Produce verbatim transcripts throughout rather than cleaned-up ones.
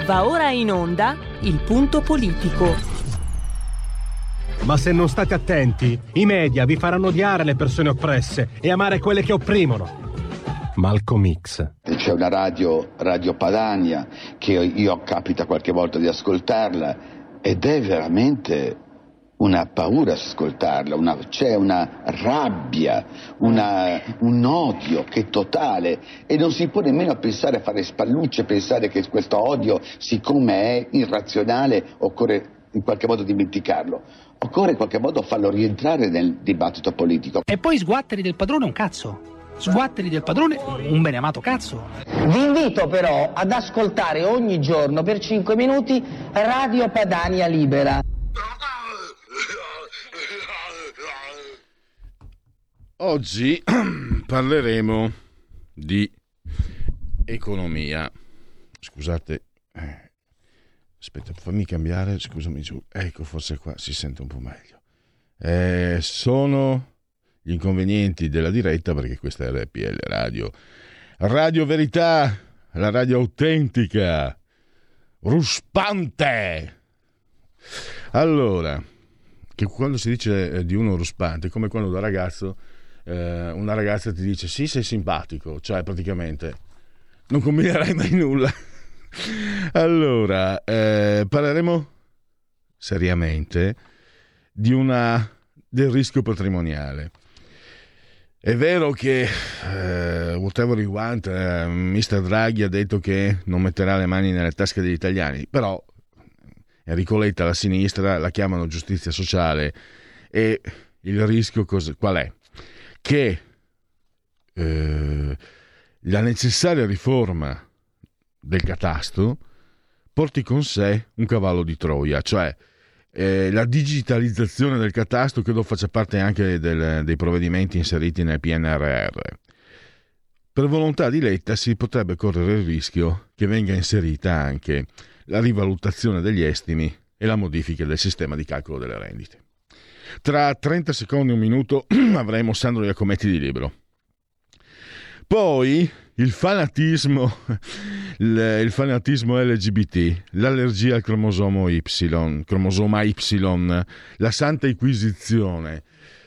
Va ora in onda Il Punto Politico. Ma se non state attenti, i media vi faranno odiare le persone oppresse e amare quelle che opprimono. Malcolm X. C'è una radio, Radio Padania, che io capita qualche volta di ascoltarla ed è veramente una paura ascoltarla, una, c'è una rabbia, una, un odio che è totale e non si può nemmeno pensare a fare spallucce, pensare che questo odio, siccome è irrazionale, occorre in qualche modo dimenticarlo, occorre in qualche modo farlo rientrare nel dibattito politico. E poi sguatteri del padrone un cazzo. Sguatteri del padrone, un beneamato cazzo. Vi invito però ad ascoltare ogni giorno per cinque minuti Radio Padania Libera. Oggi parleremo di economia. Scusate, eh, aspetta, fammi cambiare, scusami giù. Ecco, forse qua si sente un po' meglio. Eh, sono gli inconvenienti della diretta, perché questa è R P L Radio, Radio Verità, la radio autentica, ruspante. Allora, che quando si dice di uno ruspante è come quando da ragazzo eh, una ragazza ti dice sì, sei simpatico, cioè praticamente non combinerai mai nulla. Allora, eh, parleremo seriamente di una del rischio patrimoniale. È vero che eh, whatever you want, eh, mister Draghi ha detto che non metterà le mani nelle tasche degli italiani, però Enrico Letta, la sinistra, la chiamano giustizia sociale, e il rischio cos- qual è? Che eh, la necessaria riforma del catasto porti con sé un cavallo di Troia, cioè Eh, la digitalizzazione del catasto credo faccia parte anche del, dei provvedimenti inseriti nel P N R R. Per volontà di Letta si potrebbe correre il rischio che venga inserita anche la rivalutazione degli estimi e la modifica del sistema di calcolo delle rendite. Tra trenta secondi, un minuto, avremo Sandro Iacometti di Libro. Poi il fanatismo, il, il fanatismo L G B T, l'allergia al cromosomo Y, cromosoma Y, la Santa Inquisizione.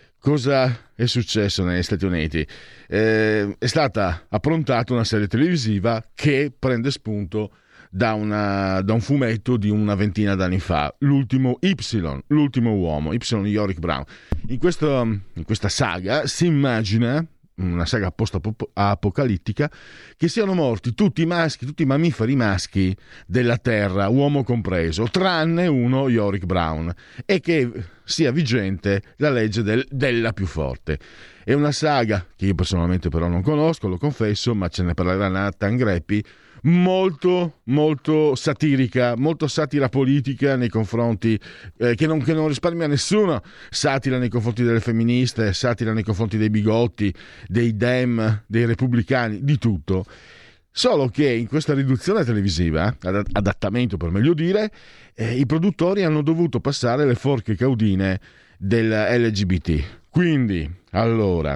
Cosa è successo negli Stati Uniti? Eh, è stata approntata una serie televisiva che prende spunto da, una, da un fumetto di una ventina d'anni fa, l'ultimo Y, l'ultimo uomo, Y Yorick Brown. In, questo, in questa saga si immagina, una saga post-apocalittica, che siano morti tutti i maschi, tutti i mammiferi maschi della Terra, uomo compreso, tranne uno, Yorick Brown, e che sia vigente la legge del, della più forte. È una saga che io personalmente però non conosco, lo confesso, ma ce ne parlerà Nathan Greppi, molto molto satirica, molto satira politica nei confronti eh, che, non, che non risparmia nessuno, satira nei confronti delle femministe, satira nei confronti dei bigotti, dei dem, dei repubblicani, di tutto. Solo che in questa riduzione televisiva, adattamento per meglio dire, eh, i produttori hanno dovuto passare le forche caudine del L G B T. Quindi, allora,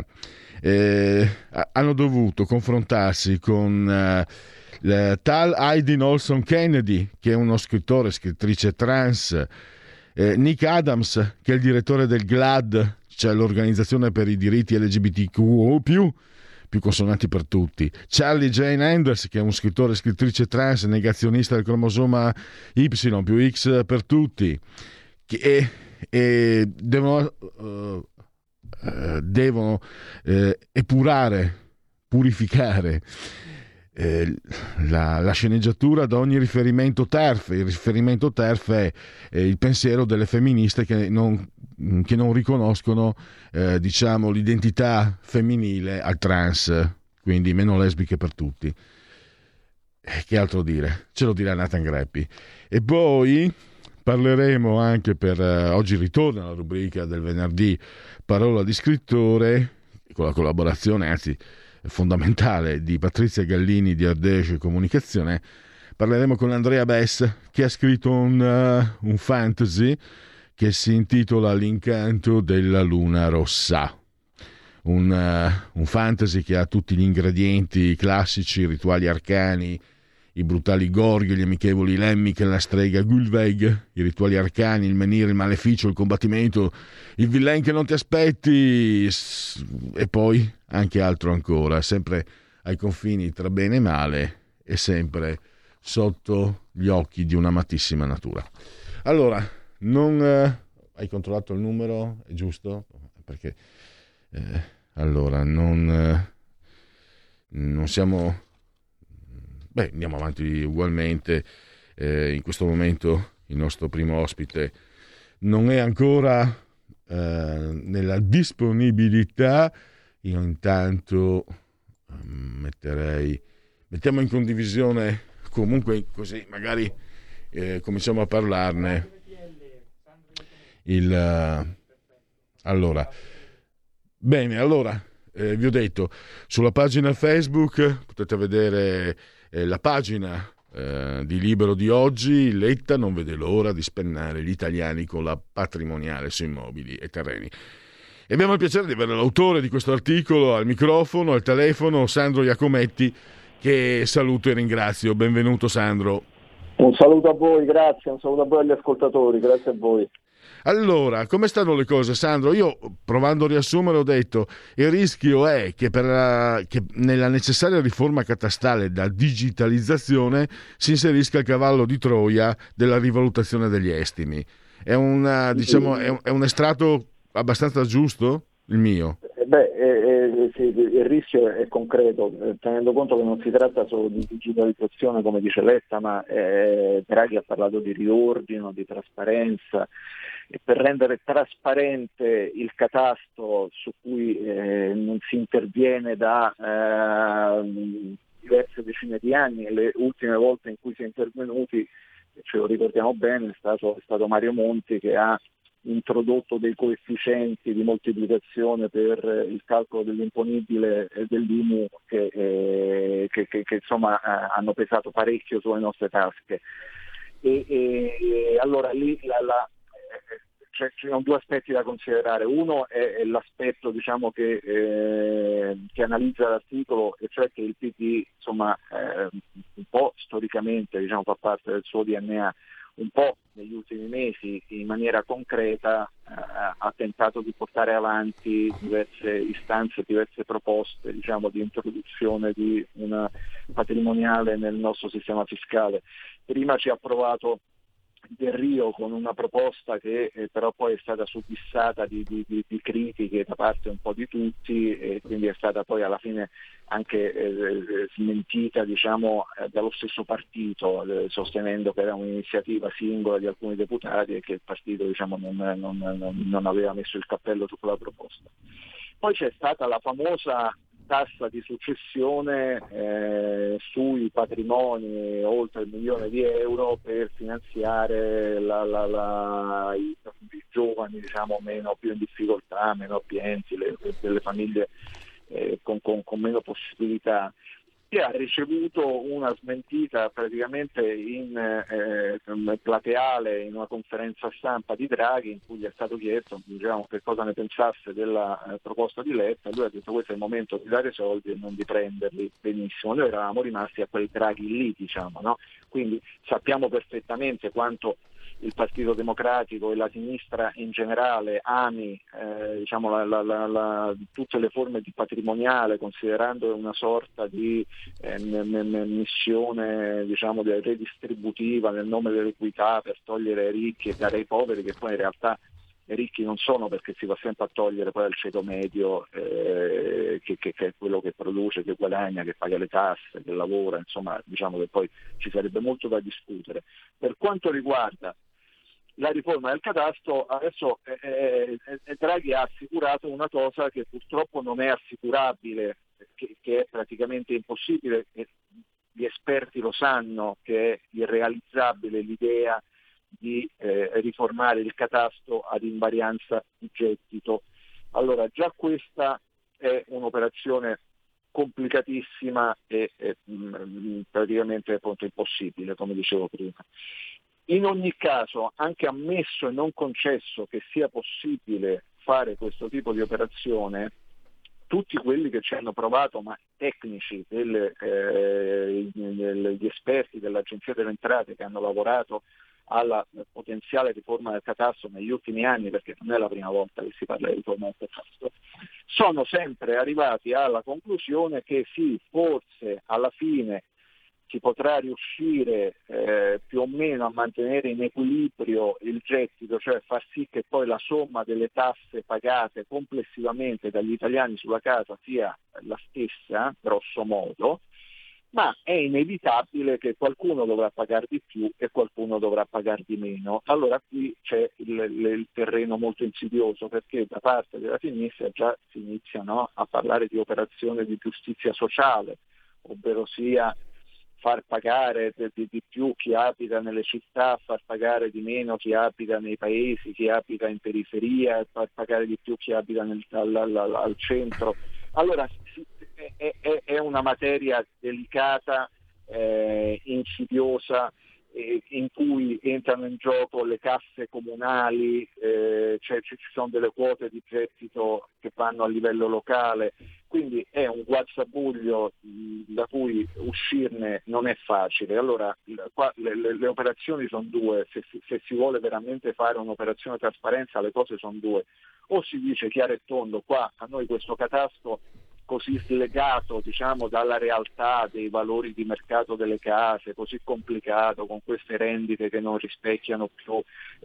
eh, hanno dovuto confrontarsi con eh, il tal Aidyn Olson Kennedy, che è uno scrittore, scrittrice trans, eh, Nick Adams, che è il direttore del GLAAD, cioè l'organizzazione per i diritti L G B T Q o più, più consonanti per tutti, Charlie Jane Anders, che è un scrittore e scrittrice trans, negazionista del cromosoma Y più X per tutti, che e, e devono, uh, uh, devono uh, epurare, purificare Eh, la, la sceneggiatura da ogni riferimento TERF. Il riferimento TERF è, è il pensiero delle femministe che non, che non riconoscono eh, diciamo l'identità femminile al trans, quindi meno lesbiche per tutti. Eh, che altro dire? Ce lo dirà Nathan Greppi. E poi parleremo anche, per eh, oggi ritorna la rubrica del venerdì Parola di scrittore, con la collaborazione, anzi fondamentale, di Patrizia Gallini di Ardèche Comunicazione. Parleremo con Andrea Bess, che ha scritto un, uh, un fantasy che si intitola L'incanto della luna rossa, un, uh, un fantasy che ha tutti gli ingredienti classici, rituali arcani, i brutali gorghi, gli amichevoli Lemmiken, la strega Gulveig, i rituali arcani, il menire, il maleficio, il combattimento, il villain che non ti aspetti, e poi anche altro ancora, sempre ai confini tra bene e male e sempre sotto gli occhi di un'amatissima natura. Allora, non eh, hai controllato il numero? È giusto? Perché eh, allora non, eh, non siamo... Beh, andiamo avanti ugualmente. Eh, in questo momento il nostro primo ospite non è ancora eh, nella disponibilità. Io intanto eh, metterei, mettiamo in condivisione comunque, così magari eh, cominciamo a parlarne. Il, uh, allora, bene, allora eh, vi ho detto, sulla pagina Facebook potete vedere la pagina eh, di Libero di oggi. Letta non vede l'ora di spennare gli italiani con la patrimoniale su immobili e terreni. E abbiamo il piacere di avere l'autore di questo articolo al microfono, al telefono, Sandro Iacometti, che saluto e ringrazio. Benvenuto Sandro. Un saluto a voi, grazie, un saluto a voi agli ascoltatori, grazie a voi. Allora, come stanno le cose, Sandro? Io, provando a riassumere, ho detto il rischio è che, per la, che nella necessaria riforma catastale da digitalizzazione si inserisca il cavallo di Troia della rivalutazione degli estimi. È, una, diciamo, è, un, è un estratto abbastanza giusto, il mio? Beh, eh, eh, sì, il rischio è concreto, eh, tenendo conto che non si tratta solo di digitalizzazione, come dice Letta, ma eh, Draghi ha parlato di riordino, di trasparenza, e per rendere trasparente il catasto su cui eh, non si interviene da eh, diverse decine di anni, e le ultime volte in cui si è intervenuti, ce lo ricordiamo bene, è stato, è stato Mario Monti che ha introdotto dei coefficienti di moltiplicazione per il calcolo dell'imponibile e dell'I M U che, eh, che, che, che insomma eh, hanno pesato parecchio sulle nostre tasche. E, e allora lì la, la, C'è, ci sono due aspetti da considerare. Uno è, è l'aspetto diciamo che, eh, che analizza l'articolo, e cioè che il P D insomma eh, un po' storicamente diciamo fa parte del suo D N A, un po' negli ultimi mesi in maniera concreta eh, ha tentato di portare avanti diverse istanze, diverse proposte diciamo di introduzione di una patrimoniale nel nostro sistema fiscale. Prima ci ha provato Del Rio con una proposta che eh, però poi è stata subissata di, di, di, di critiche da parte un po' di tutti, e quindi è stata poi alla fine anche eh, smentita diciamo eh, dallo stesso partito, eh, sostenendo che era un'iniziativa singola di alcuni deputati e che il partito diciamo non, non, non, non aveva messo il cappello su quella proposta. Poi c'è stata la famosa tassa di successione eh, sui patrimoni oltre il milione di euro per finanziare la, la, la, i, i giovani diciamo meno più in difficoltà, meno abbienti, le, le famiglie eh, con, con, con meno possibilità, che ha ricevuto una smentita praticamente in eh, plateale in una conferenza stampa di Draghi, in cui gli è stato chiesto diciamo, che cosa ne pensasse della eh, proposta di Letta. Lui ha detto: questo è il momento di dare soldi e non di prenderli. Benissimo, noi eravamo rimasti a quei Draghi lì, diciamo, no? Quindi sappiamo perfettamente quanto il Partito Democratico e la sinistra in generale ami eh, diciamo, la, la, la, la, tutte le forme di patrimoniale, considerando una sorta di eh, m- m- missione diciamo, redistributiva nel nome dell'equità, per togliere ai ricchi e dare ai poveri, che poi in realtà i ricchi non sono, perché si va sempre a togliere poi al ceto medio eh, che, che, che è quello che produce, che guadagna, che paga le tasse, che lavora, insomma diciamo che poi ci sarebbe molto da discutere. Per quanto riguarda la riforma del catasto, adesso eh, eh, Draghi ha assicurato una cosa che purtroppo non è assicurabile, che, che è praticamente impossibile, e gli esperti lo sanno che è irrealizzabile l'idea di eh, riformare il catasto ad invarianza di gettito. Allora già questa è un'operazione complicatissima e, e mh, praticamente appunto impossibile, come dicevo prima. In ogni caso, anche ammesso e non concesso che sia possibile fare questo tipo di operazione, tutti quelli che ci hanno provato, ma tecnici, delle, eh, gli esperti dell'Agenzia delle Entrate che hanno lavorato alla potenziale riforma del catasto negli ultimi anni, perché non è la prima volta che si parla di riforma del catasto, sono sempre arrivati alla conclusione che sì, forse alla fine si potrà riuscire eh, più o meno a mantenere in equilibrio il gettito, cioè far sì che poi la somma delle tasse pagate complessivamente dagli italiani sulla casa sia la stessa, grosso modo, ma è inevitabile che qualcuno dovrà pagare di più e qualcuno dovrà pagare di meno. Allora qui c'è il, il, il terreno molto insidioso, perché da parte della sinistra già si inizia, no, a parlare di operazione di giustizia sociale, ovvero sia far pagare di, di più chi abita nelle città, far pagare di meno chi abita nei paesi, chi abita in periferia, far pagare di più chi abita nel, al, al, al centro. Allora è, è, è una materia delicata, eh, insidiosa, eh, in cui entrano in gioco le casse comunali, eh, cioè ci sono delle quote di gettito che vanno a livello locale, quindi è un guazzabuglio mh, da cui uscirne non è facile. Allora qua le, le, le operazioni sono due, se, se si vuole veramente fare un'operazione trasparenza le cose sono due: o si dice chiaro e tondo, qua a noi questo catasto così slegato, diciamo, dalla realtà dei valori di mercato delle case, così complicato, con queste rendite che non rispecchiano più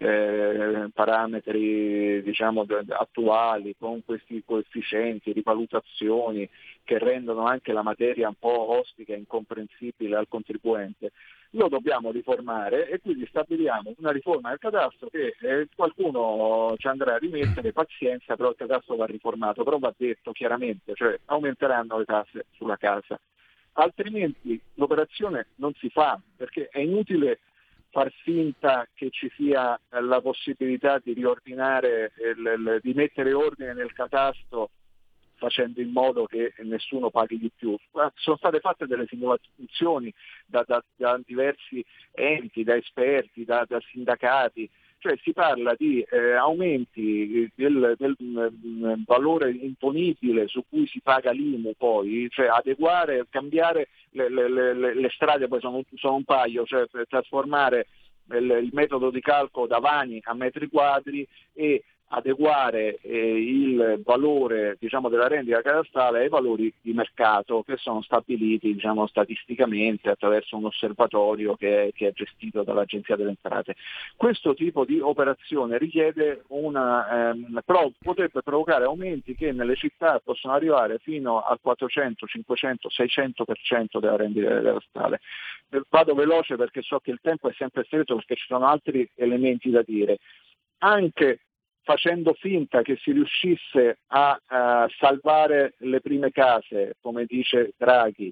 eh, parametri, diciamo, attuali, con questi coefficienti, rivalutazioni che rendono anche la materia un po' ostica e incomprensibile al contribuente. Lo dobbiamo riformare e quindi stabiliamo una riforma del catasto che eh, qualcuno ci andrà a rimettere, pazienza, però il catasto va riformato, però va detto chiaramente, cioè aumenteranno le tasse sulla casa, altrimenti l'operazione non si fa, perché è inutile far finta che ci sia la possibilità di riordinare, il, il, di mettere ordine nel catasto facendo in modo che nessuno paghi di più. Sono state fatte delle simulazioni da, da, da diversi enti, da esperti, da, da sindacati, cioè si parla di eh, aumenti del, del mh, valore imponibile su cui si paga l'I M U, poi, cioè adeguare, cambiare le, le, le, le strade, poi sono, sono un paio, cioè per trasformare il, il metodo di calcolo da vani a metri quadri e adeguare eh, il valore, diciamo, della rendita catastale ai valori di mercato che sono stabiliti, diciamo, statisticamente attraverso un osservatorio che è, che è gestito dall'Agenzia delle Entrate. Questo tipo di operazione richiede una ehm, però potrebbe provocare aumenti che nelle città possono arrivare fino al quattrocento, cinquecento, seicento per cento della rendita catastale. Vado veloce perché so che il tempo è sempre stretto, perché ci sono altri elementi da dire. Anche facendo finta che si riuscisse a, a salvare le prime case, come dice Draghi,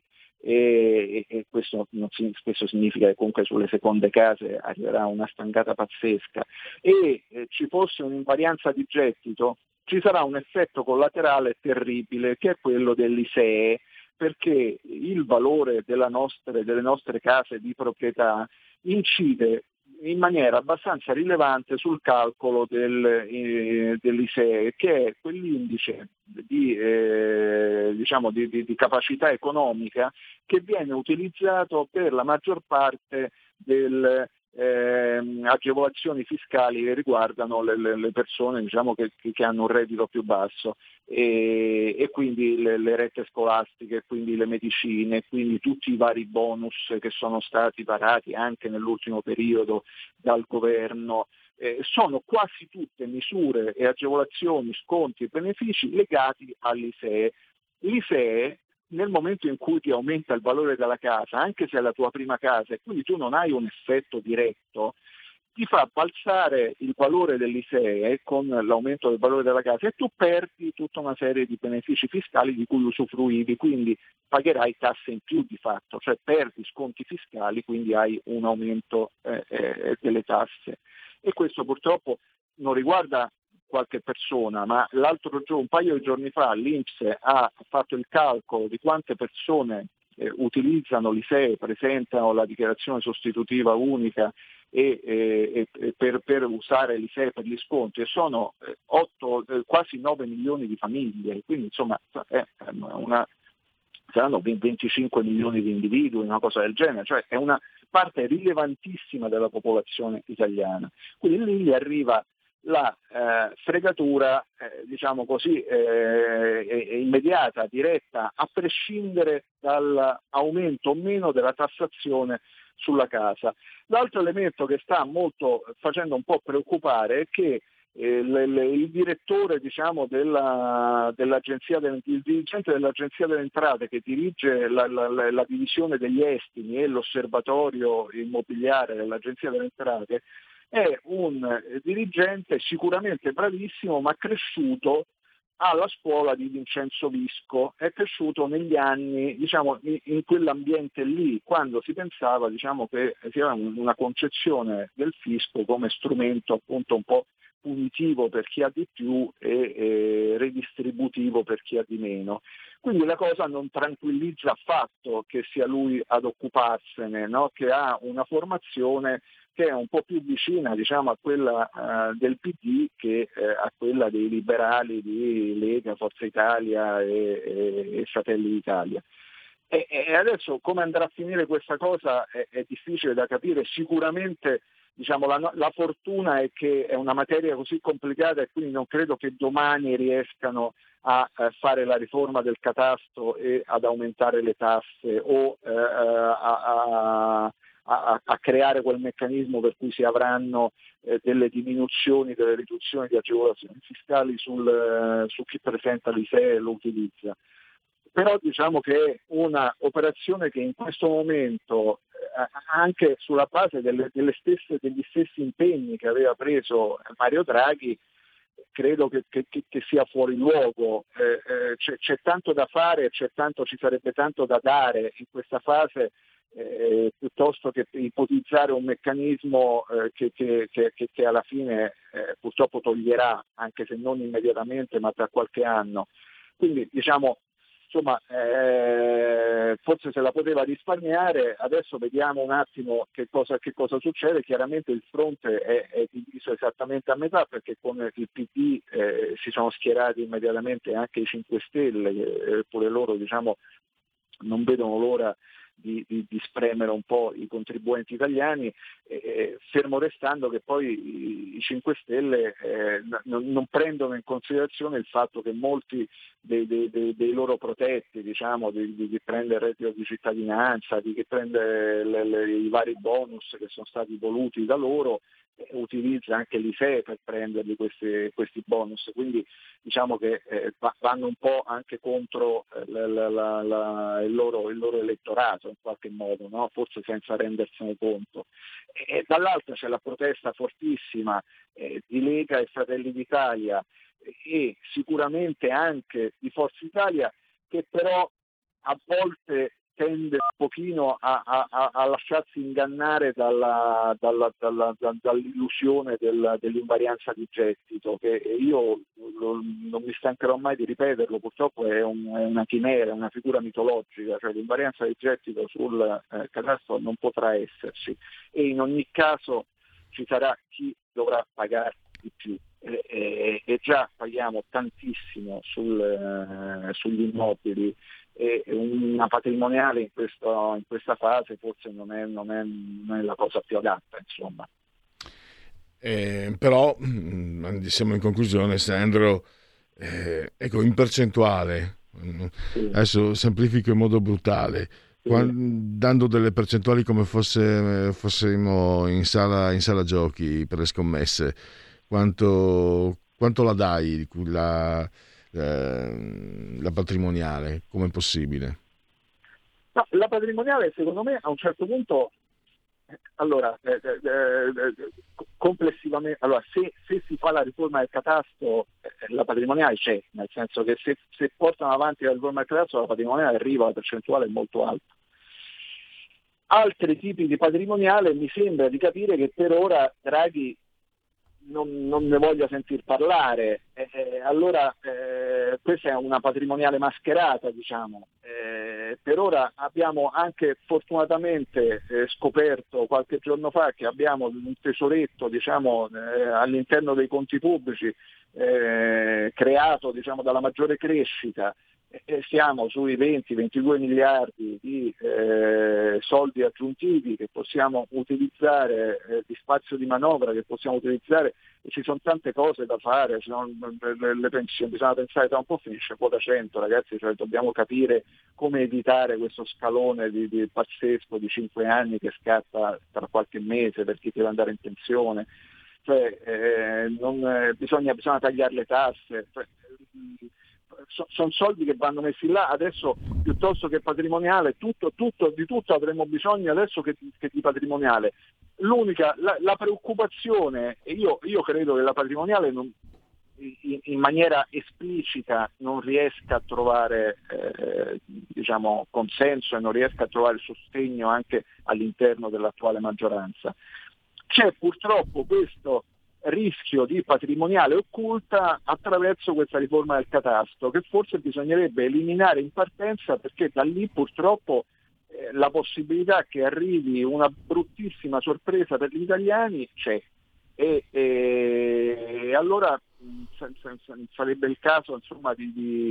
e, e questo non si, spesso significa che comunque sulle seconde case arriverà una stangata pazzesca, e eh, ci fosse un'invarianza di gettito, ci sarà un effetto collaterale terribile, che è quello dell'I S E E, perché il valore della nostre, delle nostre case di proprietà incide in maniera abbastanza rilevante sul calcolo del, eh, dell'I S E E, che è quell'indice di, eh, diciamo di, di, di capacità economica che viene utilizzato per la maggior parte delle eh, agevolazioni fiscali che riguardano le, le, le persone, diciamo, che, che hanno un reddito più basso, e, e quindi le, le rette scolastiche, quindi le medicine, quindi tutti i vari bonus che sono stati varati anche nell'ultimo periodo dal governo. Eh, sono quasi tutte misure e agevolazioni, sconti e benefici legati all'I S E E. L'I S E E, nel momento in cui ti aumenta il valore della casa, anche se è la tua prima casa e quindi tu non hai un effetto diretto, ti fa balzare il valore dell'I S E E con l'aumento del valore della casa e tu perdi tutta una serie di benefici fiscali di cui usufruivi, quindi pagherai tasse in più di fatto, cioè perdi sconti fiscali, quindi hai un aumento eh, eh, delle tasse. E questo purtroppo non riguarda qualche persona, ma l'altro giorno, un paio di giorni fa, l'I N P S ha fatto il calcolo di quante persone eh, utilizzano l'I S E E, presentano la dichiarazione sostitutiva unica e, e, e per, per usare l'I S E E per gli sconti, e sono eh, otto, eh, quasi nove milioni di famiglie, quindi insomma è una, saranno venticinque milioni di individui, una cosa del genere, cioè è una parte rilevantissima della popolazione italiana. Quindi lì gli arriva la eh, fregatura, eh, diciamo così, eh, è, è immediata, diretta, a prescindere dall'aumento o meno della tassazione sulla casa. L'altro elemento che sta molto facendo un po' preoccupare è che eh, l, l, il direttore, diciamo, della, dell'agenzia del, il dirigente dell'Agenzia delle Entrate, che dirige la, la, la, la divisione degli estimi e l'osservatorio immobiliare dell'Agenzia delle Entrate, è un dirigente sicuramente bravissimo, ma cresciuto alla scuola di Vincenzo Visco, è cresciuto negli anni, diciamo, in, in quell'ambiente lì, quando si pensava, diciamo, che si aveva una concezione del fisco come strumento appunto un po' punitivo per chi ha di più e, e redistributivo per chi ha di meno. Quindi la cosa non tranquillizza affatto che sia lui ad occuparsene, no? Che ha una formazione che è un po' più vicina, diciamo, a quella uh, del P D che eh, a quella dei liberali di Lega, Forza Italia e, e, e Fratelli d'Italia. E, e adesso come andrà a finire questa cosa è, è difficile da capire. Sicuramente, diciamo, la, la fortuna è che è una materia così complicata e quindi non credo che domani riescano a eh, fare la riforma del catasto e ad aumentare le tasse o eh, a, a A, a creare quel meccanismo per cui si avranno eh, delle diminuzioni, delle riduzioni di agevolazioni fiscali sul, eh, su chi presenta l'I S E E e lo utilizza. Però diciamo che è una operazione che in questo momento, eh, anche sulla base delle, delle stesse, degli stessi impegni che aveva preso Mario Draghi, credo che, che, che sia fuori luogo. Eh, eh, c'è, c'è tanto da fare, c'è tanto, ci sarebbe tanto da dare in questa fase, Eh, piuttosto che ipotizzare un meccanismo eh, che, che, che, che alla fine eh, purtroppo toglierà, anche se non immediatamente, ma tra qualche anno. Quindi diciamo, insomma, eh, forse se la poteva risparmiare. Adesso vediamo un attimo che cosa, che cosa succede. Chiaramente il fronte è, è diviso esattamente a metà, perché con il P D eh, si sono schierati immediatamente anche i cinque Stelle, che eh, pure loro, diciamo, non vedono l'ora Di, di, di spremere un po' i contribuenti italiani, eh, fermo restando che poi i, i cinque Stelle eh, non, non prendono in considerazione il fatto che molti dei, dei, dei, dei loro protetti, diciamo, di, di chi prende il reddito di cittadinanza, di chi prende le, le, i vari bonus che sono stati voluti da loro, eh, utilizza anche l'I S E E per prenderli questi, questi bonus. Quindi diciamo che eh, vanno un po' anche contro eh, la, la, la, il, loro, il loro elettorato in qualche modo, no? Forse senza rendersene conto. E, e dall'altra c'è la protesta fortissima eh, di Lega e Fratelli d'Italia e sicuramente anche di Forza Italia, che però a volte tende un pochino a, a, a lasciarsi ingannare dalla, dalla, dalla, dall'illusione del, dell'invarianza di gettito, che io non mi stancherò mai di ripeterlo, purtroppo è, un, è una chimera, è una figura mitologica, cioè l'invarianza di gettito sul eh, catasto non potrà esserci e in ogni caso ci sarà chi dovrà pagare di più. E, e, e già paghiamo tantissimo sul, eh, sugli immobili, e una patrimoniale in, questo, in questa fase forse non è, non, è, non è la cosa più adatta, insomma. Eh, però siamo in conclusione, Sandro, eh, ecco, in percentuale, sì. Adesso semplifico in modo brutale, sì. Quando, dando delle percentuali come fosse, fossimo in sala, in sala giochi per le scommesse, quanto, quanto la dai la, la, la patrimoniale, come è possibile? No, la patrimoniale secondo me a un certo punto, allora eh, eh, complessivamente, allora se, se si fa la riforma del catasto eh, la patrimoniale c'è, nel senso che se, se portano avanti la riforma del catasto la patrimoniale arriva, la percentuale è molto alta. Altri tipi di patrimoniale mi sembra di capire che per ora Draghi non, non ne voglia sentir parlare. Eh, eh, allora eh, questa è una patrimoniale mascherata, diciamo. Eh, per ora abbiamo anche fortunatamente eh, scoperto qualche giorno fa che abbiamo un tesoretto, diciamo, eh, all'interno dei conti pubblici eh, creato, diciamo, dalla maggiore crescita. E siamo sui venti ventidue miliardi di eh, soldi aggiuntivi che possiamo utilizzare, eh, di spazio di manovra che possiamo utilizzare, e ci sono tante cose da fare, ci sono le, le pensioni, bisogna pensare, tra un po' finisce quota cento, ragazzi, cioè dobbiamo capire come evitare questo scalone di, di pazzesco di cinque anni che scatta tra qualche mese per chi deve andare in pensione, cioè eh, non, eh, bisogna, bisogna tagliare le tasse. Cioè, sono soldi che vanno messi là adesso piuttosto che patrimoniale, tutto, tutto, di tutto avremo bisogno adesso che, che di patrimoniale. L'unica, la, la preoccupazione, e io, io credo che la patrimoniale non, in, in maniera esplicita non riesca a trovare eh, diciamo consenso e non riesca a trovare sostegno anche all'interno dell'attuale maggioranza. C'è purtroppo questo rischio di patrimoniale occulta attraverso questa riforma del catasto, che forse bisognerebbe eliminare in partenza, perché da lì purtroppo eh, la possibilità che arrivi una bruttissima sorpresa per gli italiani c'è, e, e, e allora mh, sarebbe il caso, insomma, di,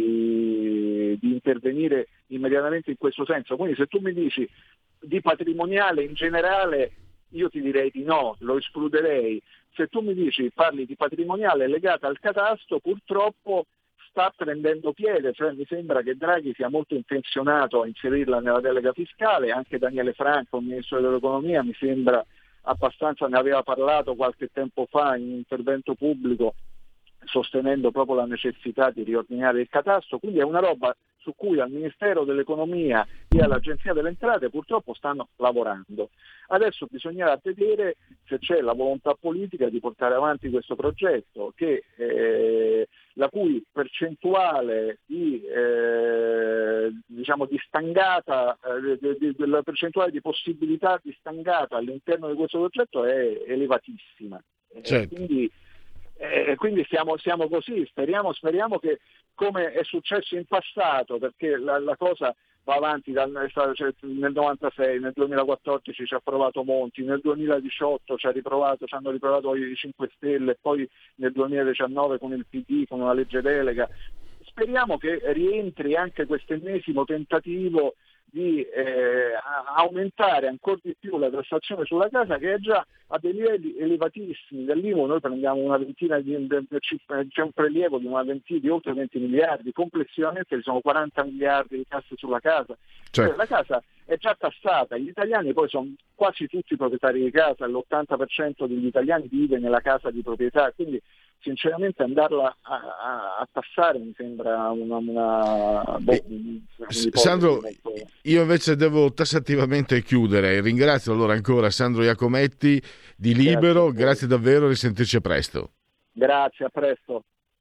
di, di intervenire immediatamente in questo senso. Quindi se tu mi dici di patrimoniale in generale, io ti direi di no, lo escluderei. Se tu mi dici parli di patrimoniale legata al catasto, purtroppo sta prendendo piede, cioè mi sembra che Draghi sia molto intenzionato a inserirla nella delega fiscale, anche Daniele Franco, il ministro dell'economia, mi sembra abbastanza, ne aveva parlato qualche tempo fa in un intervento pubblico sostenendo proprio la necessità di riordinare il catasto, quindi è una roba su cui al Ministero dell'Economia e all'Agenzia delle Entrate purtroppo stanno lavorando. Adesso bisognerà vedere se c'è la volontà politica di portare avanti questo progetto, che, eh, la cui percentuale di, eh, diciamo di stangata, eh, de, de, de, la percentuale di possibilità di stangata all'interno di questo progetto è elevatissima. Certo. Eh, quindi E eh, quindi siamo, siamo così, speriamo, speriamo che, come è successo in passato, perché la, la cosa va avanti dal, cioè, nel novantasei, nel duemilaquattordici ci ha provato Monti, nel duemiladiciotto ci, ha riprovato, ci hanno riprovato i cinque Stelle, poi nel duemiladiciannove con il P D, con una legge delega. Speriamo che rientri anche questo ennesimo tentativo di eh, aumentare ancora di più la tassazione sulla casa, che è già a dei livelli elevatissimi. Dall'I V A noi prendiamo una ventina di, c'è un prelievo di una ventina di oltre venti miliardi, complessivamente ci sono quaranta miliardi di tasse sulla casa. Cioè, la casa è già tassata, gli italiani poi sono quasi tutti proprietari di casa, l'ottanta per cento degli italiani vive nella casa di proprietà, quindi sinceramente andarla a, a, a tassare mi sembra una, una boh, Sandro, molto... io invece devo tassativamente chiudere. Ringrazio allora ancora Sandro Iacometti di Libero, grazie, grazie davvero, risentirci presto. Grazie, a presto.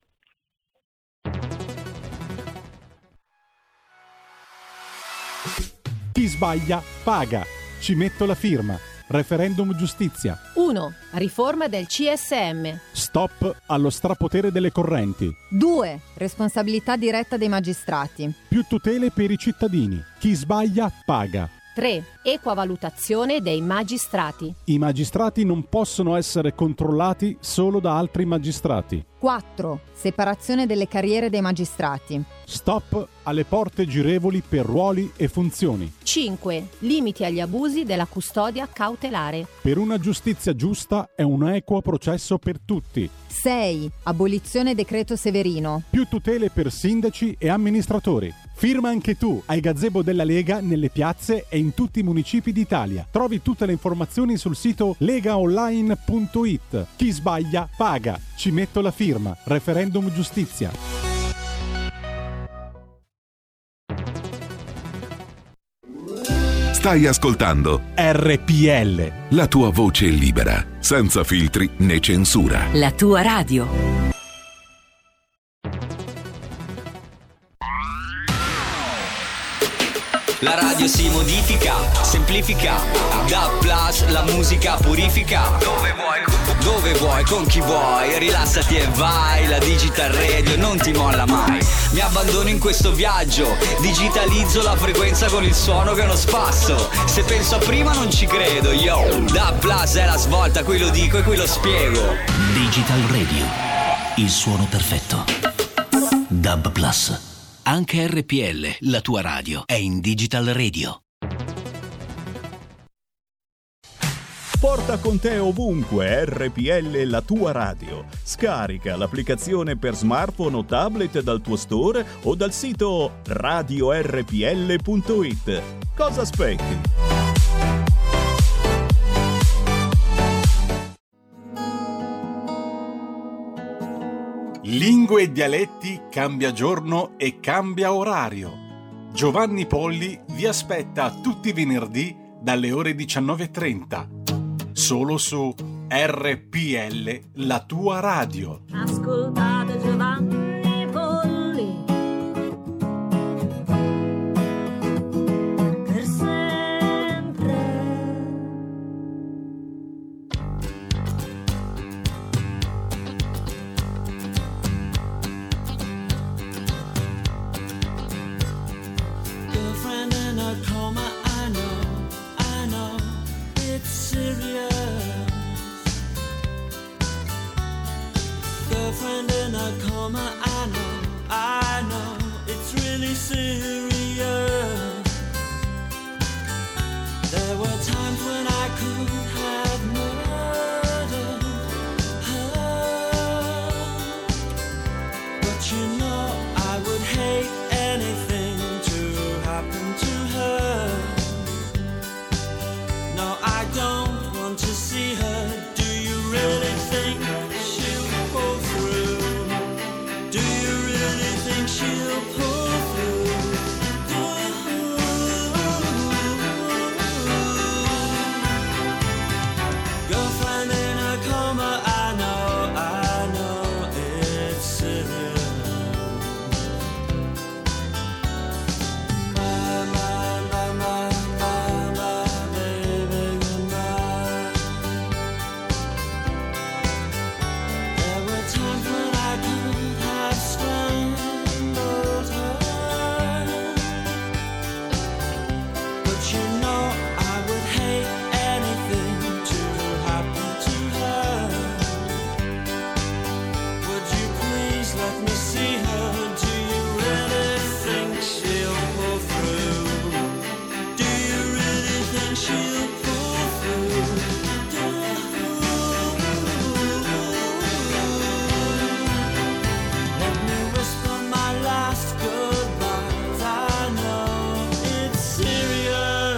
Chi sbaglia paga. Ci metto la firma. Referendum giustizia. uno. Riforma del C S M. Stop allo strapotere delle correnti. due. Responsabilità diretta dei magistrati. Più tutele per i cittadini. Chi sbaglia paga. tre. Equa valutazione dei magistrati. I magistrati non possono essere controllati solo da altri magistrati. quattro. Separazione delle carriere dei magistrati. Stop alle porte girevoli per ruoli e funzioni. cinque. Limiti agli abusi della custodia cautelare. Per una giustizia giusta è un equo processo per tutti. sei. Abolizione decreto Severino. Più tutele per sindaci e amministratori. Firma anche tu ai gazebo della Lega nelle piazze e in tutti i municipi d'Italia. Trovi tutte le informazioni sul sito legaonline punto it. Chi sbaglia paga. Ci metto la firma. Referendum giustizia. Stai ascoltando R P L. La tua voce libera, senza filtri né censura. La tua radio. La radio si modifica, semplifica, da plus la musica purifica. Dove vuoi, dove vuoi, con chi vuoi, rilassati e vai. La Digital Radio non ti molla mai. Mi abbandono in questo viaggio, digitalizzo la frequenza con il suono che è uno spasso. Se penso a prima non ci credo, yo. Da plus è la svolta, qui lo dico e qui lo spiego. Digital Radio, il suono perfetto. Dub Plus. Anche R P L, la tua radio, è in Digital Radio. Porta con te ovunque R P L, la tua radio. Scarica l'applicazione per smartphone o tablet dal tuo store o dal sito radio r p l punto i t. Cosa aspetti? Lingue e dialetti cambia giorno e cambia orario. Giovanni Polli vi aspetta tutti i venerdì dalle ore diciannove e trenta. Solo su R P L, la tua radio. Ascoltate Giovanni Polli. Per sempre. Girlfriend in a coma, I know, I know, it's serious. Girlfriend in a coma, I know, I know, it's really serious. There were times when I could have murdered her, but you know I would hate anything to happen to her. No, I don't want to see her. Do you really think she'll pull through? Do you really think she'll pull through? Girlfriend in a coma, I know, I know it's serious. My, my, my, my, my, my baby, goodbye. There were times when I could have strangled her, but you know I would hate anything to happen to her. Would you please let me see her? Do you really think she'll pull through? Do you really think she'll pull through? Let me whisper my last goodbyes. I know it's serious.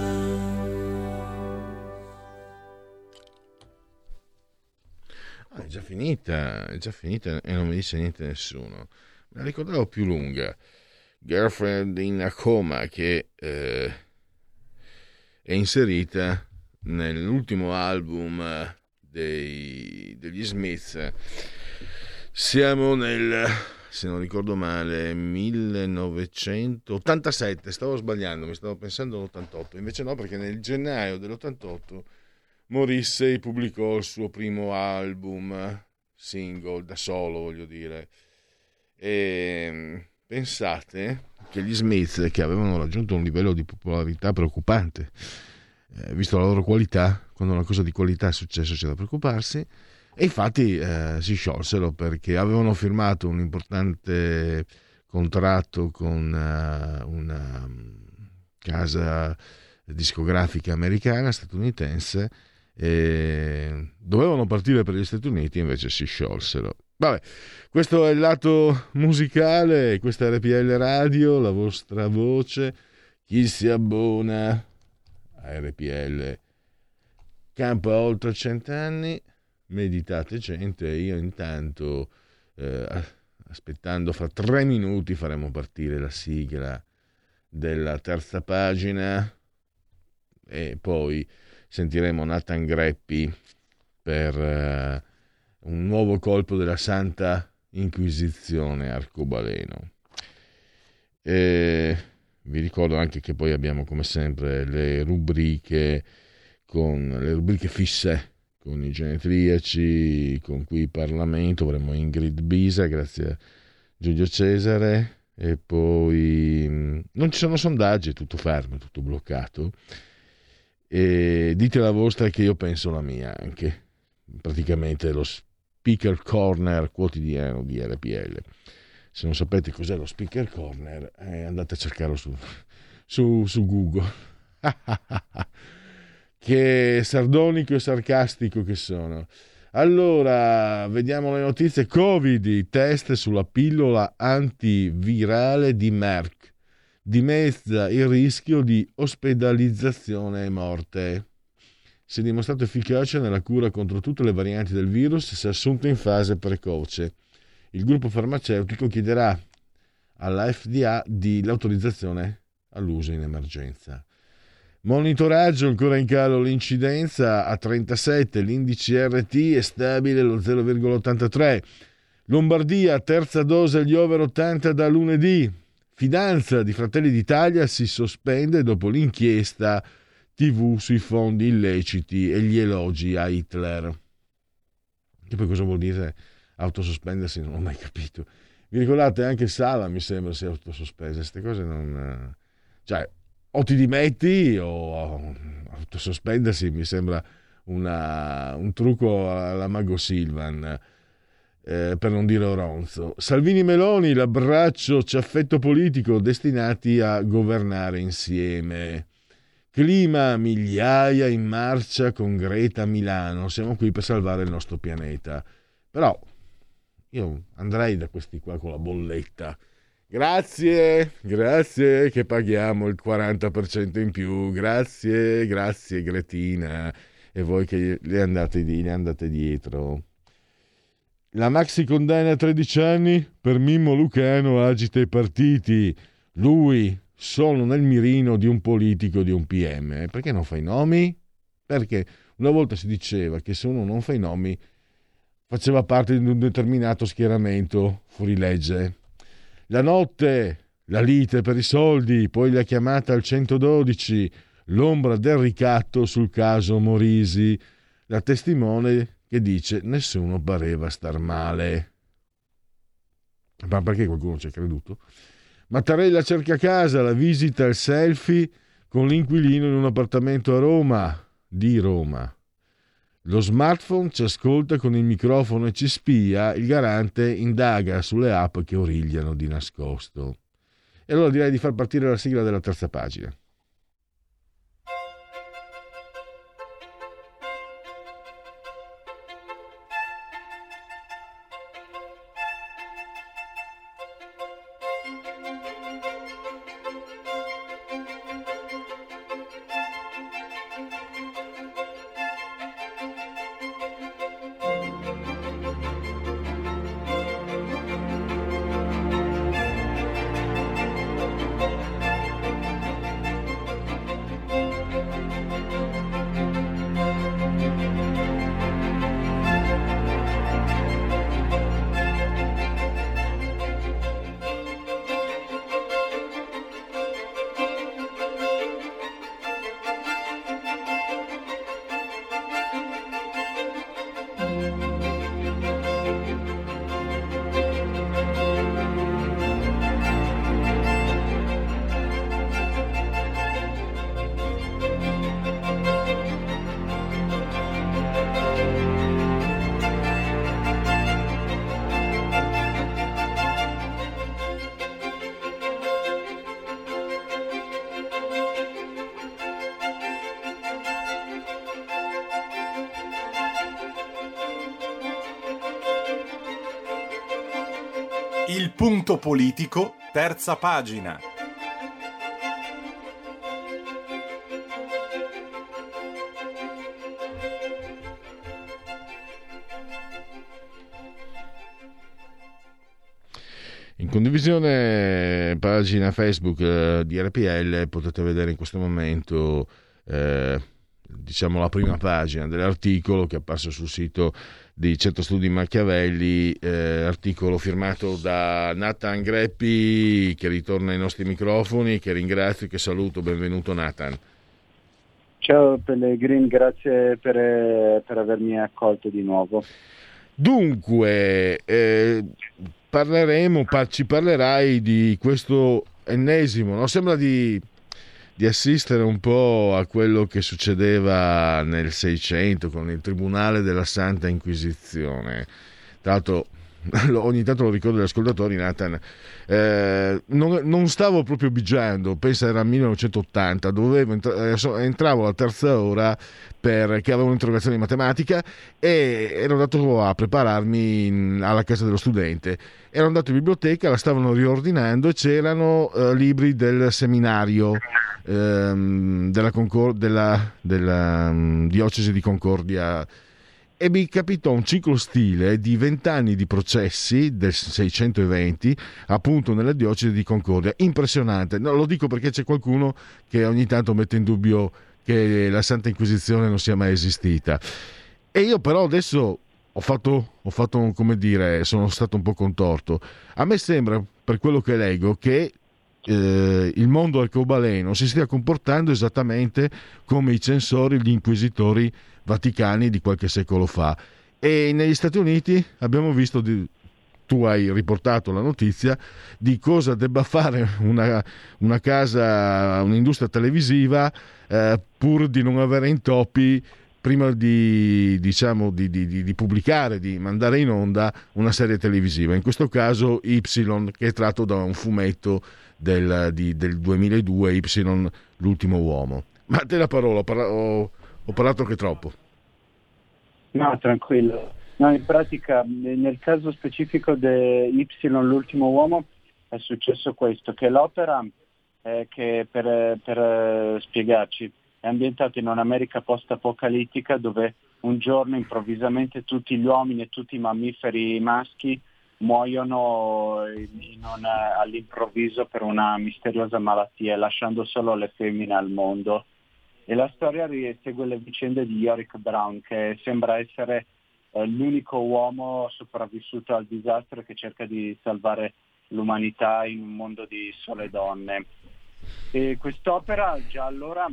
Ah, è già finita, è già finita e non mi dice niente nessuno. Me la ricordavo più lunga. Girlfriend in a Coma, che eh, è inserita nell'ultimo album dei, degli Smith. Siamo nel, se non ricordo male, millenovecentottantasette. Stavo sbagliando, mi stavo pensando all'ottantotto, invece no, perché nel gennaio dell'ottantotto Morrissey pubblicò il suo primo album single da solo, voglio dire. E pensate che gli Smith, che avevano raggiunto un livello di popolarità preoccupante, eh, visto la loro qualità, quando una cosa di qualità è successo c'è da preoccuparsi, e infatti eh, si sciolsero perché avevano firmato un importante contratto con uh, una casa discografica americana, statunitense, e dovevano partire per gli Stati Uniti, invece si sciolsero. Vabbè, questo è il lato musicale, questa è R P L Radio, la vostra voce. Chi si abbona a R P L campa oltre cent'anni. Meditate gente, io intanto eh, aspettando, fra tre minuti faremo partire la sigla della terza pagina e poi sentiremo Nathan Greppi per uh, un nuovo colpo della Santa Inquisizione arcobaleno. E Vi ricordo anche che poi abbiamo come sempre le rubriche con le rubriche fisse con i genetriaci, con cui Parlamento, avremo Ingrid Bisa, grazie a Giulio Cesare, e poi non ci sono sondaggi, è tutto fermo, è tutto bloccato, e dite la vostra che io penso la mia anche, praticamente lo Speaker Corner quotidiano di R P L. Se non sapete cos'è lo Speaker Corner, eh, andate a cercarlo su, su, su Google. Che sardonico e sarcastico che sono. Allora, vediamo le notizie. Covid, i test sulla pillola antivirale di Merck dimezza il rischio di ospedalizzazione e morte. Si è dimostrato efficace nella cura contro tutte le varianti del virus se assunto in fase precoce. Il gruppo farmaceutico chiederà alla F D A di l'autorizzazione all'uso in emergenza. Monitoraggio, ancora in calo l'incidenza a trentasette, l'indice R T è stabile allo zero virgola ottantatré. Lombardia, terza dose agli over ottanta da lunedì. Fidanza di Fratelli d'Italia si sospende dopo l'inchiesta tivù sui fondi illeciti e gli elogi a Hitler. Che poi cosa vuol dire autosospendersi? Non ho mai capito. Vi ricordate anche Sala, mi sembra, si è autosospesa. Queste cose non... Cioè, o ti dimetti o autosospendersi mi sembra una, un trucco alla Mago Silvan, eh, per non dire Oronzo. Salvini Meloni, l'abbraccio ciaffetto politico destinati a governare insieme. Clima, migliaia in marcia con Greta a Milano, siamo qui per salvare il nostro pianeta. Però io andrei da questi qua con la bolletta. Grazie, grazie che paghiamo il quaranta per cento in più, grazie, grazie Gretina, e voi che le andate, le andate dietro. La maxi condanna a tredici anni per Mimmo Lucano agita i partiti, lui solo nel mirino di un politico, di un P M. Perché non fa i nomi? Perché una volta si diceva che se uno non fa i nomi faceva parte di un determinato schieramento fuorilegge. La notte, la lite per i soldi, poi la chiamata al centododici, l'ombra del ricatto sul caso Morisi, la testimone che dice nessuno pareva star male. Ma perché qualcuno ci ha creduto? Mattarella cerca casa, la visita, il selfie con l'inquilino in un appartamento a Roma, di Roma. Lo smartphone ci ascolta con il microfono e ci spia, il garante indaga sulle app che origliano di nascosto. E allora direi di far partire la sigla della terza pagina. Il punto politico, terza pagina. In condivisione pagina Facebook eh, di R P L potete vedere in questo momento eh, diciamo la prima pagina dell'articolo che è apparso sul sito di Centro Studi Machiavelli, eh, articolo firmato da Nathan Greppi, che ritorna ai nostri microfoni, che ringrazio e che saluto. Benvenuto Nathan. Ciao Pellegrin, grazie per, per avermi accolto di nuovo. Dunque, eh, parleremo, par- ci parlerai di questo ennesimo, no? Sembra di, di assistere un po' a quello che succedeva nel Seicento con il Tribunale della Santa Inquisizione. Tra l'altro, ogni tanto lo ricordo agli ascoltatori, Nathan, eh, non, non stavo proprio bigiando, pensa era millenovecentottanta, dovevo entra- entravo alla terza ora perché avevo un'interrogazione di matematica e ero andato a prepararmi in, alla casa dello studente. Ero andato in biblioteca, la stavano riordinando e c'erano eh, libri del seminario ehm, della, Concor- della, della um, diocesi di Concordia, e mi capitò un ciclo stile di vent'anni di processi del seicentoventi appunto nella diocesi di Concordia. Impressionante, no, lo dico perché c'è qualcuno che ogni tanto mette in dubbio che la Santa Inquisizione non sia mai esistita, e io però adesso ho fatto, ho fatto come dire, sono stato un po' contorto. A me sembra, per quello che leggo, che eh, il mondo arcobaleno si stia comportando esattamente come i censori, gli inquisitori vaticani di qualche secolo fa. E negli Stati Uniti abbiamo visto, di, tu hai riportato la notizia di cosa debba fare una, una casa, un'industria televisiva eh, pur di non avere intoppi prima di, diciamo, di, di, di pubblicare, di mandare in onda una serie televisiva, in questo caso Y, che è tratto da un fumetto del, di, del duemiladue, Y, l'ultimo uomo. Ma a te la parola, ho parla- ho, ho parlato che troppo. No, tranquillo. No, in pratica, nel caso specifico di Y, l'ultimo uomo, è successo questo, che l'opera, eh, che per, per spiegarci, è ambientata in un'America post-apocalittica dove un giorno improvvisamente tutti gli uomini e tutti i mammiferi maschi muoiono in una, all'improvviso per una misteriosa malattia, lasciando solo le femmine al mondo. E la storia segue le vicende di Yorick Brown, che sembra essere eh, l'unico uomo sopravvissuto al disastro che cerca di salvare l'umanità in un mondo di sole donne. E quest'opera già allora,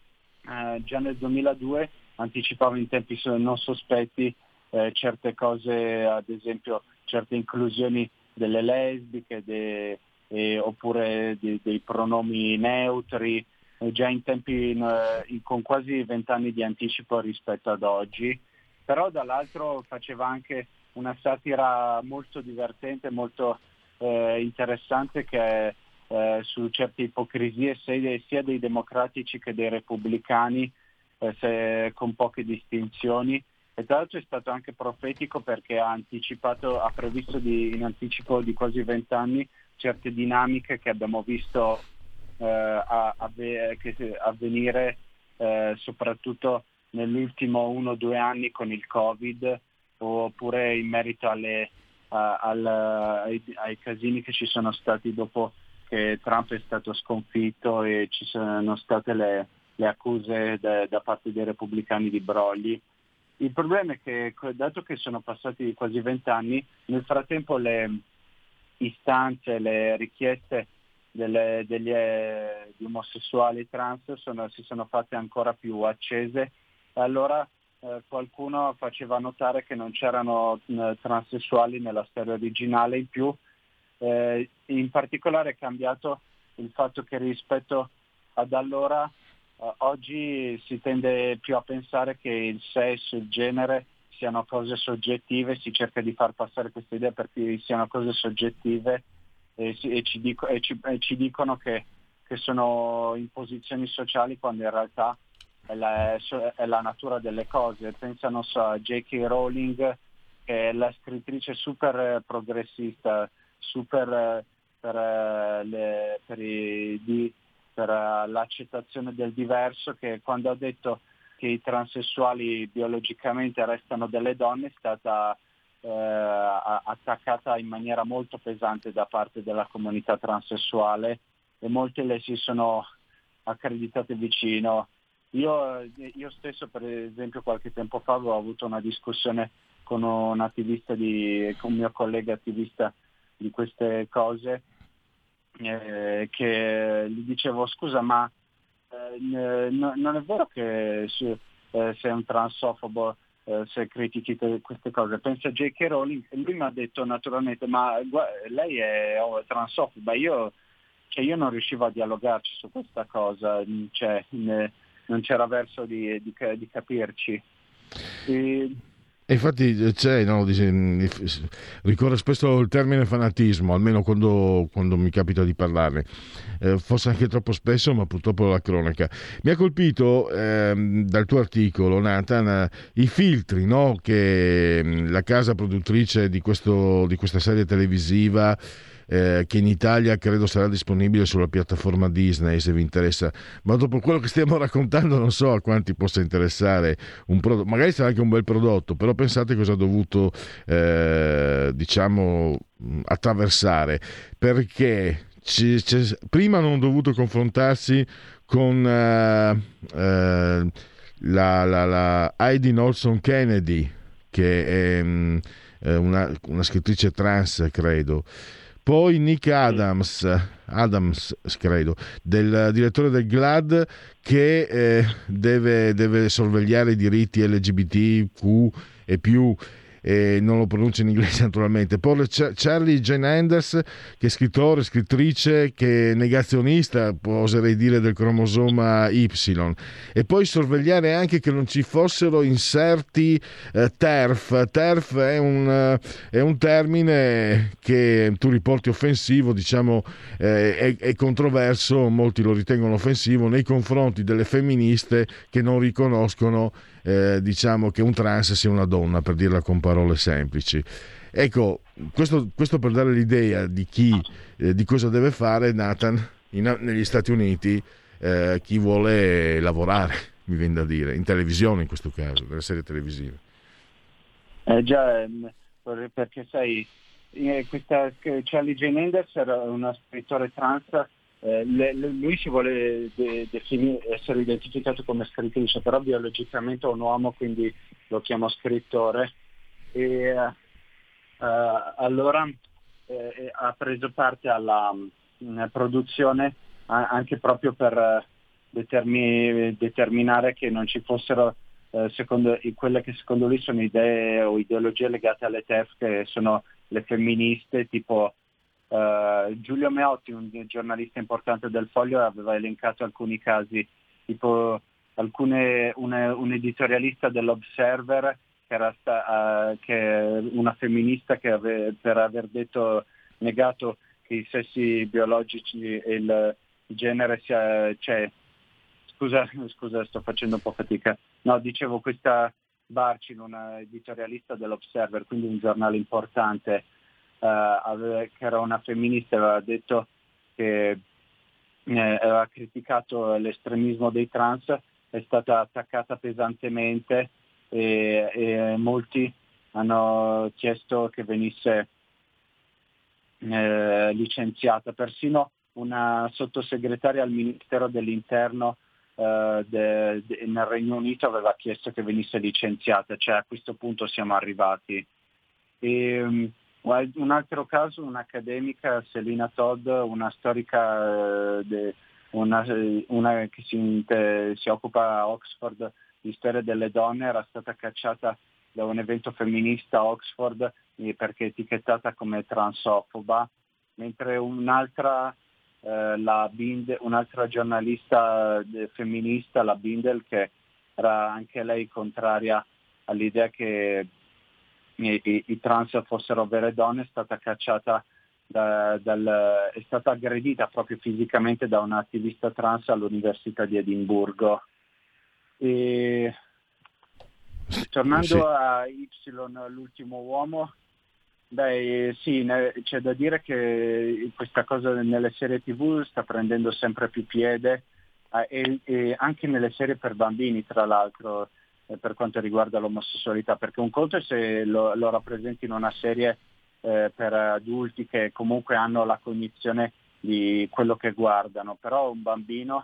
eh, già nel duemiladue, anticipava in tempi non sospetti eh, certe cose, ad esempio certe inclusioni delle lesbiche, de, eh, oppure de, dei pronomi neutri, già in tempi in, in, con quasi vent'anni di anticipo rispetto ad oggi, però dall'altro faceva anche una satira molto divertente, molto eh, interessante, che eh, su certe ipocrisie sia dei democratici che dei repubblicani, eh, se, con poche distinzioni, e tra l'altro è stato anche profetico perché ha anticipato, ha previsto di, in anticipo di quasi vent'anni certe dinamiche che abbiamo visto Eh, a, a, che avvenire eh, soprattutto nell'ultimo uno o due anni con il Covid, oppure in merito alle, a, al, ai, ai casini che ci sono stati dopo che Trump è stato sconfitto e ci sono state le, le accuse de, da parte dei repubblicani di brogli. Il problema è che, dato che sono passati quasi vent'anni, nel frattempo le istanze, le richieste Delle, degli eh, di omosessuali trans sono, si sono fatte ancora più accese, e allora eh, qualcuno faceva notare che non c'erano eh, transessuali nella storia originale. In più eh, in particolare è cambiato il fatto che rispetto ad allora eh, oggi si tende più a pensare che il sesso, il genere siano cose soggettive, si cerca di far passare questa idea perché siano cose soggettive. E, e, ci, dico, e, ci, e ci dicono che, che sono imposizioni sociali, quando in realtà è la, è la natura delle cose. Pensano so, a J K Rowling, che è la scrittrice super progressista, super per, le, per, i, di, per l'accettazione del diverso, che quando ha detto che i transessuali biologicamente restano delle donne è stata Eh, attaccata in maniera molto pesante da parte della comunità transessuale, e molte le si sono accreditate vicino. io, io stesso per esempio qualche tempo fa avevo avuto una discussione con un attivista di, con un mio collega attivista di queste cose, eh, che gli dicevo scusa ma eh, n- non è vero che se- eh, sei un transofobo eh, se critichi te- queste cose, pensa a J K. Rowling, e lui mi ha detto naturalmente ma gua- lei è oh, transofoba, io, cioè, io non riuscivo a dialogarci su questa cosa, cioè, ne- non c'era verso di, di, di capirci. E, E infatti c'è, no, dice, ricorre spesso il termine fanatismo, almeno quando, quando mi capita di parlarne, eh, forse anche troppo spesso, ma purtroppo la cronaca. Mi ha colpito ehm, dal tuo articolo, Nathan, eh, i filtri, no, che mh, la casa produttrice di, questo, di questa serie televisiva, eh, che in Italia credo sarà disponibile sulla piattaforma Disney se vi interessa, ma dopo quello che stiamo raccontando non so a quanti possa interessare un prodotto, magari sarà anche un bel prodotto, però pensate cosa ha dovuto eh, diciamo attraversare, perché ci, ci, prima non ho dovuto confrontarsi con eh, eh, la, la, la Heidi Nolson Kennedy, che è mh, una, una scrittrice trans credo. Poi Nick Adams, Adams credo, del direttore del GLAAD, che eh, deve, deve sorvegliare i diritti L G B T Q e più, e non lo pronuncio in inglese naturalmente. Poi Charlie Jane Anders, che è scrittore, scrittrice, che è negazionista, oserei dire, del cromosoma Y, e poi sorvegliare anche che non ci fossero inserti eh, T E R F. T E R F è un, è un termine che tu riporti offensivo, diciamo, eh, è, è controverso, molti lo ritengono offensivo nei confronti delle femministe che non riconoscono Eh, diciamo che un trans sia una donna, per dirla con parole semplici. Ecco, questo, questo per dare l'idea di chi eh, di cosa deve fare Nathan in, negli Stati Uniti, eh, chi vuole lavorare, mi viene da dire, in televisione in questo caso, nelle serie televisive. Eh già, perché sai, questa Charlie Jane Anders era una scrittore trans. Eh, le, le, lui si vuole de, definire, essere identificato come scrittrice, però biologicamente è un uomo, quindi lo chiamo scrittore, e uh, allora eh, ha preso parte alla mh, produzione a, anche proprio per uh, determi, determinare che non ci fossero uh, secondo, quelle che secondo lui sono idee o ideologie legate alle T E R F, che sono le femministe, tipo Uh, Giulio Meotti, un giornalista importante del Foglio, aveva elencato alcuni casi, tipo alcune, une, un editorialista dell'Observer che era sta, uh, che una femminista che ave, per aver detto, negato che i sessi biologici e il genere sia, cioè, scusa, scusa sto facendo un po' fatica, no, dicevo questa Barcin, una editorialista dell'Observer, quindi un giornale importante, Uh, che era una femminista, aveva detto che eh, aveva criticato l'estremismo dei trans, è stata attaccata pesantemente e, e molti hanno chiesto che venisse eh, licenziata. Persino una sottosegretaria al Ministero dell'Interno eh, de, de, nel Regno Unito aveva chiesto che venisse licenziata, cioè a questo punto siamo arrivati. E, um, un altro caso, un'accademica, Selina Todd, una storica, eh, de, una, una che si, te, si occupa a Oxford di storia delle donne, era stata cacciata da un evento femminista a Oxford eh, perché etichettata come transofoba, mentre un'altra, eh, la Bindel, un'altra giornalista eh, femminista, la Bindel, che era anche lei contraria all'idea che I, i, i trans fossero vere donne, è stata cacciata da, dal, è stata aggredita proprio fisicamente da un'attivista trans all'Università di Edimburgo. E, tornando sì. a Y, l'ultimo uomo, beh sì, ne, c'è da dire che questa cosa nelle serie tivù sta prendendo sempre più piede, eh, e, e anche nelle serie per bambini, tra l'altro, per quanto riguarda l'omosessualità, perché un conto è se lo, lo rappresenti in una serie eh, per adulti che comunque hanno la cognizione di quello che guardano, però un bambino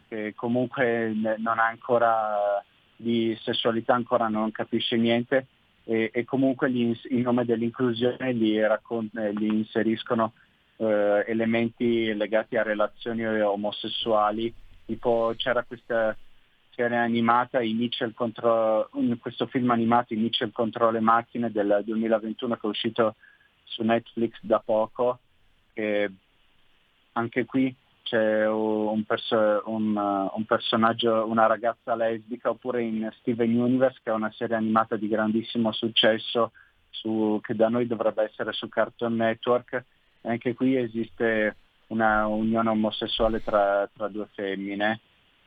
che comunque non ha ancora di sessualità, ancora non capisce niente, e, e comunque gli, in nome dell'inclusione gli, raccon- gli inseriscono eh, elementi legati a relazioni omosessuali, tipo c'era questa serie animata, i Mitchell contro, questo film animato, i Mitchell contro le macchine del duemilaventuno, che è uscito su Netflix da poco, che anche qui c'è un, perso- un, un personaggio, una ragazza lesbica, oppure in Steven Universe, che è una serie animata di grandissimo successo su, che da noi dovrebbe essere su Cartoon Network. Anche qui esiste una unione omosessuale tra, tra due femmine.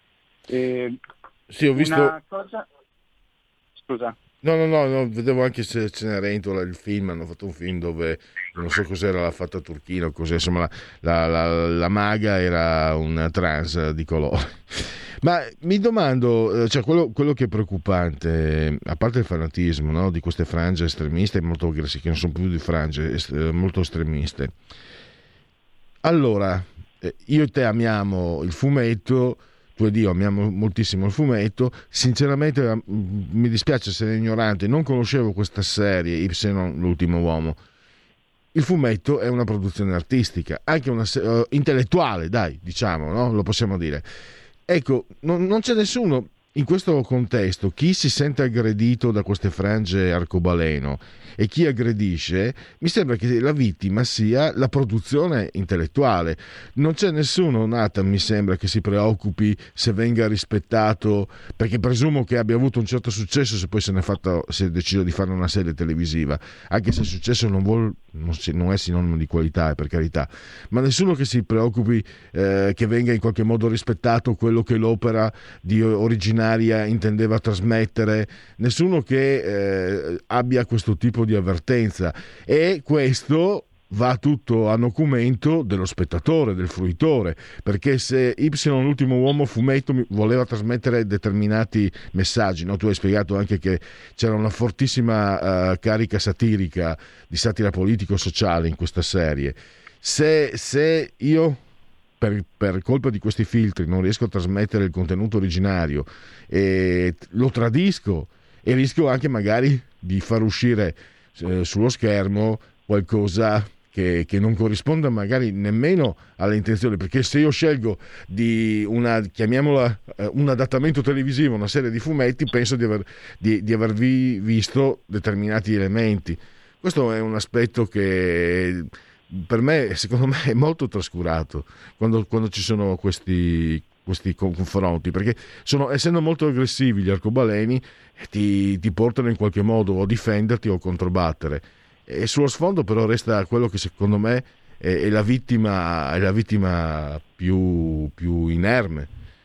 E sì, ho visto... Una cosa... Scusa. No, no, no, no, vedevo anche se Cenerentola, il film, hanno fatto un film dove non so cos'era la fatta turchina o cos'è, insomma la, la, la, la maga era un trans di colore. Ma mi domando, cioè quello, quello che è preoccupante, a parte il fanatismo, no, di queste frange estremiste molto aggressive, che non sono più di frange, est- molto estremiste. Allora, io e te amiamo il fumetto, tu ed io amiamo moltissimo il fumetto, sinceramente mi dispiace essere ignorante, non conoscevo questa serie, Y, l'ultimo uomo. Il fumetto è una produzione artistica, anche una uh, intellettuale, dai, diciamo, no? Lo possiamo dire. Ecco, non, non c'è nessuno in questo contesto, chi si sente aggredito da queste frange arcobaleno e chi aggredisce, mi sembra che la vittima sia la produzione intellettuale. Non c'è nessuno, Nathan, mi sembra, che si preoccupi se venga rispettato, perché presumo che abbia avuto un certo successo se poi se ne è fatto, si è deciso di fare una serie televisiva, anche se il successo non, vuol, non, si, non è sinonimo di qualità, eh, per carità, ma nessuno che si preoccupi eh, che venga in qualche modo rispettato quello che l'opera di originaria intendeva trasmettere, nessuno che eh, abbia questo tipo di avvertenza, e questo va tutto a nocumento dello spettatore, del fruitore, perché se Y, l'ultimo uomo fumetto, voleva trasmettere determinati messaggi, no? Tu hai spiegato anche che c'era una fortissima uh, carica satirica, di satira politico-sociale in questa serie. Se, se io per, per colpa di questi filtri non riesco a trasmettere il contenuto originario e lo tradisco, e rischio anche magari di far uscire eh, sullo schermo qualcosa che, che non corrisponda magari nemmeno alle intenzioni, perché se io scelgo di una, chiamiamola eh, un adattamento televisivo, una serie di fumetti, penso di aver di, di avervi visto determinati elementi. Questo è un aspetto che per me, secondo me, è molto trascurato quando, quando ci sono questi questi confronti, perché sono, essendo molto aggressivi gli arcobaleni, ti, ti portano in qualche modo a difenderti o controbattere, e sullo sfondo però resta quello che secondo me è, è la vittima, è la vittima più, più inerme.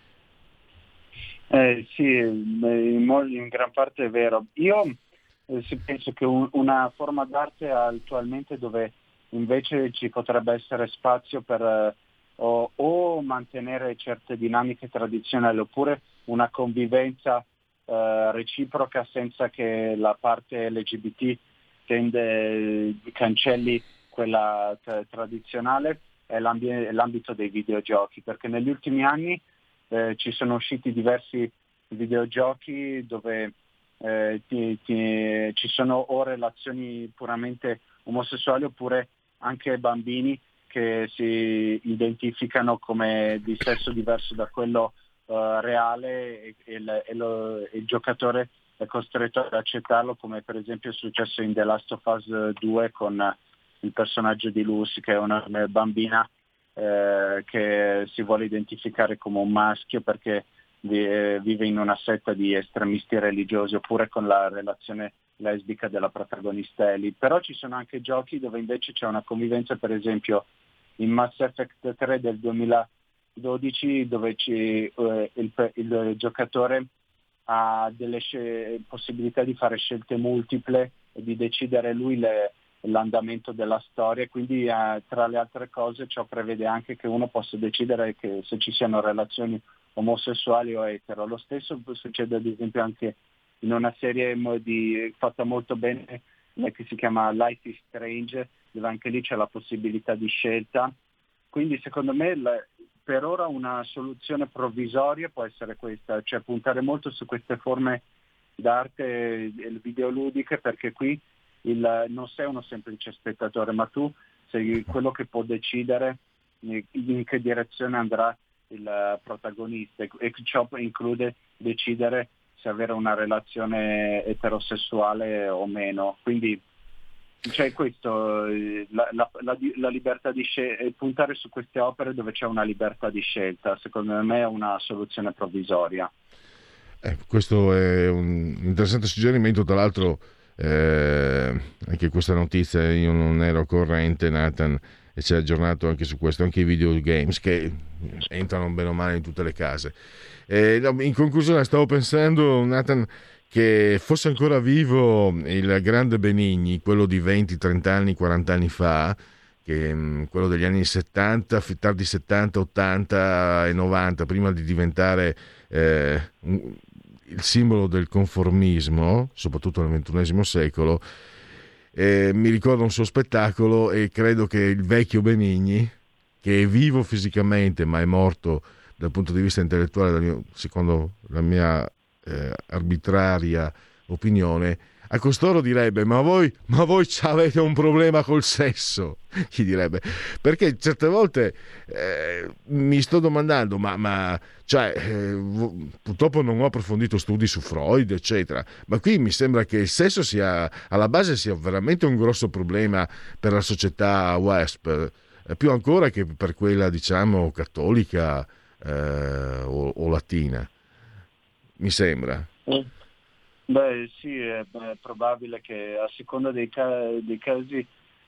Eh, sì, in, in gran parte è vero. Io eh, penso che un, una forma d'arte attualmente dove invece ci potrebbe essere spazio per eh, O, o mantenere certe dinamiche tradizionali, oppure una convivenza eh, reciproca senza che la parte L G B T tende, cancelli quella t- tradizionale, è l'ambi- l'ambito dei videogiochi, perché negli ultimi anni eh, ci sono usciti diversi videogiochi dove eh, ti, ti, ci sono o relazioni puramente omosessuali oppure anche bambini che si identificano come di sesso diverso da quello uh, reale, e, e, il, e, lo, e il giocatore è costretto ad accettarlo, come per esempio è successo in The Last of Us due con il personaggio di Lucy, che è una bambina eh, che si vuole identificare come un maschio perché vi, vive in una setta di estremisti religiosi, oppure con la relazione lesbica della protagonista Ellie. Però ci sono anche giochi dove invece c'è una convivenza, per esempio in Mass Effect tre del duemiladodici, dove ci, eh, il, il giocatore ha delle sc- possibilità di fare scelte multiple e di decidere lui le, l'andamento della storia, quindi eh, tra le altre cose ciò prevede anche che uno possa decidere che se ci siano relazioni omosessuali o etero. Lo stesso succede ad esempio anche in una serie di, fatta molto bene che si chiama Life is Strange, dove anche lì c'è la possibilità di scelta. Quindi secondo me la, per ora una soluzione provvisoria può essere questa, cioè puntare molto su queste forme d'arte videoludiche, perché qui il, non sei uno semplice spettatore, ma tu sei quello che può decidere in che direzione andrà il protagonista, e ciò include decidere se avere una relazione eterosessuale o meno. Quindi c'è questo, la, la, la, la libertà di scelta, puntare su queste opere dove c'è una libertà di scelta, secondo me è una soluzione provvisoria. Eh, questo è un interessante suggerimento, tra l'altro eh, anche questa notizia io non ero corrente, Nathan, e ci ha aggiornato anche su questo, anche i videogames che entrano bene o male in tutte le case. Eh, in conclusione stavo pensando, Nathan, che fosse ancora vivo il grande Benigni, quello di venti, trenta anni, quaranta anni fa, che, quello degli anni settanta, tardi settanta, ottanta e novanta, prima di diventare eh, un, il simbolo del conformismo, soprattutto nel ventunesimo secolo. Eh, mi ricordo un suo spettacolo e credo che il vecchio Benigni, che è vivo fisicamente ma è morto dal punto di vista intellettuale, secondo la mia eh, arbitraria opinione, a costoro direbbe: ma voi, ma voi avete un problema col sesso, gli direbbe, perché certe volte eh, mi sto domandando, ma, ma cioè, eh, purtroppo non ho approfondito studi su Freud eccetera, ma qui mi sembra che il sesso sia alla base sia veramente un grosso problema per la società W E S P, eh, più ancora che per quella, diciamo, cattolica eh, o, o latina, mi sembra. Mm. Beh sì, è, è probabile che a seconda dei, ca- dei casi,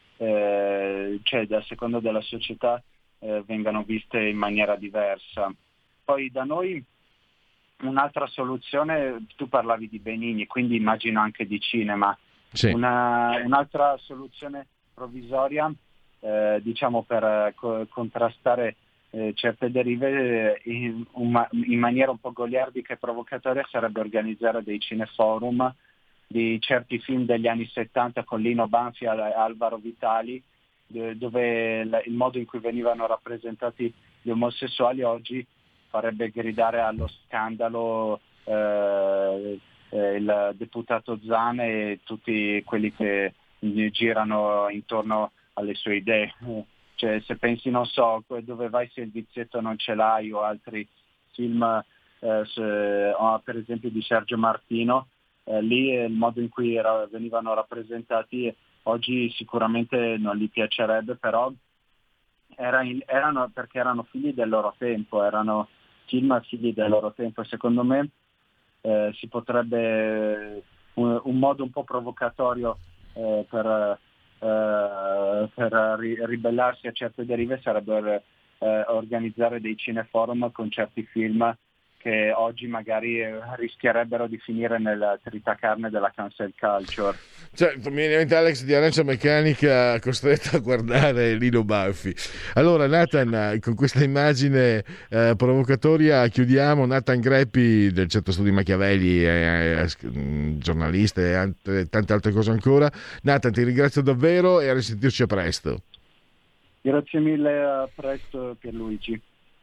eh, cioè a seconda della società, eh, vengano viste in maniera diversa. Poi da noi un'altra soluzione, tu parlavi di Benigni, quindi immagino anche di cinema, sì. Una, un'altra soluzione provvisoria, eh, diciamo per co- contrastare Eh, certe derive eh, in, uma, in maniera un po' goliardica e provocatoria, sarebbe organizzare dei cineforum di certi film degli anni settanta con Lino Banfi e Alvaro Vitali, eh, dove la, il modo in cui venivano rappresentati gli omosessuali oggi farebbe gridare allo scandalo eh, eh, il deputato Zan e tutti quelli che girano intorno alle sue idee. Cioè, se pensi, non so, Dove vai se il vizietto non ce l'hai, o altri film, eh, se, o per esempio di Sergio Martino, eh, lì il modo in cui era, venivano rappresentati oggi sicuramente non gli piacerebbe, però era in, erano perché erano figli del loro tempo, erano film figli del loro tempo, e secondo me eh, si potrebbe, un, un modo un po' provocatorio eh, per... Uh, per ri- ribellarsi a certe derive sarebbe uh, organizzare dei cineforum con certi film che oggi magari eh, rischierebbero di finire nel tritacarne della cancel culture. Cioè, mi viene in mente Alex di Arancia Meccanica costretto a guardare Lino Banfi. Allora, Nathan, con questa immagine eh, provocatoria chiudiamo. Nathan Greppi del Centro Studi Machiavelli, eh, eh, giornalista e ante, tante altre cose ancora. Nathan, ti ringrazio davvero e a risentirci a presto. Grazie mille, a presto Pierluigi.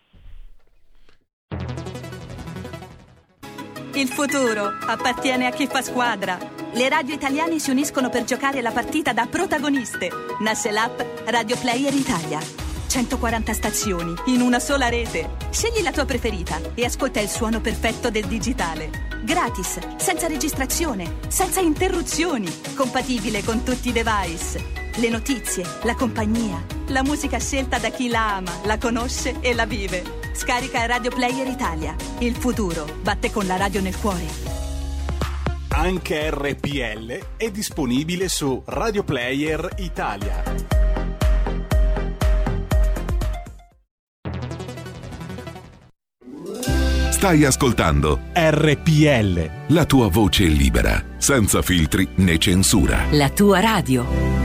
Il futuro appartiene a chi fa squadra. Le radio italiane si uniscono per giocare la partita da protagoniste. Nasce l'app Radio Player Italia. centoquaranta stazioni in una sola rete. Scegli la tua preferita e ascolta il suono perfetto del digitale. Gratis, senza registrazione, senza interruzioni. Compatibile con tutti i device. Le notizie, la compagnia, la musica scelta da chi la ama, la conosce e la vive. Scarica Radio Player Italia. Il futuro batte con la radio nel cuore. Anche R P L è disponibile su Radio Player Italia. Stai ascoltando R P L, la tua voce libera, senza filtri né censura. La tua radio.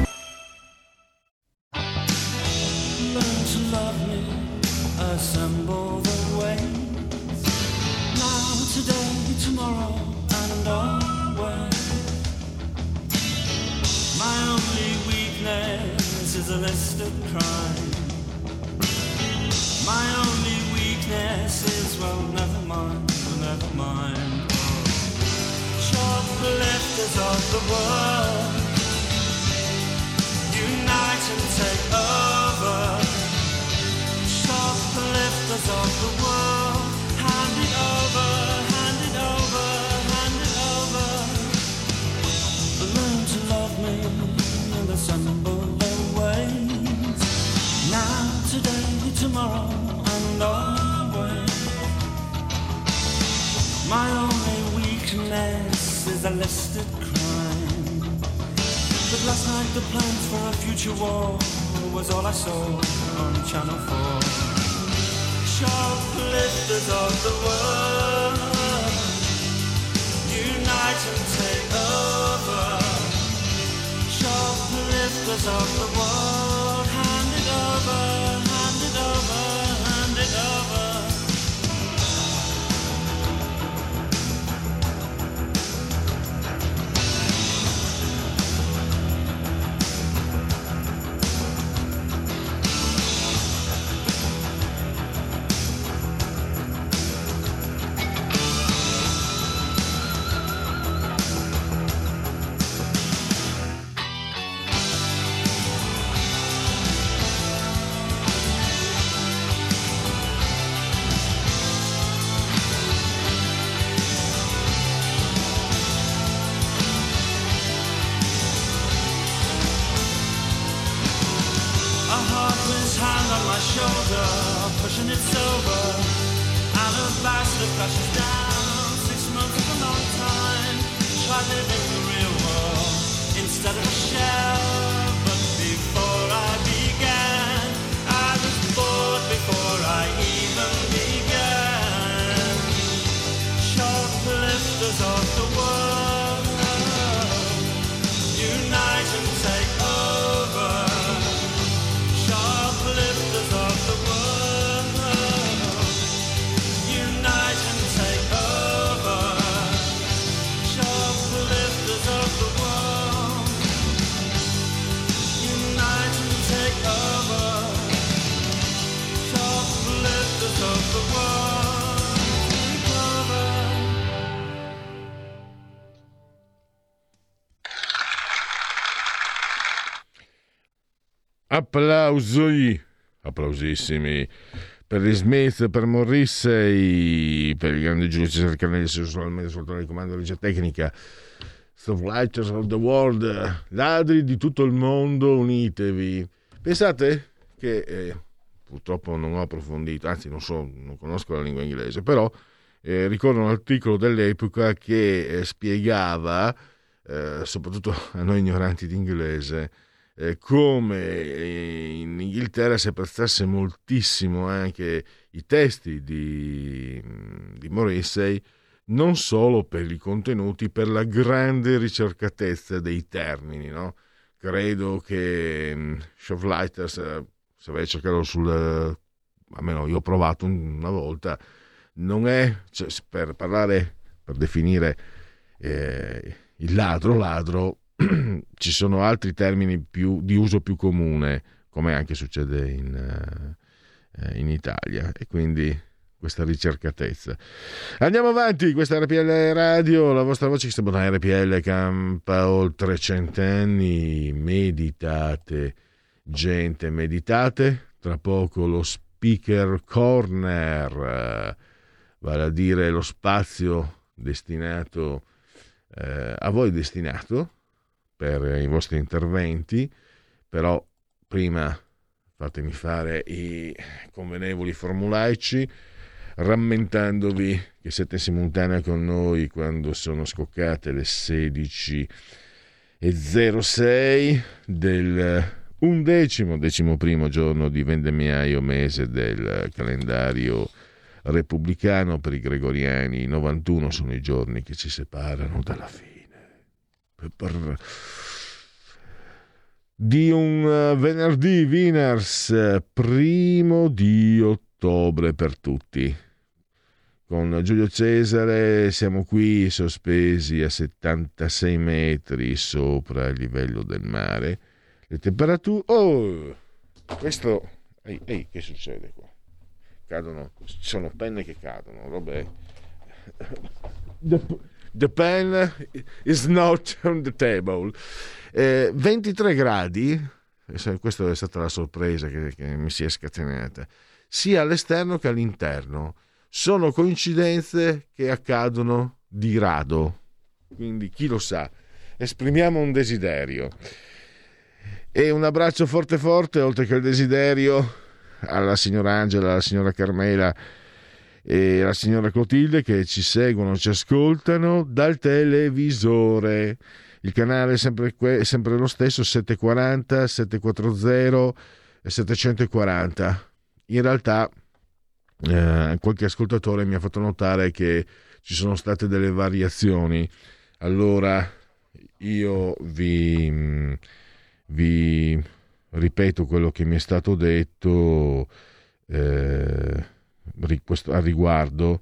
A list of crime. My only weaknesses, well, never mind, never mind. Shoplifters of the world, unite and take over. Shoplifters of the world, hand it over, hand it over, hand it over. Learn to love me in the simpler ways. Now, today, tomorrow, and always. My only weakness is a listed crime. But last night the plans for a future war was all I saw on Channel four. Shoplifters of the world, unite and take over. Shoplifters of the world, hand it over, hand it over, hand it over. Shoulder, pushing it sober. Alabaster flashes down. Six months is a long time. Try living the real world instead of a shell. But before I began, I was bored before I even began. Shoplifters of the world, unite and take over. Shoplifters of the world, unite and take over. Shoplifters of the world, unite and take over. Shoplifters of the world, take over. Applausi, applausissimi per gli Smith, per Morrissey, per il grande Giulio Cesare Carnelli, solamente soltanto il comando di regia tecnica. Shoplifters of the World, ladri di tutto il mondo, unitevi. Pensate che eh, purtroppo non ho approfondito, anzi non so, non conosco la lingua inglese, però eh, ricordo un articolo dell'epoca che eh, spiegava, eh, soprattutto a noi ignoranti di inglese, Eh, come in Inghilterra si apprezzasse moltissimo anche i testi di, di Morrissey, non solo per i contenuti, per la grande ricercatezza dei termini, no? Credo che um, Shoplifters, uh, se vai a cercarlo sul, uh, almeno io ho provato una volta, non è, cioè, per parlare, per definire eh, il ladro, ladro, ci sono altri termini più di uso più comune, come anche succede in, uh, in Italia, e quindi questa ricercatezza. Andiamo avanti, questa è R P L Radio, la vostra voce che sta buona. R P L campa oltre cent'anni. Meditate, gente, meditate. Tra poco lo Speaker Corner, vale a dire lo spazio destinato eh, a voi, destinato per i vostri interventi. Però prima fatemi fare i convenevoli formulaici, rammentandovi che siete in simultanea con noi quando sono scoccate le sedici e zero sei del undecimo, decimo primo giorno di vendemmiaio, mese del calendario repubblicano. Per i gregoriani novantuno sono i giorni che ci separano dalla fine per... di un venerdì, Wieners, primo di ottobre per tutti. Con Giulio Cesare siamo qui sospesi a settantasei metri sopra il livello del mare. Le temperature... Oh! Questo... Ehi, ehi, che succede qua? cadono, ci sono penne che cadono, vabbè. The, the pen is not on the table. Eh, ventitré gradi, questa è stata la sorpresa che, che mi si è scatenata, sia all'esterno che all'interno. Sono coincidenze che accadono di rado, quindi chi lo sa. Esprimiamo un desiderio e un abbraccio forte forte, oltre che il desiderio, alla signora Angela, alla signora Carmela e alla signora Clotilde che ci seguono, ci ascoltano dal televisore. Il canale è sempre, è sempre lo stesso, settecentoquaranta, settecentoquaranta e settecentoquaranta. In realtà eh, qualche ascoltatore mi ha fatto notare che ci sono state delle variazioni. Allora io vi, vi ripeto quello che mi è stato detto eh, a riguardo.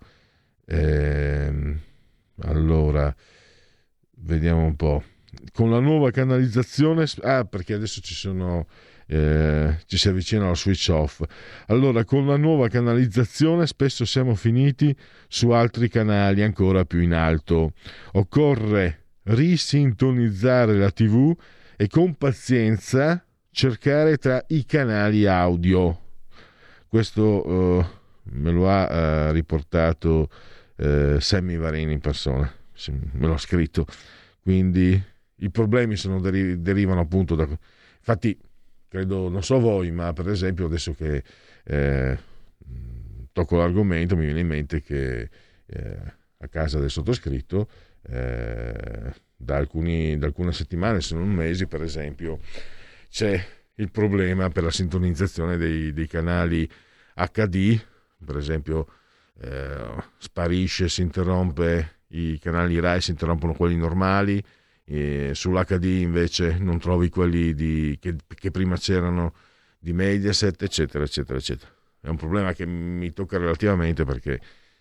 Eh, allora vediamo un po'. Con la nuova canalizzazione, ah perché adesso ci sono eh, ci si avvicina al switch off. Allora, con la nuova canalizzazione spesso siamo finiti su altri canali ancora più in alto. Occorre risintonizzare la tivù e con pazienza cercare tra i canali audio. Questo eh, me lo ha eh, riportato eh, Sammy Varini in persona, me l'ho scritto. Quindi i problemi sono deri- derivano appunto da... Infatti credo, non so voi, ma per esempio adesso che eh, tocco l'argomento mi viene in mente che eh, a casa del sottoscritto eh, da, alcuni, da alcune settimane, se non mesi per esempio, c'è il problema per la sintonizzazione dei, dei canali acca di, per esempio eh, sparisce, si interrompe i canali Rai, si interrompono quelli normali, e sull'acca di invece non trovi quelli di, che, che prima c'erano di Mediaset, eccetera eccetera eccetera. È un problema che mi tocca relativamente perché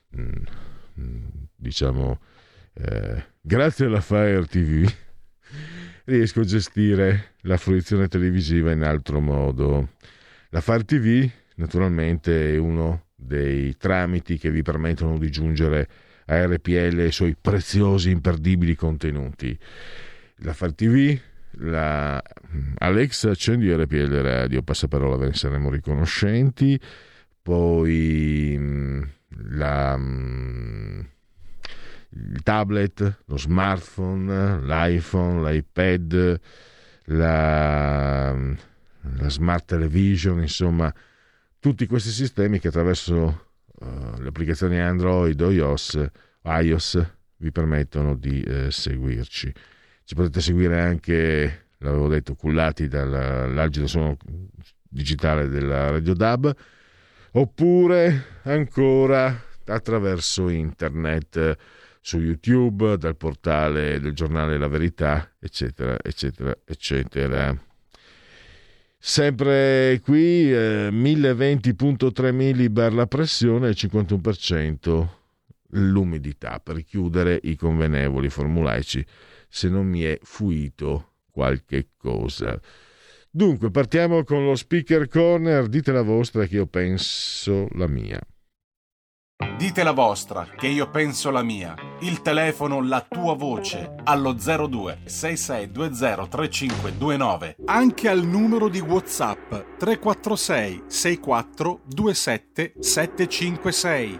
mh, diciamo eh, grazie alla Fire tivù riesco a gestire la fruizione televisiva in altro modo. La Fire tivù naturalmente è uno dei tramiti che vi permettono di giungere a R P L e i suoi preziosi imperdibili contenuti. La Fire tivù, la Alexa, accendi R P L Radio, passaparola, ve ne saremo riconoscenti. Poi la, il tablet, lo smartphone, l'iPhone, l'iPad, la, la smart television, insomma tutti questi sistemi che attraverso Uh, le applicazioni Android o iOS, iOS vi permettono di eh, seguirci. Ci potete seguire anche, l'avevo detto, cullati dall'algido suono digitale della Radio D A B, oppure ancora attraverso internet, su YouTube, dal portale del giornale La Verità, eccetera eccetera eccetera. Sempre qui eh, mille venti virgola tre millibar la pressione e cinquantuno per cento l'umidità, per chiudere i convenevoli formulaici, se non mi è fuito qualche cosa. Dunque partiamo con lo speaker corner, dite la vostra che io penso la mia. Dite la vostra, che io penso la mia. Il telefono, la tua voce, allo zero due sei sei due zero tre cinque due nove. Anche al numero di WhatsApp tre quattro sei sei quattro due sette sette cinque sei.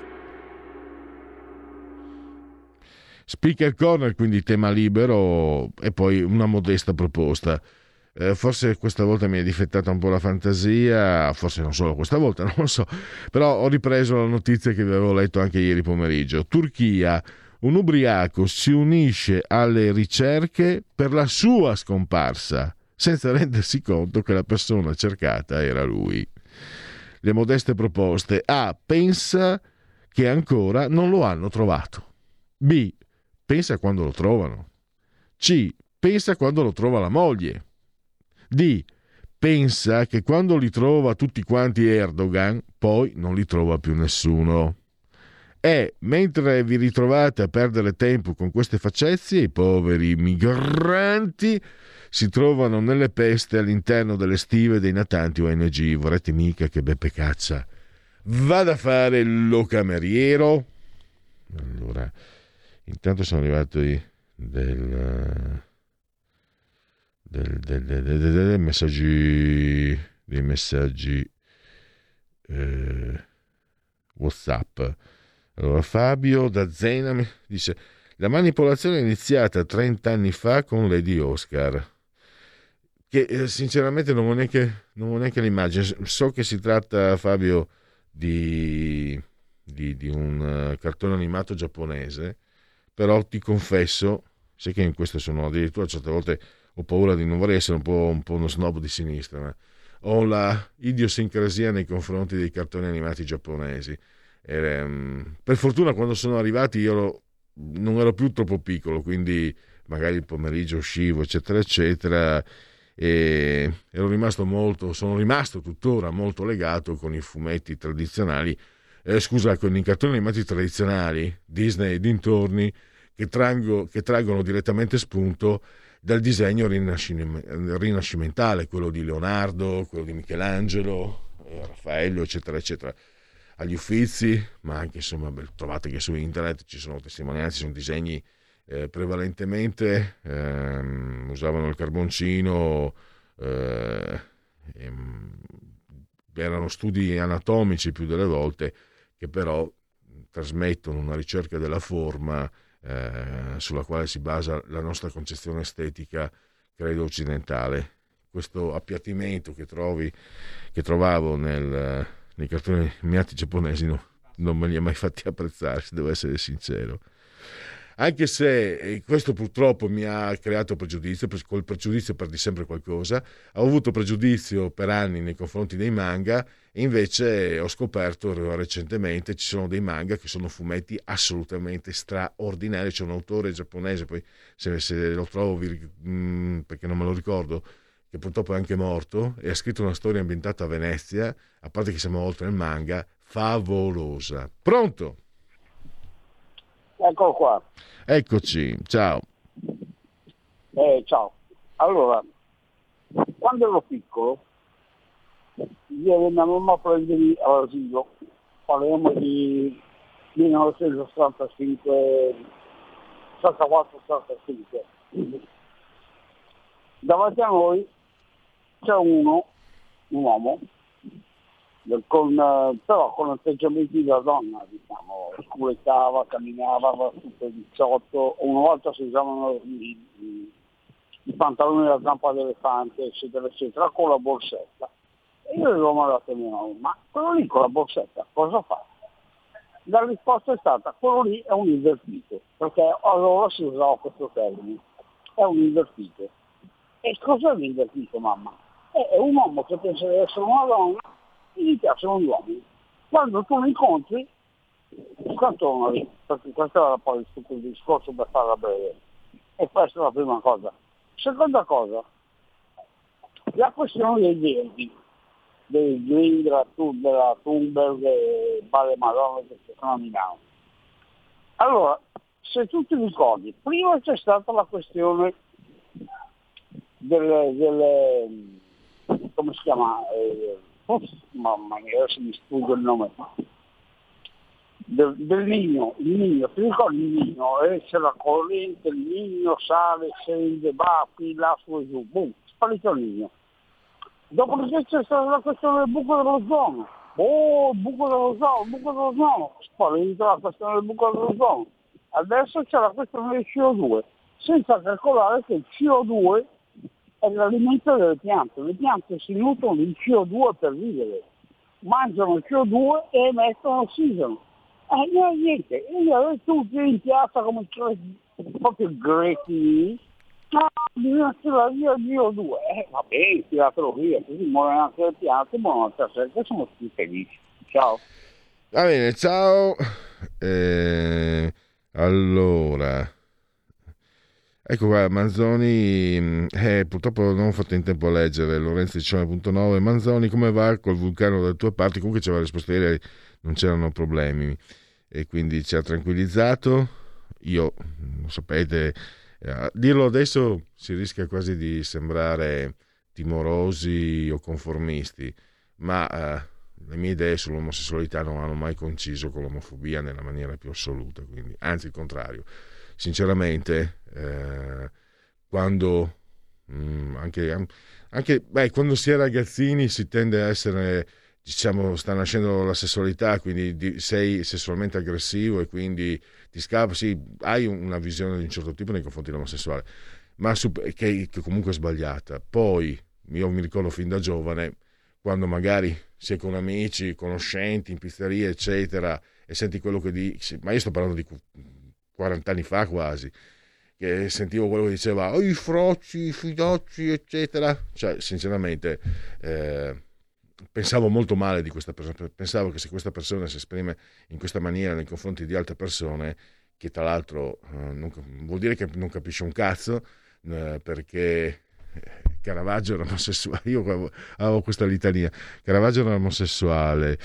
Speaker corner, quindi tema libero, e poi una modesta proposta. Eh, forse questa volta mi è difettata un po' la fantasia, forse non solo questa volta, non lo so, però ho ripreso la notizia che vi avevo letto anche ieri pomeriggio. Turchia, un ubriaco si unisce alle ricerche per la sua scomparsa, senza rendersi conto che la persona cercata era lui. Le modeste proposte: A. Pensa che ancora non lo hanno trovato. B. Pensa quando lo trovano. C. Pensa quando lo trova la moglie. D. Pensa che quando li trova tutti quanti Erdogan, poi non li trova più nessuno. E mentre vi ritrovate a perdere tempo con queste facezie, i poveri migranti si trovano nelle peste all'interno delle stive dei natanti O N G. Vorrete mica che Beppe Caccia vada a fare lo cameriero. Allora, intanto sono arrivati del, del, del, del, del, del messaggi dei messaggi eh, WhatsApp. Allora, Fabio da Zena mi dice: la manipolazione è iniziata trenta anni fa con Lady Oscar, che eh, sinceramente non ho neanche, non ho neanche l'immagine. So che si tratta, Fabio, di, di, di un uh, cartone animato giapponese, però ti confesso, sai che in questo sono addirittura certe volte ho paura di non vorrei essere un po', un po' uno snob di sinistra, ma ho la idiosincrasia nei confronti dei cartoni animati giapponesi. E, um, per fortuna quando sono arrivati io lo, non ero più troppo piccolo, quindi magari il pomeriggio uscivo eccetera eccetera, e ero rimasto molto, sono rimasto tuttora molto legato con i fumetti tradizionali, eh, scusa, con i cartoni animati tradizionali Disney e dintorni, che, trango, che traggono direttamente spunto dal disegno rinascimentale, quello di Leonardo, quello di Michelangelo, Raffaello eccetera eccetera. Agli Uffizi, ma anche insomma trovate che su internet ci sono testimonianze, sono disegni eh, prevalentemente ehm, usavano il carboncino, eh, ehm, erano studi anatomici più delle volte, che però trasmettono una ricerca della forma eh, sulla quale si basa la nostra concezione estetica, credo occidentale. Questo appiattimento che trovi, che trovavo nel nei cartoni animati giapponesi no, non me li ha mai fatti apprezzare, se devo essere sincero, anche se questo purtroppo mi ha creato pregiudizio. Col pregiudizio perdi sempre qualcosa. Ho avuto pregiudizio per anni nei confronti dei manga, e invece ho scoperto recentemente ci sono dei manga che sono fumetti assolutamente straordinari. C'è un autore giapponese, poi se, se lo trovo vi, mh, perché non me lo ricordo, che purtroppo è anche morto, e ha scritto una storia ambientata a Venezia, a parte che siamo oltre il manga, favolosa. Pronto? Eccolo qua. Eccoci, ciao. Eh, ciao. Allora, quando ero piccolo, io e mia mamma a prendermi all'asilo, parliamo di millenovecentosessantacinque, sessantaquattro sessantacinque. Davanti a noi c'è uno, un uomo, con, però con atteggiamenti da donna, diciamo, sculettava, camminava, aveva tutto diciotto, una volta si usavano i, i, i pantaloni da zampa d'elefante, eccetera, eccetera, con la borsetta. E io gli ho mandato a mia mamma: ma quello lì con la borsetta cosa fa? La risposta è stata: quello lì è un invertito, perché allora si usava questo termine, è un invertito. E cosa è l'invertito, mamma? È un uomo che pensa di essere una donna e gli piacciono gli uomini. Quando tu lo incontri, scantona lì, perché questo era poi il discorso per farla breve. E questa è la prima cosa. Seconda cosa, la questione dei verdi, dei Green, della, della Thunberg e Valle Madonna che sono a Milano. Allora, se tu ti ricordi, prima c'è stata la questione Delle, delle, come si chiama? Eh, oh, mamma mia, adesso mi sfugge il nome. Del, del Nino, il Nino, ti ricordi il Nino? Esce la corrente, il Nino sale, scende, va qui, là, su e giù, boom, sparito il Nino. Dopodiché c'è stata la questione del buco dell'ozono. Oh, il buco dell'ozono, il buco dell'ozono, sparito la questione del buco dell'ozono. Adesso c'è la questione del C O due, senza calcolare che il C O due è l'alimento delle piante. Le piante si nutrono di C O due per vivere, mangiano C O due e emettono ossigeno. E eh, niente, e io tutti in piazza come proprio greci, ma bisogna tirare via il C O due. Eh, va bene, tiratelo via, così muoiono anche le piante, buonanotte a sé, che sono tutti felici. Ciao. Va bene, ciao. Eh, allora... Ecco qua, Manzoni, eh, purtroppo non ho fatto in tempo a leggere, Lorenzo diciannove punto nove, Manzoni, come va col vulcano dalle tue parti? Comunque c'era la risposta ieri, non c'erano problemi, e quindi ci ha tranquillizzato. Io, lo sapete, a dirlo adesso si rischia quasi di sembrare timorosi o conformisti, ma eh, le mie idee sull'omosessualità non hanno mai coinciso con l'omofobia nella maniera più assoluta, quindi, anzi il contrario. Sinceramente, eh, quando mh, anche, anche beh, quando si è ragazzini si tende a essere, diciamo, sta nascendo la sessualità, quindi di, sei sessualmente aggressivo e quindi ti scappa, sì, hai una visione di un certo tipo nei confronti dell'omosessuale, ma su, che, che comunque è sbagliata. Poi io mi ricordo fin da giovane, quando magari si è con amici, conoscenti, in pizzeria, eccetera, e senti quello che dici, ma io sto parlando di quaranta anni fa quasi, che sentivo quello che diceva, oh, i frocci, i fidocci, eccetera. Cioè, sinceramente, eh, pensavo molto male di questa persona, pensavo che se questa persona si esprime in questa maniera nei confronti di altre persone, che tra l'altro eh, non, vuol dire che non capisce un cazzo, eh, perché Caravaggio era omosessuale, io avevo, avevo questa litania, Caravaggio era omosessuale,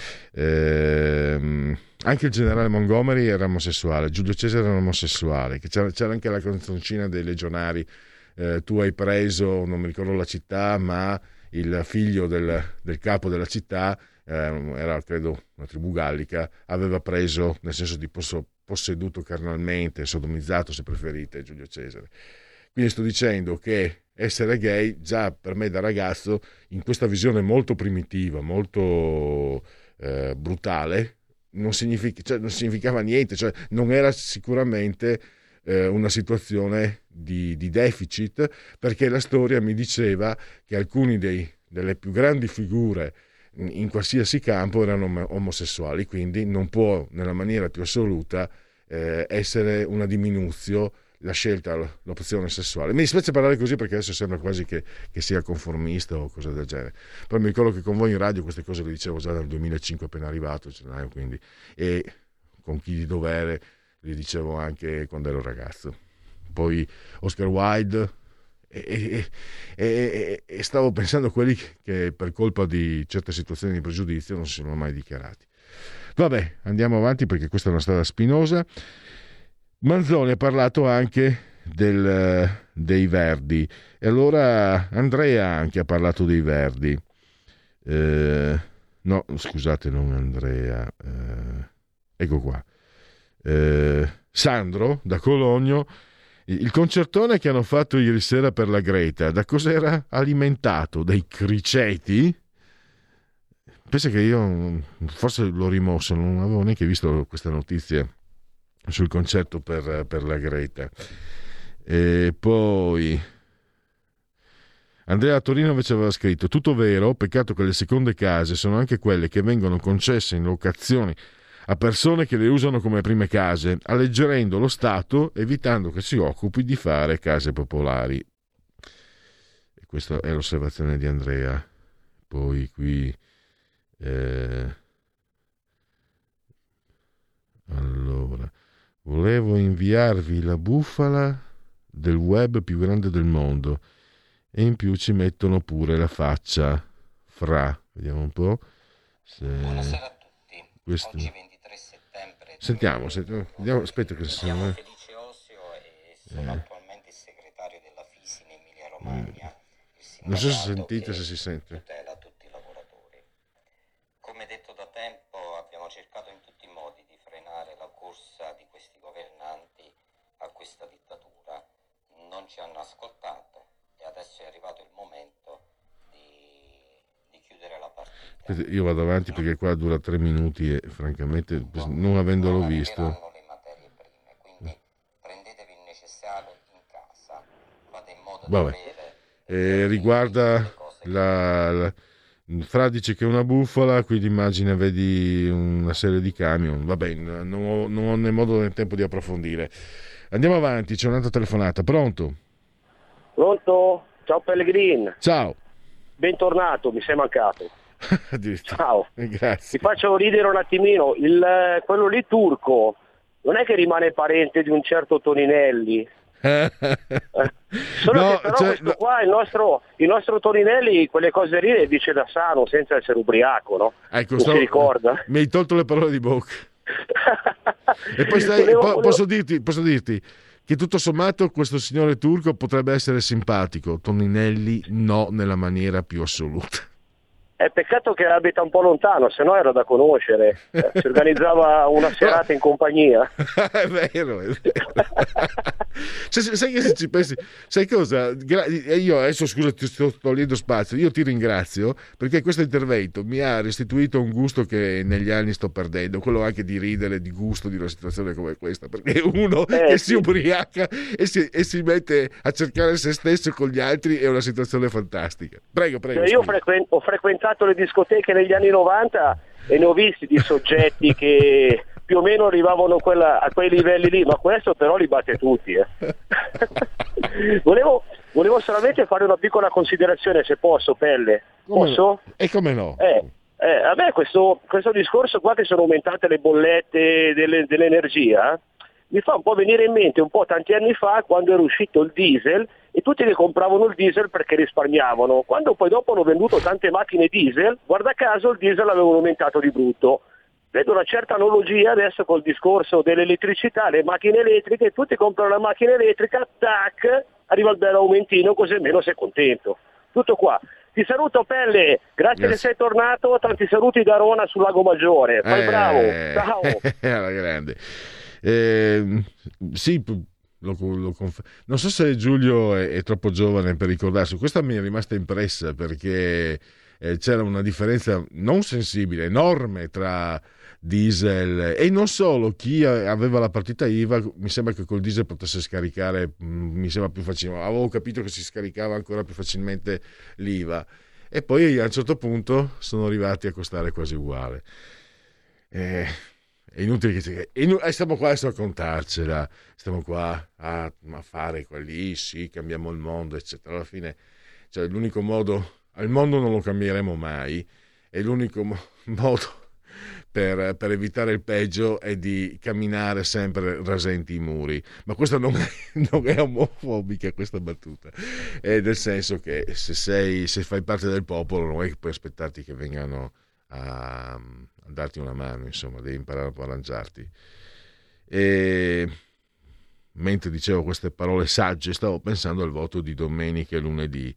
ehm, anche il generale Montgomery era omosessuale, Giulio Cesare era omosessuale, che c'era, c'era anche la canzoncina dei legionari, eh, tu hai preso, non mi ricordo la città, ma il figlio del, del capo della città, eh, era credo una tribù gallica, aveva preso, nel senso di posso, posseduto carnalmente, sodomizzato se preferite, Giulio Cesare. Quindi sto dicendo che essere gay, già per me da ragazzo, in questa visione molto primitiva, molto eh, brutale, non, significa, cioè, non significava niente, cioè non era sicuramente eh, una situazione di, di deficit, perché la storia mi diceva che alcuni dei, delle più grandi figure in, in qualsiasi campo erano omosessuali, quindi non può nella maniera più assoluta eh, essere una diminuzione la scelta, l'opzione sessuale. Mi dispiace parlare così perché adesso sembra quasi che, che sia conformista o cose del genere. Poi mi ricordo che con voi in radio queste cose le dicevo già nel duemilacinque appena arrivato, quindi, e con chi di dovere le dicevo anche quando ero ragazzo. Poi Oscar Wilde e, e, e, e stavo pensando a quelli che per colpa di certe situazioni di pregiudizio non si sono mai dichiarati. Vabbè, andiamo avanti perché questa è una strada spinosa. Manzoni ha parlato anche del, dei Verdi e allora Andrea anche ha parlato dei Verdi. Eh, no, scusate, non Andrea. Eh, ecco qua. Eh, Sandro da Cologno. Il concertone che hanno fatto ieri sera per la Greta, da cos'era alimentato? Dai criceti? Pensa che io forse l'ho rimosso, non avevo neanche visto questa notizia sul concerto per, per la Greta. E poi Andrea Torino invece aveva scritto: tutto vero, peccato che le seconde case sono anche quelle che vengono concesse in locazioni a persone che le usano come prime case, alleggerendo lo Stato, evitando che si occupi di fare case popolari. E questa è l'osservazione di Andrea. Poi qui eh... allora volevo inviarvi la bufala del web più grande del mondo e in più ci mettono pure la faccia fra, vediamo un po' se... Buonasera a tutti. Questo... Oggi ventitré settembre. Sentiamo, sentiamo, vediamo, aspetta che sono eh. Felice Osio e sono eh. attualmente il segretario della Fisi in Emilia Romagna. Mm. Non so se sentite, se si sente. Tutela tutti i lavoratori. Come detto da tempo, abbiamo cercato in tutti i modi di frenare la corsa di questi governanti a questa dittatura. Non ci hanno ascoltato e adesso è arrivato il momento di, di chiudere la partita. Io vado avanti perché qua dura tre minuti e francamente, non avendolo visto... le materie prime, quindi prendetevi il necessario in casa, fate in modo Vabbè. di avere... Eh, riguarda la... la Fra dice che è una bufala, quindi immagina, vedi una serie di camion. Vabbè, non ho, non ho né modo né tempo di approfondire. Andiamo avanti, c'è un'altra telefonata. Pronto? Pronto? Ciao Pellegrin. Ciao. Bentornato, mi sei mancato. Ciao. Grazie. Ti faccio ridere un attimino. Il, quello lì turco, non è che rimane parente di un certo Toninelli? eh, solo no, che però cioè, questo no. qua il nostro, il nostro Toninelli quelle cose lì le dice da sano senza essere ubriaco, no? Ecco, non stavo, si ricorda. Mi hai tolto le parole di bocca. E poi sai, volevo, po- volevo... Posso, dirti, posso dirti che tutto sommato questo signore turco potrebbe essere simpatico, Toninelli no, nella maniera più assoluta. È peccato che abita un po' lontano, se no era da conoscere. Eh, si organizzava una serata in compagnia. È vero, è vero. Cioè, sai che se ci pensi, sai cosa? Gra- io adesso scusa ti sto togliendo spazio, io ti ringrazio perché questo intervento mi ha restituito un gusto che negli anni sto perdendo, quello anche di ridere di gusto di una situazione come questa, perché uno eh, che sì. si ubriaca e si, e si mette a cercare se stesso con gli altri è una situazione fantastica. Prego, prego. Cioè, io frequen- ho frequentato le discoteche negli anni novanta e ne ho visti di soggetti che più o meno arrivavano quella, a quei livelli lì, ma questo però li batte tutti. Eh. volevo, volevo solamente fare una piccola considerazione, se posso, Pelle. Posso? E come no? Eh, eh, a me questo, questo discorso qua che sono aumentate le bollette delle, dell'energia mi fa un po' venire in mente un po' tanti anni fa quando era uscito il diesel e tutti che compravano il diesel perché risparmiavano. Quando poi dopo hanno venduto tante macchine diesel, guarda caso il diesel avevano aumentato di brutto. Vedo una certa analogia adesso col discorso dell'elettricità, le macchine elettriche, tutti comprano la macchina elettrica, tac, arriva il bello aumentino, così almeno sei contento. Tutto qua. Ti saluto Pelle, grazie yes. che sei tornato, tanti saluti da Rona sul Lago Maggiore. Fai eh... bravo, ciao. Alla grande. Eh, sì, lo, lo conf- non so se Giulio è, è troppo giovane per ricordarsi, questa mi è rimasta impressa perché eh, c'era una differenza non sensibile, enorme tra diesel e non solo, chi aveva la partita I V A mi sembra che col diesel potesse scaricare, mi sembra più facile, avevo capito che si scaricava ancora più facilmente l'I V A e poi a un certo punto sono arrivati a costare quasi uguale. Eh, è inutile che e stiamo qua adesso a contarcela, stiamo qua a, a fare quelli, sì, cambiamo il mondo, eccetera. Alla fine, cioè, l'unico modo, al mondo non lo cambieremo mai, e l'unico mo- modo per, per evitare il peggio è di camminare sempre rasenti i muri. Ma questa non è, non è omofobica, questa battuta, è nel senso che se sei, se fai parte del popolo non è che puoi aspettarti che vengano a, a darti una mano, insomma, devi imparare a arrangiarti. E mentre dicevo queste parole sagge stavo pensando al voto di domenica e lunedì,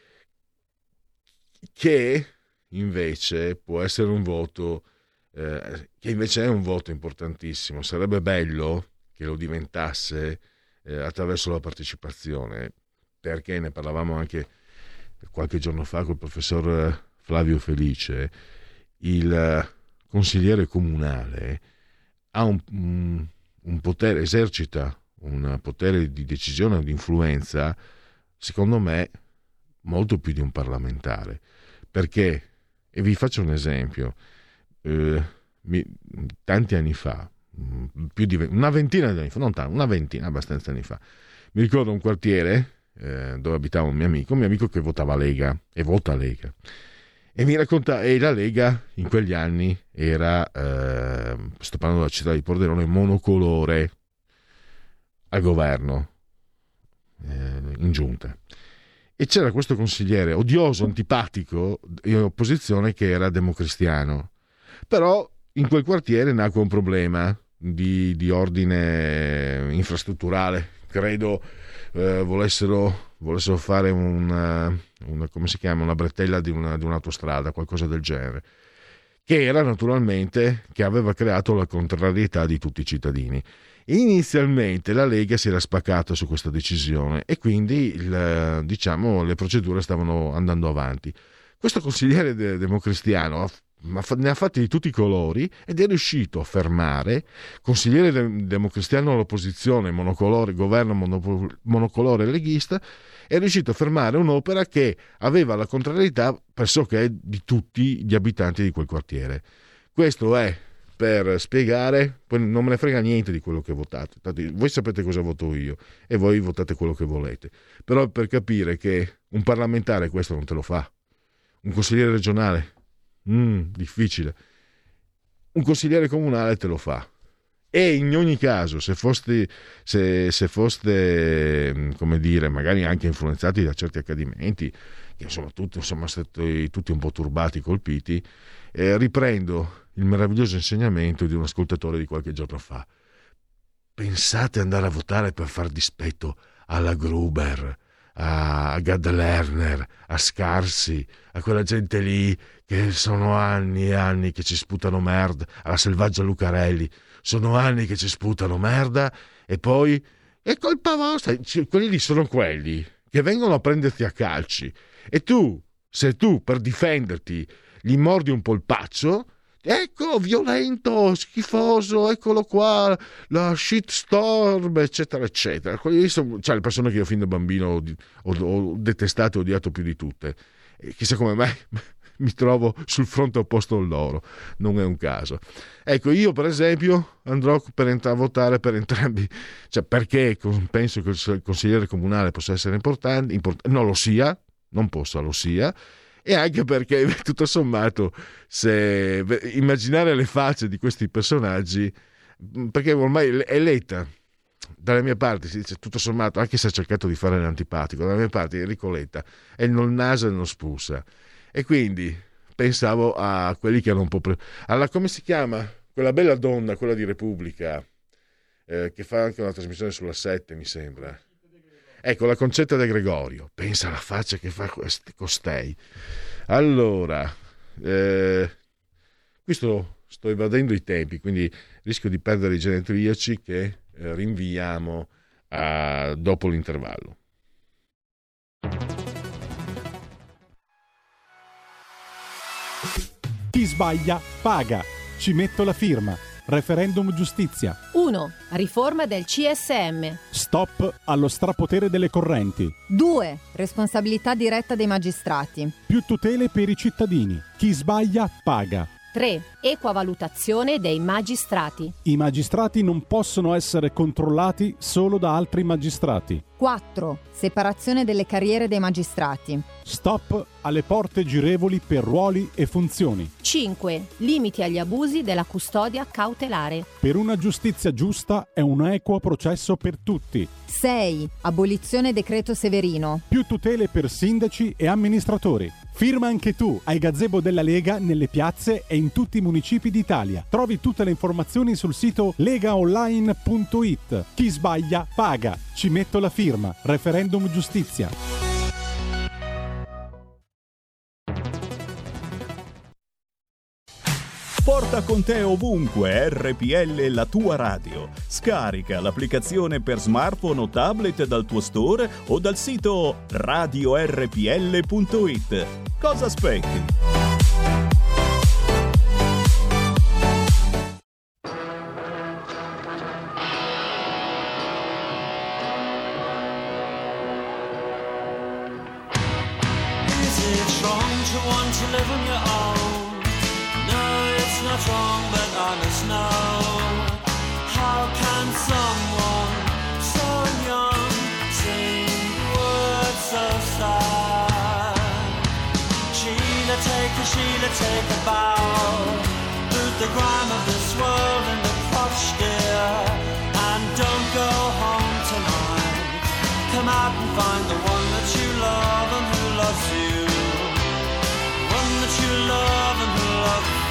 che invece può essere un voto eh, che invece è un voto importantissimo. Sarebbe bello che lo diventasse eh, attraverso la partecipazione, perché ne parlavamo anche qualche giorno fa col professor Flavio Felice. Il consigliere comunale ha un, un, un potere, esercita un potere di decisione o di influenza, secondo me, molto più di un parlamentare. Perché, e vi faccio un esempio, eh, mi, tanti anni fa, più di una ventina di anni fa, non tanto, una ventina, abbastanza anni fa, mi ricordo un quartiere eh, dove abitava un mio amico, un mio amico che votava Lega, e vota Lega. E mi racconta, e la Lega in quegli anni era, eh, sto parlando della città di Pordenone, monocolore al governo, eh, in giunta. E c'era questo consigliere odioso, antipatico, in opposizione, che era democristiano. Però in quel quartiere nacque un problema di, di ordine infrastrutturale. Credo eh, volessero, volessero fare una, una, come si chiama, una bretella di, una, di un'autostrada, qualcosa del genere, che era naturalmente, che aveva creato la contrarietà di tutti i cittadini. Inizialmente la Lega si era spaccata su questa decisione e quindi il, diciamo, le procedure stavano andando avanti. Questo consigliere de- democristiano ne ha fatti di tutti i colori ed è riuscito a fermare, consigliere de- democristiano all'opposizione, monocolore, governo mono- monocolore leghista, è riuscito a fermare un'opera che aveva la contrarietà pressoché di tutti gli abitanti di quel quartiere. Questo è per spiegare, poi non me ne frega niente di quello che votate, voi sapete cosa voto io e voi votate quello che volete, però per capire che un parlamentare questo non te lo fa, un consigliere regionale mm, difficile, un consigliere comunale te lo fa. E in ogni caso, se foste, se, se foste, come dire, magari anche influenzati da certi accadimenti, che insomma tutti sono stati tutti un po' turbati, colpiti, eh, riprendo il meraviglioso insegnamento di un ascoltatore di qualche giorno fa. Pensate andare a votare per far dispetto alla Gruber, a Gad Lerner, a Scarsi, a quella gente lì che sono anni e anni che ci sputano merda, alla Selvaggia Lucarelli, sono anni che ci sputano merda e poi è colpa vostra, quelli lì sono quelli che vengono a prenderti a calci e tu, se tu per difenderti gli mordi un polpaccio, ecco, violento, schifoso, eccolo qua, la shitstorm, eccetera, eccetera. Cioè, le persone che io fin da bambino ho, ho, ho detestato e odiato più di tutte. E chissà come mai mi trovo sul fronte opposto a loro, non è un caso. Ecco, io per esempio andrò per ent- a votare per entrambi, cioè perché penso che il consigliere comunale possa essere importante, import- non lo sia, non possa lo sia, e anche perché tutto sommato se immaginare le facce di questi personaggi, perché ormai è Letta dalle mie parti, si dice tutto sommato, anche se ha cercato di fare l'antipatico, dalle mie parti Enrico Letta è il non nasa e non spuzza, e quindi pensavo a quelli che hanno un po' pre- alla, come si chiama quella bella donna, quella di Repubblica, eh, che fa anche una trasmissione sulla sette, mi sembra. Ecco, la Concetta De Gregorio, pensa alla faccia che fa costei. Allora, eh, qui sto, sto evadendo i tempi, quindi rischio di perdere i genetriaci che eh, rinviamo a, dopo l'intervallo. Chi sbaglia paga. Ci metto la firma. Referendum giustizia. uno. Riforma del C S M. Stop allo strapotere delle correnti. due. Responsabilità diretta dei magistrati. Più tutele per i cittadini. Chi sbaglia paga. tre. Equa valutazione dei magistrati. I magistrati non possono essere controllati solo da altri magistrati. quattro. Separazione delle carriere dei magistrati. Stop alle porte girevoli per ruoli e funzioni. cinque. Limiti agli abusi della custodia cautelare. Per una giustizia giusta e un equo processo per tutti. sei. Abolizione decreto Severino. Più tutele per sindaci e amministratori. Firma anche tu ai gazebo della Lega nelle piazze e in tutti i municipi d'Italia. Trovi tutte le informazioni sul sito legaonline punto it. Chi sbaglia paga. Ci metto la firma. Referendum giustizia. Porta con te ovunque R P L, la tua radio. Scarica l'applicazione per smartphone o tablet dal tuo store o dal sito radio erre pi elle punto it. Cosa aspetti? Is it wrong to want to live on your own? It's not wrong, but honest, no. How can someone so young sing words so sad? Sheila, take a Sheila, take a bow. Boot the grime of this world in the crotch, dear, and don't go home tonight. Come out and find the one that you love and who loves you. The one that you love and who loves you.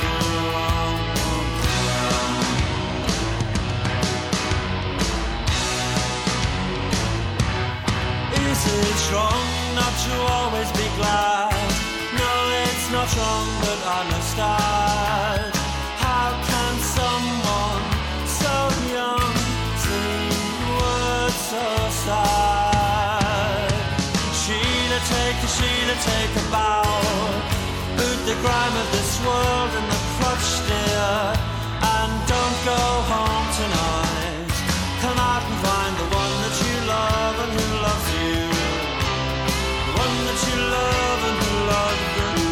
It's wrong not to always be glad. No, it's not wrong, but understand. How can someone so young sing words so sad? Sheila, take a Sheila, take a bow. Boot the grime of this world in the crotch, dear, and don't go home tonight. Come out and find the one that you love and who loves you. That you love and who love you.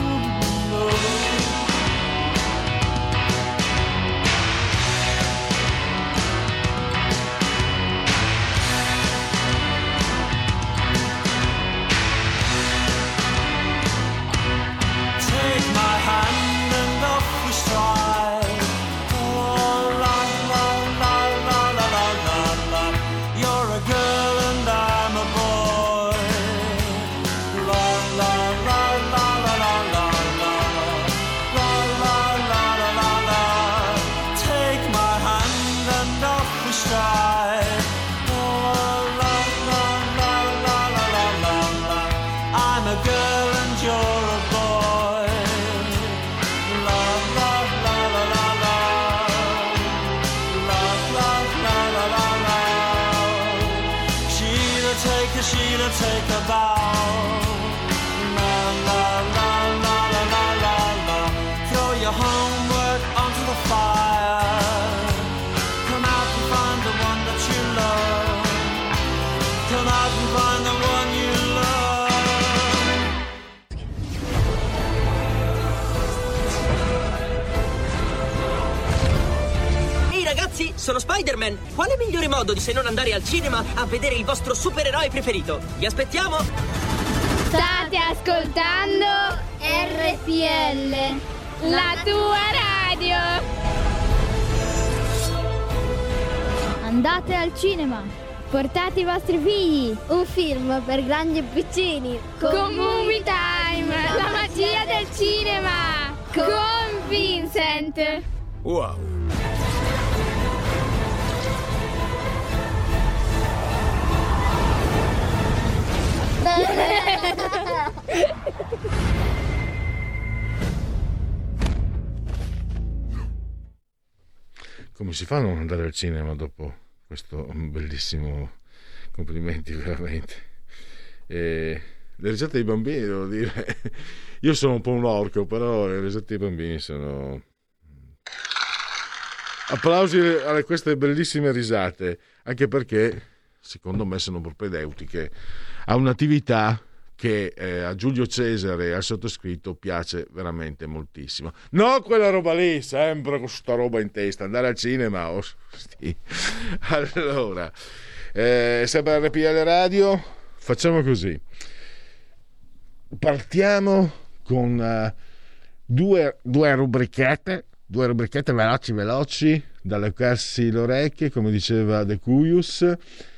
Take my hand and off we stride. Oh, la la la la la la la la. You're a girl and I'm a boy. La you're a boy. La la la la la la. La la la la la la. Sheila take a, Sheila take a bow. La la la la la la la la. Throw your homework onto the fire. Come out and find the one that you love. Come out and find the one you love. Ehi ragazzi, sono Spider-Man. Quale migliore modo di se non andare al cinema a vedere il vostro supereroe preferito? Vi aspettiamo! State ascoltando R P L, la tua radio. Andate al cinema, portate i vostri figli. Un film per grandi e piccini. Con Movie Time, la magia del cinema. Con Vincent. Wow. Come si fa a non andare al cinema dopo questo bellissimo complimenti, veramente? E le risate dei bambini, devo dire, io sono un po' un orco, però le risate dei bambini sono applausi a queste bellissime risate, anche perché secondo me sono propedeutiche a un'attività che eh, a Giulio Cesare e al sottoscritto piace veramente moltissimo. No, quella roba lì, sempre con sta roba in testa, andare al cinema. Oh, sì. Allora, eh, sempre R P L Radio, facciamo così. Partiamo con uh, due, due rubrichette, due rubrichette veloci veloci, da leccarsi le orecchie, come diceva De Cuius.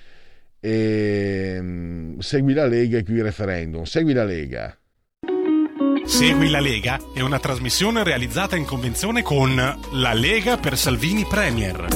E, um, segui la Lega e qui il referendum. Segui la Lega. Segui la Lega è una trasmissione realizzata in convenzione con La Lega per Salvini Premier.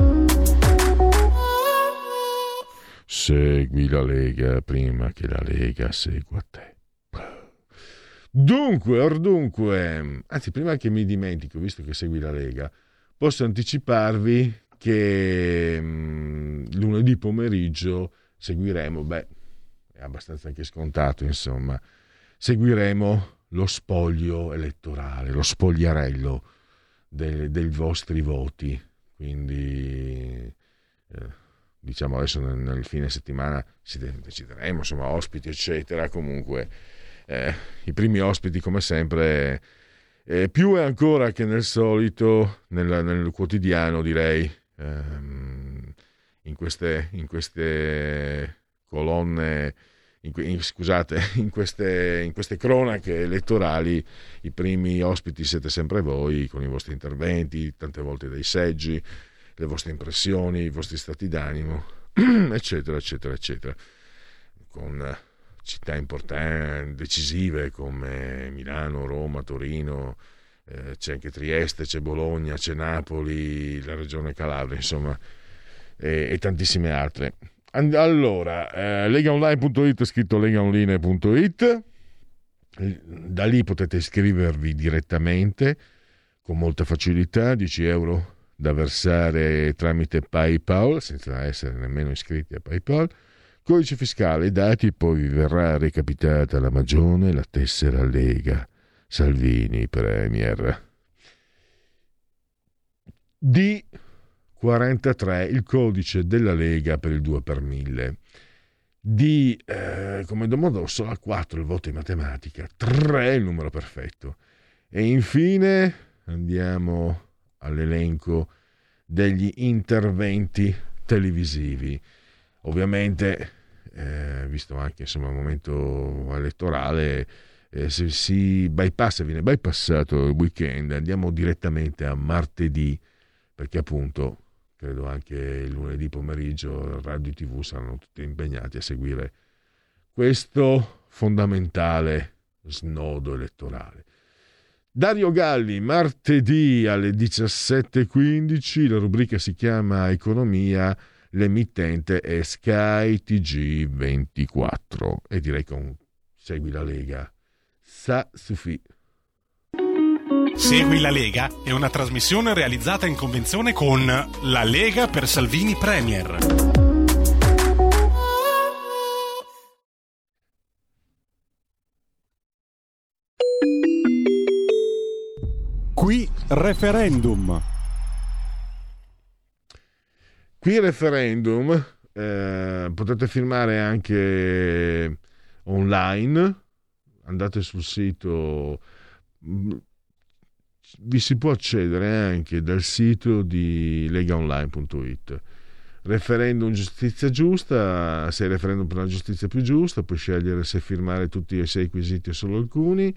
Segui la Lega prima che la Lega segua te. Dunque, or dunque, anzi, prima che mi dimentico, visto che segui la Lega, posso anticiparvi che um, lunedì pomeriggio seguiremo, beh, è abbastanza anche scontato, insomma, seguiremo lo spoglio elettorale, lo spogliarello dei, dei vostri voti. Quindi, eh, diciamo, adesso nel, nel fine settimana ci decideremo, insomma, ospiti, eccetera. Comunque, eh, i primi ospiti, come sempre, eh, più e ancora che nel solito, nel, nel quotidiano, direi, ehm, in queste, in queste colonne, in, in, scusate, in queste, in queste cronache elettorali, i primi ospiti siete sempre voi, con i vostri interventi, tante volte dei seggi, le vostre impressioni, i vostri stati d'animo, eccetera, eccetera, eccetera, con città importanti, decisive come Milano, Roma, Torino, eh, c'è anche Trieste, c'è Bologna, c'è Napoli, la regione Calabria, insomma, e, e tantissime altre. Allora, eh, legaonline punto it, scritto legaonline punto it, da lì potete iscrivervi direttamente con molta facilità, dieci euro da versare tramite PayPal senza essere nemmeno iscritti a PayPal, codice fiscale, dati, poi vi verrà recapitata la magione, la tessera Lega Salvini Premier. D quarantatré il codice della Lega per il due per mille. D eh, come domodossola, quattro il voto in matematica, tre il numero perfetto. E infine andiamo all'elenco degli interventi televisivi. Ovviamente, eh, visto anche insomma il momento elettorale, eh, se si bypassa, viene bypassato il weekend, andiamo direttamente a martedì, perché appunto credo anche il lunedì pomeriggio radio e tivù saranno tutti impegnati a seguire questo fondamentale snodo elettorale. Dario Galli, martedì alle diciassette e quindici, la rubrica si chiama Economia, l'emittente è Sky T G ventiquattro, e direi con Segui la Lega Ça suffit. Segui la Lega è una trasmissione realizzata in convenzione con La Lega per Salvini Premier. Qui referendum. Qui referendum, eh, potete firmare anche online, andate sul sito, vi si può accedere anche dal sito di legaonline punto it. Referendum giustizia giusta, se è referendum per una giustizia più giusta, puoi scegliere se firmare tutti e sei quesiti o solo alcuni.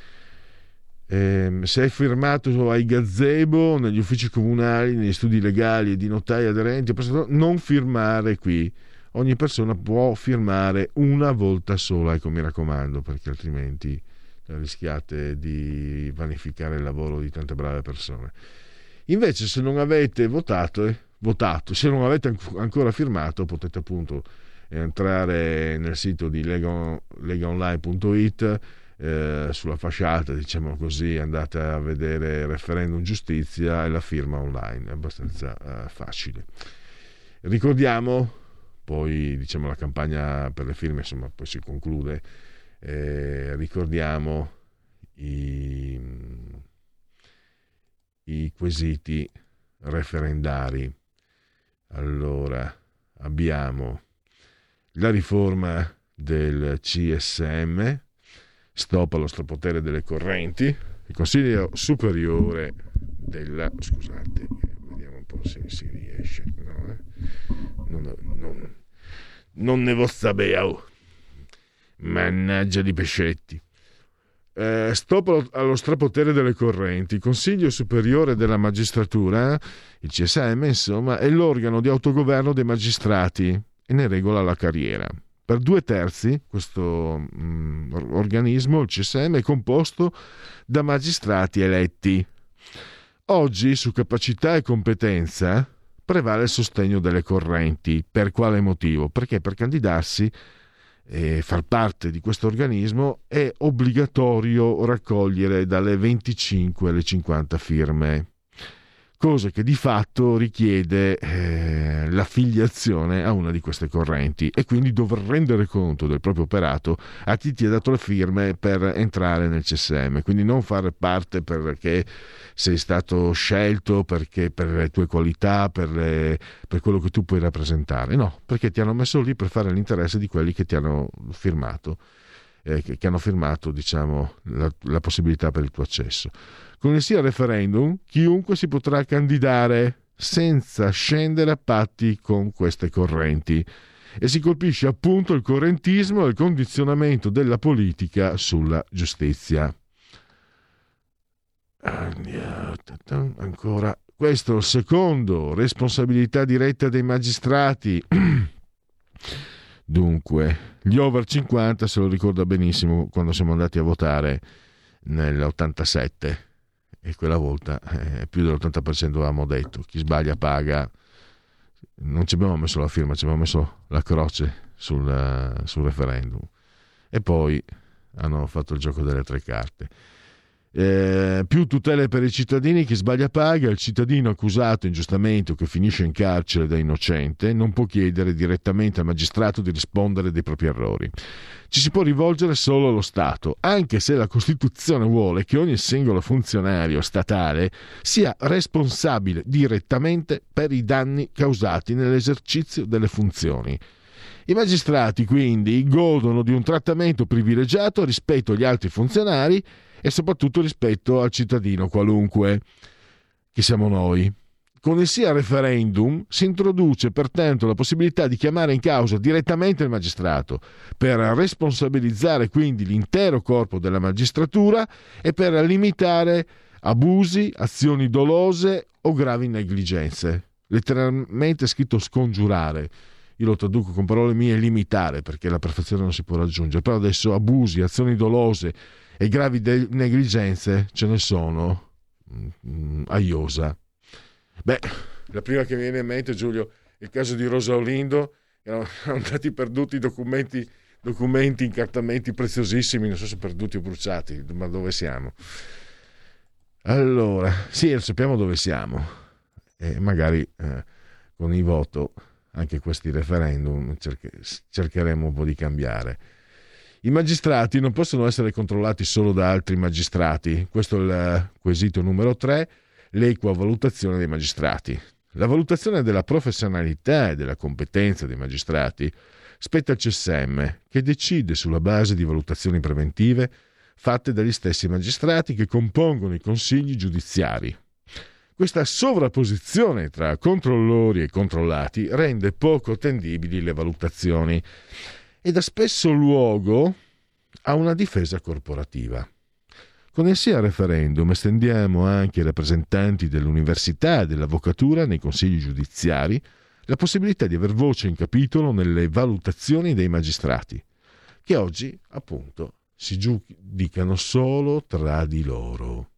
Eh, se hai firmato ai gazebo, negli uffici comunali, negli studi legali e di notai aderenti, non firmare qui. Ogni persona può firmare una volta sola, ecco, mi raccomando, perché altrimenti rischiate di vanificare il lavoro di tante brave persone. Invece, se non avete votato, eh, votato, se non avete ancora firmato, potete appunto entrare nel sito di legaonline punto it. Eh, sulla fasciata, diciamo così, andate a vedere referendum giustizia e la firma online, è abbastanza eh, facile. Ricordiamo poi, diciamo, la campagna per le firme, insomma, poi si conclude. Eh, ricordiamo i, i quesiti referendari. Allora, abbiamo la riforma del C S M, stop allo strapotere delle correnti. Il Consiglio Superiore della, scusate, vediamo un po' se si riesce, no, eh? non, non, non ne vostra beau, mannaggia di pescetti. Eh, stop allo strapotere delle correnti. Il Consiglio Superiore della Magistratura, il C S M, insomma, è l'organo di autogoverno dei magistrati e ne regola la carriera. Per due terzi questo mh, organismo, il C S M, è composto da magistrati eletti. Oggi su capacità e competenza prevale il sostegno delle correnti. Per quale motivo? Perché per candidarsi e far parte di questo organismo è obbligatorio raccogliere dalle venticinque alle cinquanta firme, cosa che di fatto richiede eh, l'affiliazione a una di queste correnti e quindi dover rendere conto del proprio operato a chi ti ha dato le firme per entrare nel C S M. Quindi non fare parte perché sei stato scelto, perché per le tue qualità, per, le, per quello che tu puoi rappresentare, no, perché ti hanno messo lì per fare l'interesse di quelli che ti hanno firmato, eh, che, che hanno firmato, diciamo, la, la possibilità per il tuo accesso. Con il sì al referendum, chiunque si potrà candidare senza scendere a patti con queste correnti e si colpisce appunto il correntismo e il condizionamento della politica sulla giustizia. Ancora, questo è il secondo, responsabilità diretta dei magistrati. Dunque, gli over cinquanta se lo ricorda benissimo quando siamo andati a votare nell'ottantasette. E quella volta eh, più dell'ottanta per cento avevamo detto chi sbaglia paga. Non ci abbiamo messo la firma, ci abbiamo messo la croce sul, sul referendum e poi hanno fatto il gioco delle tre carte. Eh, più tutele per i cittadini, chi sbaglia paga. Il cittadino accusato ingiustamente o che finisce in carcere da innocente non può chiedere direttamente al magistrato di rispondere dei propri errori. Ci si può rivolgere solo allo Stato, anche se la Costituzione vuole che ogni singolo funzionario statale sia responsabile direttamente per i danni causati nell'esercizio delle funzioni. I magistrati quindi godono di un trattamento privilegiato rispetto agli altri funzionari e soprattutto rispetto al cittadino qualunque, che siamo noi. Con il sì al referendum si introduce pertanto la possibilità di chiamare in causa direttamente il magistrato per responsabilizzare quindi l'intero corpo della magistratura e per limitare abusi, azioni dolose o gravi negligenze. Letteralmente scritto scongiurare. Io lo traduco con parole mie, limitare, perché la perfezione non si può raggiungere. Però adesso abusi, azioni dolose e gravi de- negligenze ce ne sono mm, a iosa. Beh, la prima che mi viene in mente, Giulio, è il caso di Rosa Olindo. Erano andati perduti i documenti documenti, incartamenti preziosissimi, non so se perduti o bruciati, ma dove siamo? Allora, sì, sappiamo dove siamo e magari eh, con il voto, anche questi referendum, cerche, cercheremo un po' di cambiare. I magistrati non possono essere controllati solo da altri magistrati, questo è il quesito numero tre, l'equa valutazione dei magistrati. La valutazione della professionalità e della competenza dei magistrati spetta al C S M, che decide sulla base di valutazioni preventive fatte dagli stessi magistrati che compongono i consigli giudiziari. Questa sovrapposizione tra controllori e controllati rende poco attendibili le valutazioni e dà spesso luogo a una difesa corporativa. Con il sì al referendum estendiamo anche ai rappresentanti dell'università e dell'avvocatura nei consigli giudiziari la possibilità di aver voce in capitolo nelle valutazioni dei magistrati, che oggi, appunto, si giudicano solo tra di loro.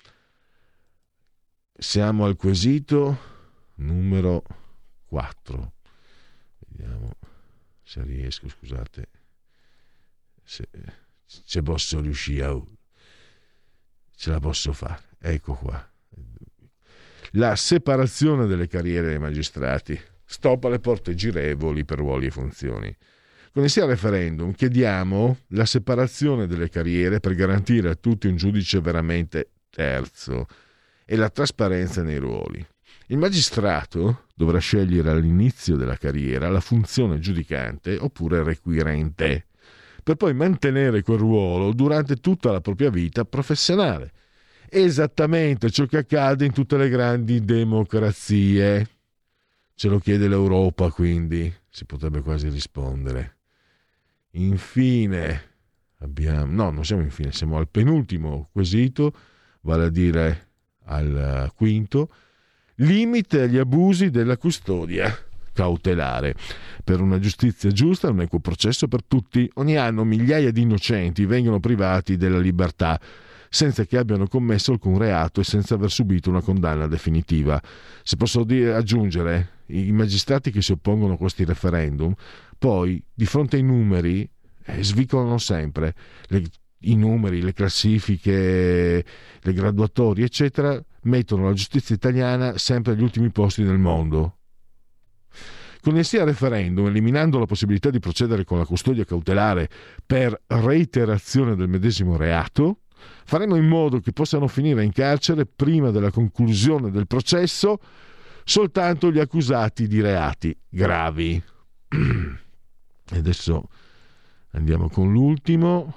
Siamo al quesito numero quattro. Vediamo se riesco, scusate, se, se posso riuscire a... ce la posso fare. Ecco qua. La separazione delle carriere dei magistrati. Stop alle porte girevoli per ruoli e funzioni. Con il sì al referendum chiediamo la separazione delle carriere per garantire a tutti un giudice veramente terzo e la trasparenza nei ruoli. Il magistrato dovrà scegliere all'inizio della carriera la funzione giudicante oppure requirente, per poi mantenere quel ruolo durante tutta la propria vita professionale. Esattamente ciò che accade in tutte le grandi democrazie. Ce lo chiede l'Europa, quindi si potrebbe quasi rispondere. Infine abbiamo, no, non siamo infine, siamo al penultimo quesito, vale a dire al quinto, limite agli abusi della custodia cautelare. Per una giustizia giusta e un equo processo per tutti, ogni anno migliaia di innocenti vengono privati della libertà senza che abbiano commesso alcun reato e senza aver subito una condanna definitiva. Se posso dire, aggiungere, i magistrati che si oppongono a questi referendum poi di fronte ai numeri eh, svicolano sempre le, i numeri, le classifiche, le graduatorie eccetera, mettono la giustizia italiana sempre agli ultimi posti del mondo. Con il sì al referendum, eliminando la possibilità di procedere con la custodia cautelare per reiterazione del medesimo reato, faremo in modo che possano finire in carcere prima della conclusione del processo soltanto gli accusati di reati gravi. E adesso andiamo con l'ultimo.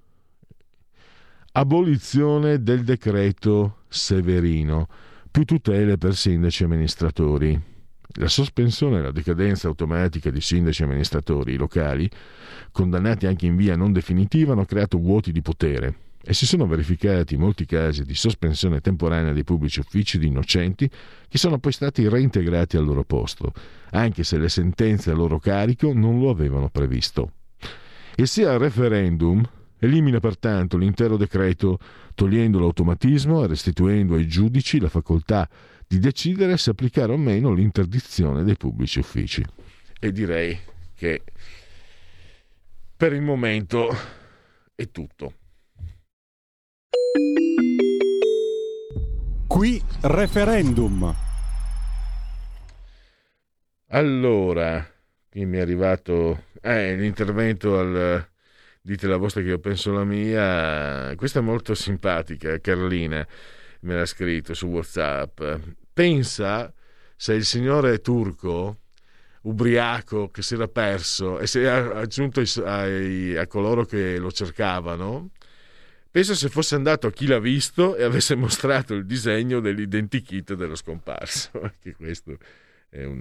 Abolizione del decreto Severino, più tutele per sindaci e amministratori. La sospensione e la decadenza automatica di sindaci e amministratori locali, condannati anche in via non definitiva, hanno creato vuoti di potere e si sono verificati molti casi di sospensione temporanea dei pubblici uffici di innocenti che sono poi stati reintegrati al loro posto, anche se le sentenze a loro carico non lo avevano previsto. Il sì al referendum elimina pertanto l'intero decreto, togliendo l'automatismo e restituendo ai giudici la facoltà di decidere se applicare o meno l'interdizione dei pubblici uffici. E direi che per il momento è tutto. Qui referendum. Allora, qui mi è arrivato eh, l'intervento al dite la vostra che io penso la mia. Questa è molto simpatica, Carlina me l'ha scritto su WhatsApp. Pensa se il signore turco ubriaco che si era perso e si è aggiunto ai, ai, a coloro che lo cercavano, pensa se fosse andato a Chi l'ha visto e avesse mostrato il disegno dell'identikit dello scomparso. Che questo è un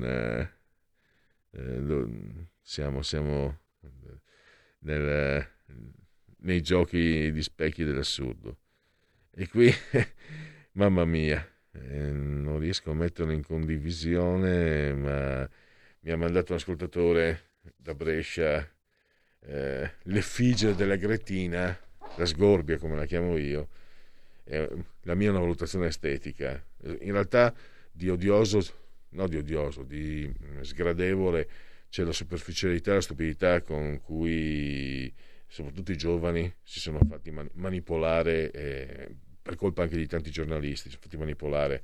eh, siamo siamo nel, nei giochi di specchi dell'assurdo. E qui mamma mia, eh, non riesco a metterlo in condivisione, ma mi ha mandato un ascoltatore da Brescia eh, l'effigie della Gretina, la sgorbia come la chiamo io. Eh, la mia è una valutazione estetica, in realtà di odioso, no di odioso, di sgradevole c'è la superficialità, la stupidità con cui soprattutto i giovani si sono fatti man- manipolare, eh, per colpa anche di tanti giornalisti, si sono fatti manipolare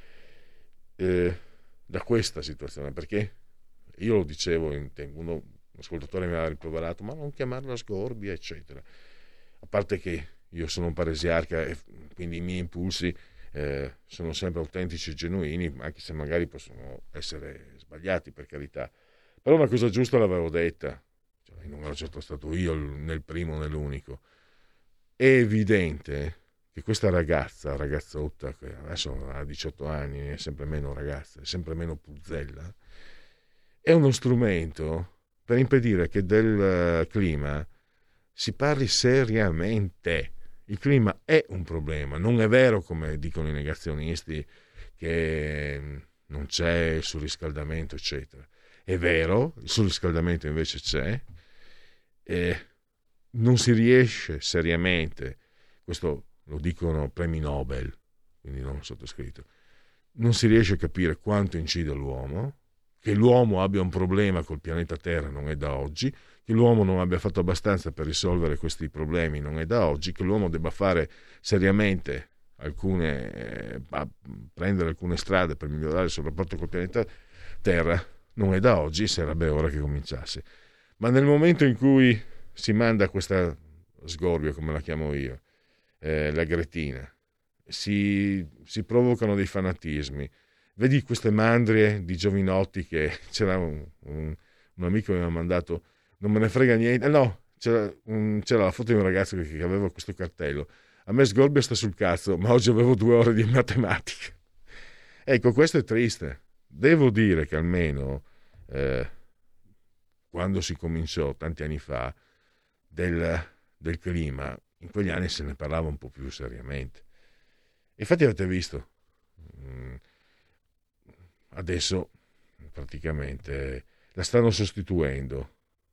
eh, da questa situazione, perché io lo dicevo in tempo, uno, un ascoltatore mi aveva rimproverato, ma non chiamarla sgorbia, eccetera. A parte che io sono un paresiarca e quindi i miei impulsi eh, sono sempre autentici e genuini, anche se magari possono essere sbagliati, per carità. Però una cosa giusta l'avevo detta, cioè, non ero certo stato io nel primo né l'unico. È evidente che questa ragazza, ragazzotta, che adesso ha diciotto anni, è sempre meno ragazza, è sempre meno puzzella, è uno strumento per impedire che del clima si parli seriamente. Il clima è un problema, non è vero come dicono i negazionisti che non c'è il surriscaldamento, eccetera. È vero, il surriscaldamento invece c'è, e non si riesce seriamente, questo lo dicono premi Nobel, quindi non sottoscritto, non si riesce a capire quanto incide l'uomo, che l'uomo abbia un problema col pianeta Terra non è da oggi, che l'uomo non abbia fatto abbastanza per risolvere questi problemi non è da oggi, che l'uomo debba fare seriamente alcune eh, prendere alcune strade per migliorare il suo rapporto col pianeta Terra non è da oggi, sarebbe ora che cominciasse. Ma nel momento in cui si manda questa sgorbia, come la chiamo io, eh, la gretina, si, si provocano dei fanatismi. Vedi queste mandrie di giovinotti che c'era un, un, un amico che mi ha mandato, non me ne frega niente, no, c'era, un, c'era la foto di un ragazzo che, che aveva questo cartello, a me sgorbia sta sul cazzo, ma oggi avevo due ore di matematica. Ecco, questo è triste. Devo dire che almeno eh, quando si cominciò tanti anni fa del, del clima, in quegli anni se ne parlava un po' più seriamente. Infatti avete visto, mh, adesso praticamente la stanno sostituendo.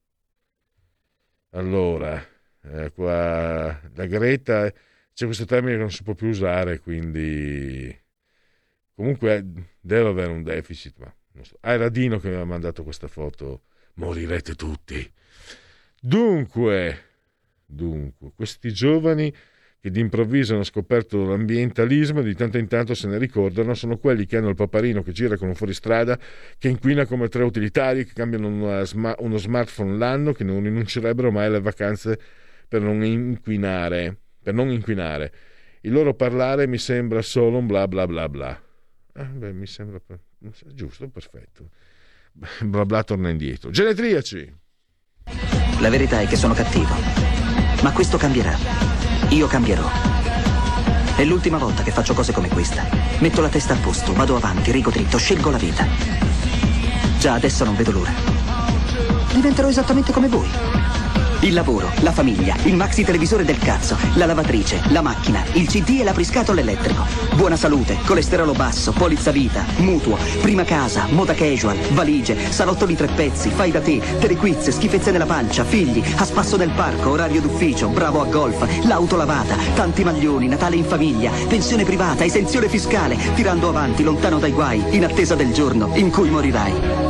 Allora, eh, qua la Greta, c'è questo termine che non si può più usare, quindi comunque deve avere un deficit, ma non so. Ah, era Dino che mi aveva mandato questa foto, morirete tutti. Dunque, dunque, questi giovani che d'improvviso hanno scoperto l'ambientalismo e di tanto in tanto se ne ricordano, sono quelli che hanno il paparino che gira con un fuoristrada, che inquina come tre utilitari, che cambiano una sma- uno smartphone l'anno, che non rinuncerebbero mai alle vacanze per non inquinare, per non inquinare. Il loro parlare mi sembra solo un bla bla bla bla. Eh, beh, mi sembra per... giusto, perfetto. Bla bla torna indietro. Genetriaci! La verità è che sono cattivo, ma questo cambierà. Io cambierò. È l'ultima volta che faccio cose come questa. Metto la testa a posto, vado avanti, rigo dritto, scelgo la vita. Già adesso non vedo l'ora. Diventerò esattamente come voi. Il lavoro, la famiglia, il maxi televisore del cazzo, la lavatrice, la macchina, il C D e l'apriscatole elettrico. Buona salute, colesterolo basso, polizza vita, mutuo, prima casa, moda casual, valigie, salottoli tre pezzi, fai da te, telequiz, schifezze nella pancia, figli, a spasso nel parco, orario d'ufficio, bravo a golf, l'auto lavata, tanti maglioni, Natale in famiglia, pensione privata, esenzione fiscale, tirando avanti, lontano dai guai, in attesa del giorno in cui morirai.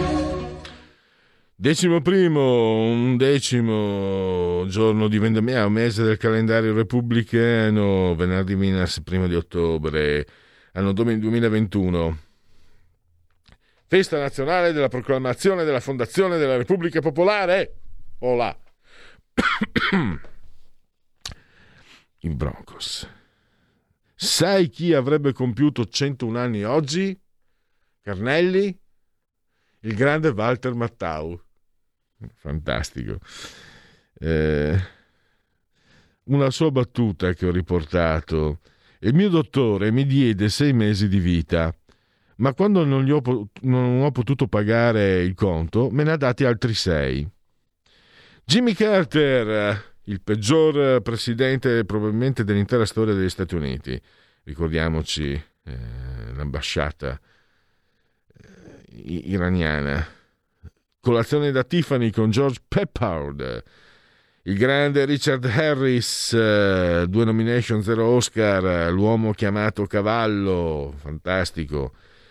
Decimo primo, un decimo giorno di vendemmia, mese del calendario repubblicano, venerdì Minas, primo di ottobre, anno duemilaventuno. Festa nazionale della proclamazione della fondazione della Repubblica Popolare. Olà. I Broncos. Sai chi avrebbe compiuto centouno anni oggi? Carnelli? Il grande Walter Mattau. Fantastico. Eh, una sua battuta che ho riportato: il mio dottore mi diede sei mesi di vita, ma quando non, gli ho, non ho potuto pagare il conto me ne ha dati altri sei. Jimmy Carter, il peggior presidente probabilmente dell'intera storia degli Stati Uniti, ricordiamoci eh, l'ambasciata eh, iraniana. Colazione da Tiffany con George Peppard. Il grande Richard Harris, eh, due nomination, zero Oscar, l'uomo chiamato cavallo, fantastico.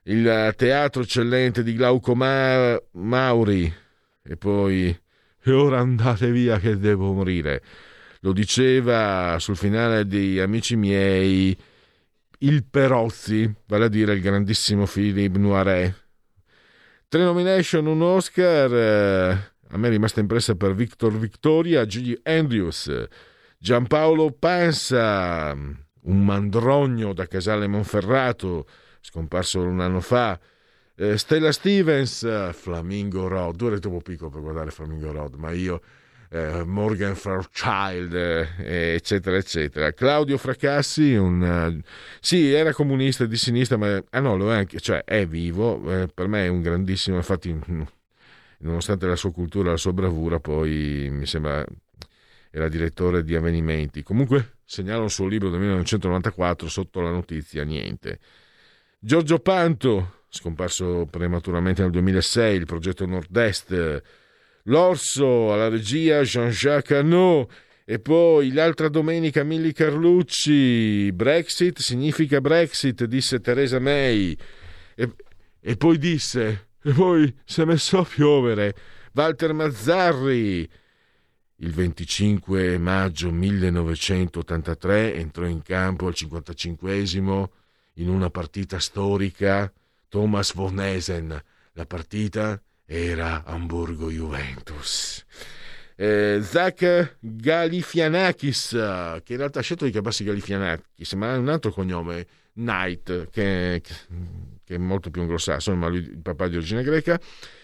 il teatro eccellente di Glauco Ma- Mauri, e poi e ora andate via che devo morire. Lo diceva sul finale di Amici miei il Perozzi, vale a dire il grandissimo Philippe Noiret. Tre nomination, un Oscar, eh, a me è rimasta impressa per Victor Victoria, Julie Andrews, Giampaolo Pansa, un mandrogno da Casale Monferrato, scomparso un anno fa, eh, Stella Stevens, Flamingo Road, due ore troppo piccolo per guardare Flamingo Road, ma io, eh, Morgan Fairchild, eh, eccetera, eccetera. Claudio Fracassi, un, uh, sì, era comunista di sinistra, ma ah no, lo è anche, cioè è vivo, eh, per me è un grandissimo, infatti, nonostante la sua cultura, la sua bravura, poi mi sembra era direttore di Avvenimenti. Comunque segnala un suo libro del millenovecentonovantaquattro, Sotto la notizia niente. Giorgio Panto, scomparso prematuramente nel duemilasei, il progetto Nord-Est. L'Orso alla regia, Jean-Jacques Hano, e poi l'altra domenica Milly Carlucci, Brexit significa Brexit, disse Theresa May, e, e poi disse, e poi si è messo a piovere, Walter Mazzarri. Il venticinque maggio millenovecentottantatré entrò in campo al cinquantacinquesimo in una partita storica Thomas von Essen. La partita era Amburgo-Juventus. Eh, Zach Galifianakis, che in realtà ha scelto di chiamarsi Galifianakis, ma ha un altro cognome, Knight, che, che è molto più anglosassone, ma lui il papà di origine greca.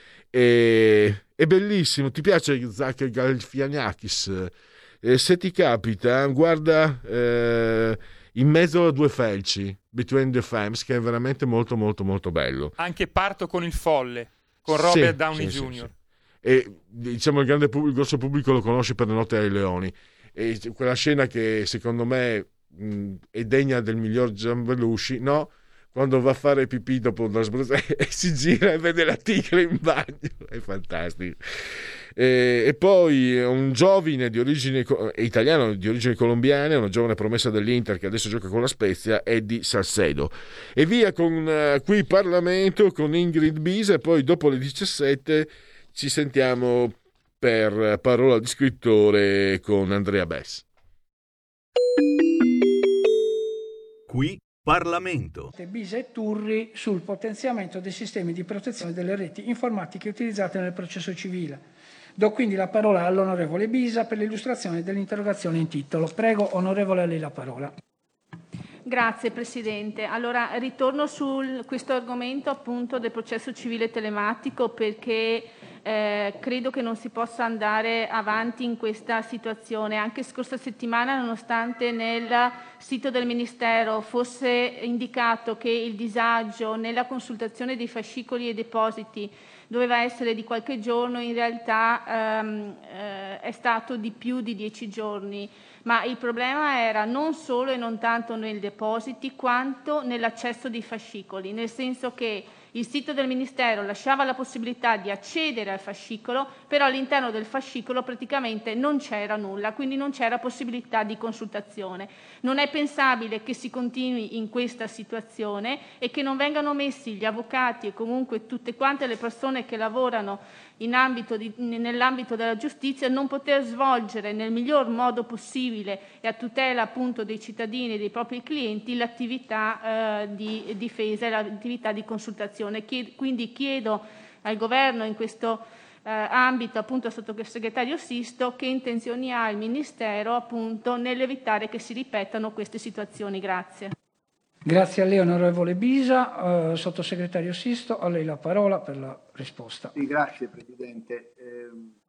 E, è bellissimo. Ti piace Zach Galifianakis? Eh, se ti capita, guarda eh, In mezzo a due felci, Between the Femmes, che è veramente molto molto molto bello. Anche Parto con il folle, con Robert sì, Downey sì, junior Sì, sì. E diciamo il grande pubblico, il grosso pubblico lo conosce per Le notte ai leoni, e quella scena che secondo me mh, è degna del miglior Gianbelushi, no? Quando va a fare pipì dopo la spruzza e si gira e vede la tigre in bagno, è fantastico. E, e poi un giovane di origine italiano, di origine colombiana, una giovane promessa dell'Inter che adesso gioca con la Spezia, Eddie Salcedo. E via con uh, qui Parlamento con Ingrid Bisa, e poi dopo le diciassette ci sentiamo per Parola di scrittore con Andrea Bess. Qui Parlamento. Bisa e Turri sul potenziamento dei sistemi di protezione delle reti informatiche utilizzate nel processo civile. Do quindi la parola all'onorevole Bisa per l'illustrazione dell'interrogazione in titolo. Prego, onorevole, a lei la parola. Grazie Presidente. Allora ritorno su questo argomento appunto del processo civile telematico, perché eh, credo che non si possa andare avanti in questa situazione. Anche scorsa settimana, nonostante nel sito del Ministero fosse indicato che il disagio nella consultazione dei fascicoli e depositi doveva essere di qualche giorno, in realtà ehm, eh, è stato di più di dieci giorni. Ma il problema era non solo e non tanto nei depositi quanto nell'accesso dei fascicoli, nel senso che il sito del Ministero lasciava la possibilità di accedere al fascicolo, però all'interno del fascicolo praticamente non c'era nulla, quindi non c'era possibilità di consultazione. Non è pensabile che si continui in questa situazione e che non vengano messi gli avvocati e comunque tutte quante le persone che lavorano in ambito di, nell'ambito della giustizia non poter svolgere nel miglior modo possibile e a tutela appunto dei cittadini e dei propri clienti l'attività eh, di difesa e l'attività di consultazione. Chied- quindi chiedo al Governo in questo eh, ambito, appunto al Sottosegretario Sisto, che intenzioni ha il Ministero appunto nell'evitare che si ripetano queste situazioni. Grazie. Grazie a lei, onorevole Bisa. Uh, Sottosegretario Sisto, a lei la parola per la risposta. Sì, grazie Presidente. Eh,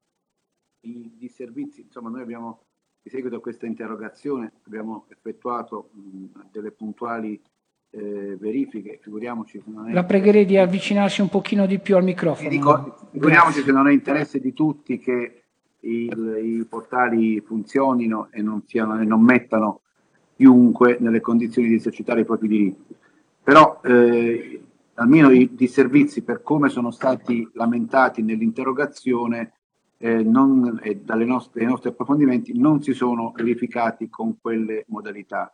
i disservizi, insomma, noi abbiamo, in seguito a questa interrogazione, abbiamo effettuato mh, delle puntuali eh, verifiche, figuriamoci se non è... La pregherei di avvicinarsi un pochino di più al microfono. Dico, figuriamoci se non è interesse di tutti che il, i portali funzionino e non, siano, e non mettano chiunque nelle condizioni di esercitare i propri diritti. Però eh, almeno i disservizi, per come sono stati lamentati nell'interrogazione eh, non, e dalle nostre, dai nostri approfondimenti, non si sono verificati con quelle modalità.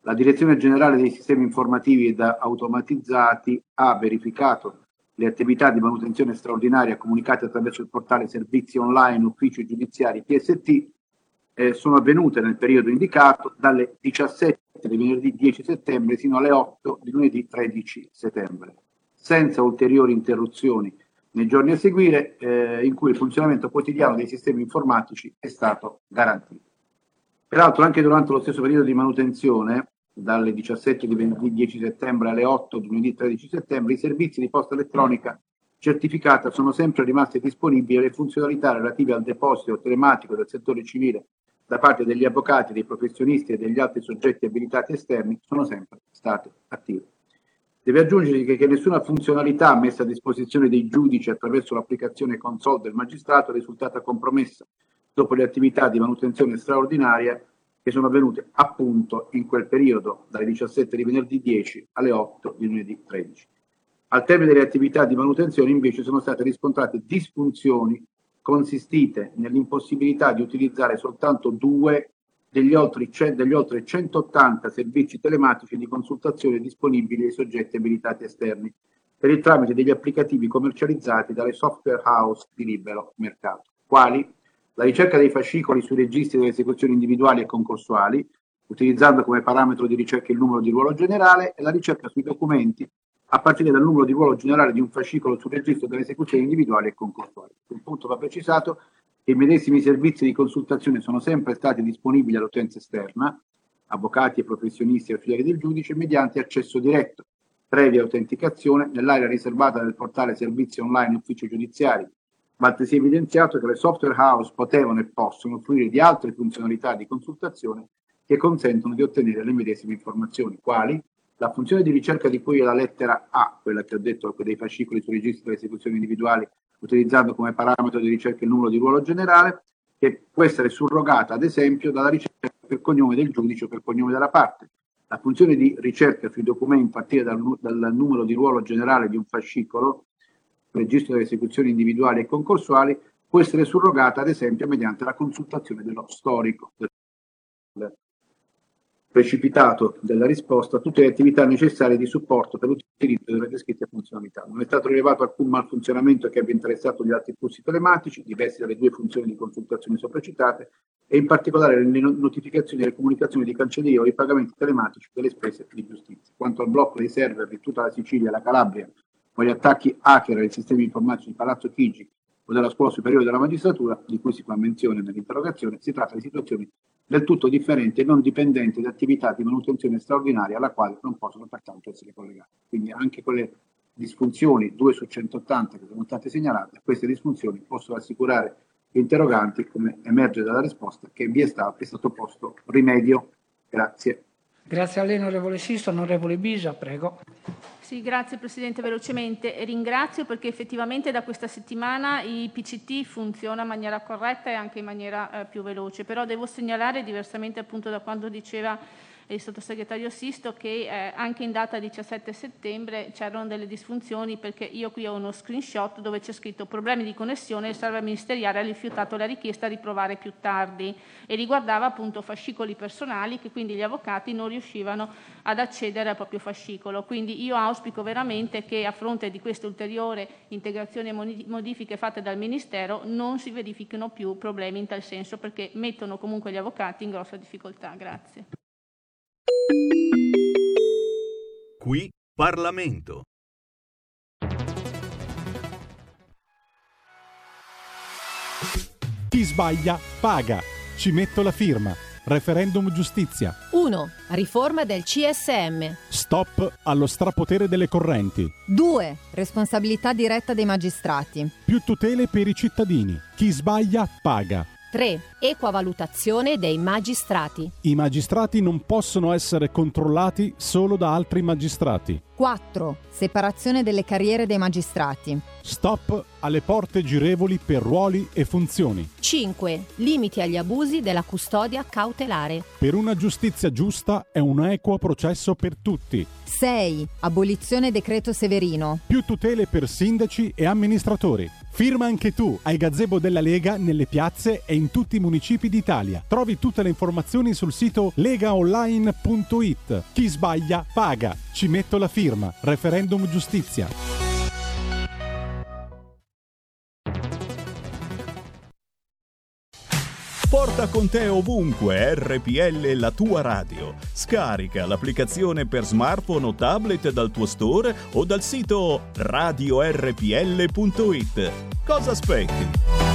La Direzione Generale dei Sistemi Informativi ed Automatizzati ha verificato le attività di manutenzione straordinaria comunicate attraverso il portale Servizi Online Uffici Giudiziari P S T eh, sono avvenute nel periodo indicato dalle diciassette di venerdì dieci settembre sino alle otto di lunedì tredici settembre, senza ulteriori interruzioni nei giorni a seguire, eh, in cui il funzionamento quotidiano dei sistemi informatici è stato garantito. Peraltro anche durante lo stesso periodo di manutenzione, dalle diciassette di venerdì dieci settembre alle otto di lunedì tredici settembre, i servizi di posta elettronica certificata sono sempre rimasti disponibili e le funzionalità relative al deposito telematico del settore civile da parte degli avvocati, dei professionisti e degli altri soggetti abilitati esterni sono sempre state attive. Deve aggiungere che, che nessuna funzionalità messa a disposizione dei giudici attraverso l'applicazione console del magistrato è risultata compromessa dopo le attività di manutenzione straordinaria che sono avvenute appunto in quel periodo, dalle diciassette di venerdì dieci alle otto di lunedì tredici. Al termine delle attività di manutenzione invece sono state riscontrate disfunzioni consistite nell'impossibilità di utilizzare soltanto due degli oltre, degli oltre centottanta servizi telematici di consultazione disponibili ai soggetti abilitati esterni per il tramite degli applicativi commercializzati dalle software house di libero mercato, quali la ricerca dei fascicoli sui registri delle esecuzioni individuali e concorsuali, utilizzando come parametro di ricerca il numero di ruolo generale, e la ricerca sui documenti a partire dal numero di ruolo generale di un fascicolo sul registro delle esecuzioni individuali e concorsuali. Sul punto va precisato che i medesimi servizi di consultazione sono sempre stati disponibili all'utenza esterna, avvocati e professionisti e ausiliari del giudice, mediante accesso diretto, previa autenticazione, nell'area riservata del portale Servizi Online Uffici Giudiziari. Va altresì evidenziato che le software house potevano e possono offrire di altre funzionalità di consultazione che consentono di ottenere le medesime informazioni, quali la funzione di ricerca di cui è la lettera A, quella che ho detto dei fascicoli sui registri delle esecuzioni individuali, utilizzando come parametro di ricerca il numero di ruolo generale, che può essere surrogata ad esempio dalla ricerca per cognome del giudice o per cognome della parte. La funzione di ricerca sui documenti a partire dal, dal numero di ruolo generale di un fascicolo, registro delle esecuzioni individuali e concorsuali, può essere surrogata ad esempio mediante la consultazione dello storico del precipitato della risposta a tutte le attività necessarie di supporto per l'utilizzo delle descritte funzionalità. Non è stato rilevato alcun malfunzionamento che abbia interessato gli altri flussi telematici, diversi dalle due funzioni di consultazione sopracitate, e in particolare le notificazioni e le comunicazioni di cancelleria o i pagamenti telematici delle spese di giustizia. Quanto al blocco dei server di tutta la Sicilia e la Calabria, o gli attacchi hacker ai sistemi informatici di Palazzo Chigi o della Scuola Superiore della Magistratura, di cui si fa menzione nell'interrogazione, si tratta di situazioni del tutto differenti e non dipendenti da attività di manutenzione straordinaria alla quale non possono pertanto essere collegate. Quindi anche quelle disfunzioni, due su centottanta che sono state segnalate, queste disfunzioni possono assicurare gli interroganti, come emerge dalla risposta, che vi è stato, è stato posto rimedio. Grazie. Grazie a lei onorevole Sisto. Onorevole Bisa, prego. Sì, grazie Presidente, velocemente. Ringrazio perché effettivamente da questa settimana il P C T funziona in maniera corretta e anche in maniera eh, più veloce, però devo segnalare, diversamente appunto da quando diceva il sottosegretario Sisto, che eh, anche in data diciassette settembre c'erano delle disfunzioni, perché io qui ho uno screenshot dove c'è scritto problemi di connessione, il server ministeriale ha rifiutato la richiesta di provare più tardi, e riguardava appunto fascicoli personali che quindi gli avvocati non riuscivano ad accedere al proprio fascicolo. Quindi io auspico veramente che a fronte di queste ulteriori integrazioni e modifiche fatte dal Ministero non si verifichino più problemi in tal senso, perché mettono comunque gli avvocati in grossa difficoltà. Grazie. Qui Parlamento. Chi sbaglia paga. Ci metto la firma. Referendum giustizia. uno. Riforma del C S M. Stop allo strapotere delle correnti. due. Responsabilità diretta dei magistrati. Più tutele per i cittadini. Chi sbaglia paga. tre. Equa valutazione dei magistrati. I magistrati non possono essere controllati solo da altri magistrati. quattro. Separazione delle carriere dei magistrati. Stop alle porte girevoli per ruoli e funzioni. cinque. Limiti agli abusi della custodia cautelare. Per una giustizia giusta e un equo processo per tutti. sei. Abolizione decreto Severino. Più tutele per sindaci e amministratori. Firma anche tu ai gazebo della Lega nelle piazze e in tutti i municipi d'Italia. Trovi tutte le informazioni sul sito legaonline punto it. Chi sbaglia paga. Ci metto la firma. Referendum giustizia. Porta con te ovunque R P L, la tua radio. Scarica l'applicazione per smartphone o tablet dal tuo store o dal sito radio erre pi elle punto it. Cosa aspetti?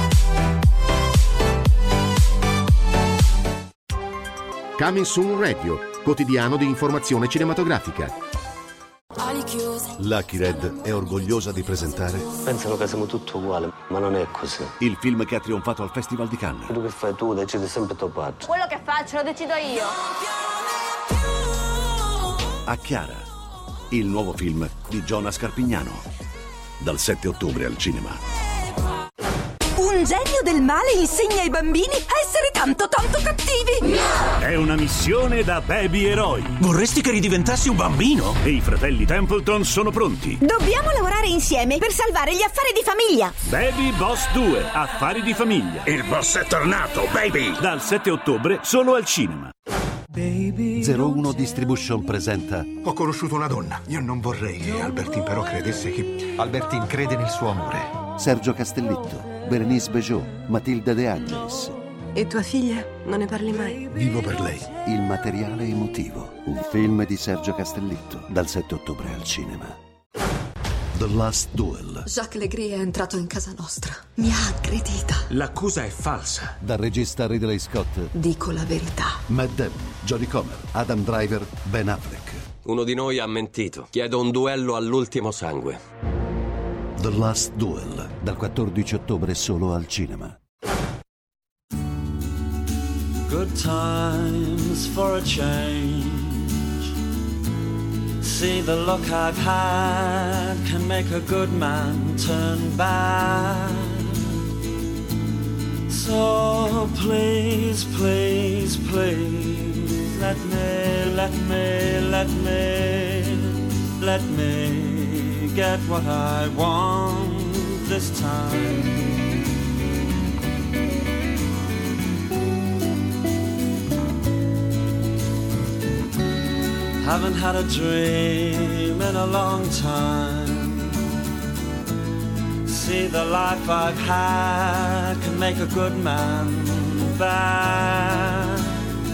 Coming Soon Radio, quotidiano di informazione cinematografica. Lucky Red è orgogliosa di presentare. Pensano che siamo tutti uguali, ma non è così. Il film che ha trionfato al Festival di Cannes. Quello che fai tu decidi sempre tuo padre. Quello che faccio lo decido io. A Chiara, il nuovo film di Giona Scarpignano. Dal sette ottobre al cinema. Un genio del male insegna ai bambini a essere tanto tanto cattivi. È una missione da baby eroi. Vorresti che ridiventassi un bambino? E i fratelli Templeton sono pronti. Dobbiamo lavorare insieme per salvare gli affari di famiglia. Baby Boss due, affari di famiglia. Il boss è tornato, baby! Dal sette ottobre solo al cinema. zero uno Distribution presenta. Ho conosciuto una donna. Io non vorrei che Albertine però credesse che... Albertine crede nel suo amore. Sergio Castellitto, Berenice Bejo, Matilda De Angelis. E tua figlia? Non ne parli mai? Vivo per lei. Il materiale emotivo. Un film di Sergio Castellitto. Dal sette ottobre al cinema. The Last Duel. Jacques Legris è entrato in casa nostra. Mi ha aggredita. L'accusa è falsa. Dal regista Ridley Scott. Dico la verità. Matt Damon, Jodie Comer, Adam Driver, Ben Affleck. Uno di noi ha mentito. Chiedo un duello all'ultimo sangue. The Last Duel. Dal quattordici ottobre solo al cinema. Good times for a change. See, the look I've had can make a good man turn bad. So please, please, please, let me, let me, let me, let me get what I want this time. Haven't had a dream in a long time. See, the life I've had can make a good man bad.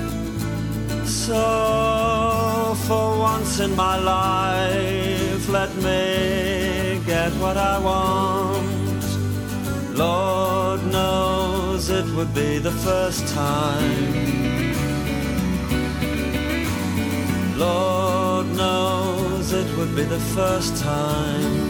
So for once in my life, let me get what I want. Lord knows it would be the first time. Lord knows it would be the first time.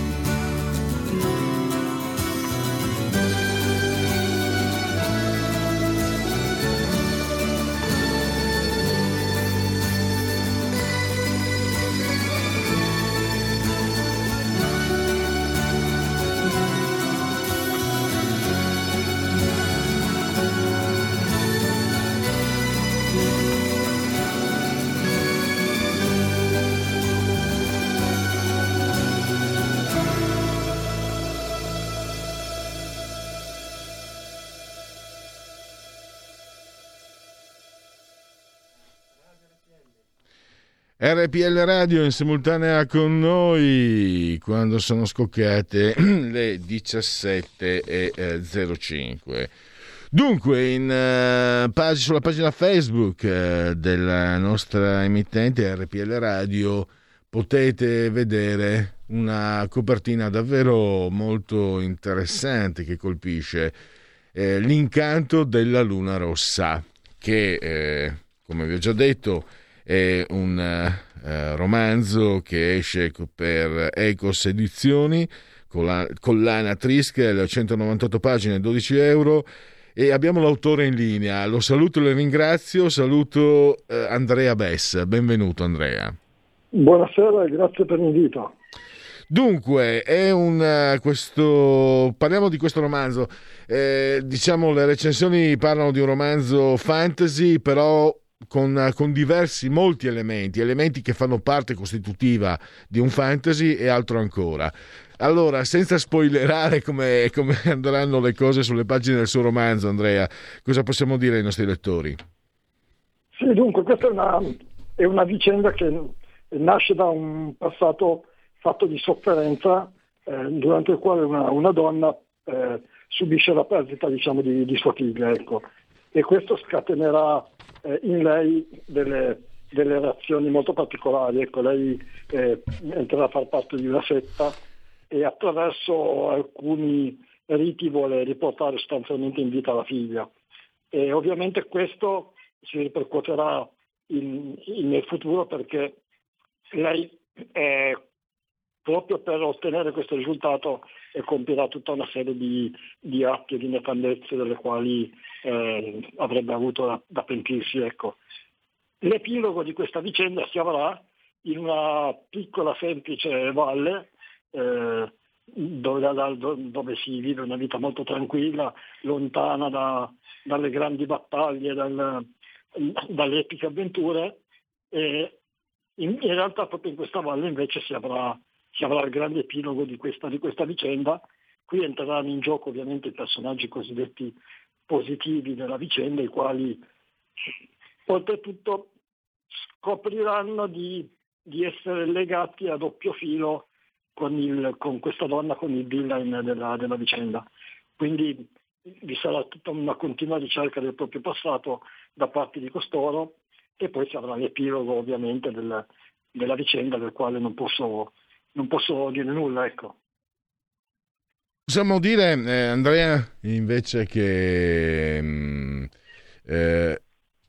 R P L Radio in simultanea con noi quando sono scoccate le diciassette e zero cinque. Dunque, in, uh, pag- sulla pagina Facebook uh, della nostra emittente R P L Radio potete vedere una copertina davvero molto interessante che colpisce eh, l'incanto della Luna Rossa, che, eh, come vi ho già detto, è un uh, romanzo che esce per Ecos Edizioni, colla- collana Triskel, centonovantotto pagine, dodici euro, e abbiamo l'autore in linea. Lo saluto e lo ringrazio. Saluto uh, Andrea Bess. Benvenuto Andrea. Buonasera e grazie per l'invito. Dunque, è un uh, questo parliamo di questo romanzo. Eh, diciamo, le recensioni parlano di un romanzo fantasy, però con, con diversi, molti elementi, elementi che fanno parte costitutiva di un fantasy e altro ancora. Allora, senza spoilerare come, come andranno le cose sulle pagine del suo romanzo, Andrea, cosa possiamo dire ai nostri lettori? Sì, dunque, questa è una, è una vicenda che nasce da un passato fatto di sofferenza, eh, durante il quale una, una donna eh, subisce la perdita, diciamo, di, di sua figlia, ecco. E questo scatenerà eh, in lei delle, delle reazioni molto particolari. Ecco, lei eh, entrerà a far parte di una setta e attraverso alcuni riti vuole riportare sostanzialmente in vita la figlia. E ovviamente questo si ripercuoterà in, in, nel futuro, perché lei è, proprio per ottenere questo risultato e compirà tutta una serie di, di atti e di nefandezze delle quali eh, avrebbe avuto da, da pentirsi. Ecco. L'epilogo di questa vicenda si avrà in una piccola semplice valle eh, dove, dove si vive una vita molto tranquilla, lontana da, dalle grandi battaglie, dal, dalle epiche avventure, e in, in realtà proprio in questa valle invece si avrà si avrà il grande epilogo di questa, di questa vicenda. Qui entreranno in gioco ovviamente i personaggi cosiddetti positivi della vicenda, i quali oltretutto scopriranno di, di essere legati a doppio filo con, il, con questa donna, con il villain della, della vicenda. Quindi vi sarà tutta una continua ricerca del proprio passato da parte di costoro, e poi si avrà l'epilogo ovviamente del, della vicenda, del quale non posso non posso dire nulla, ecco. Possiamo dire, eh, Andrea, invece, che mh, eh,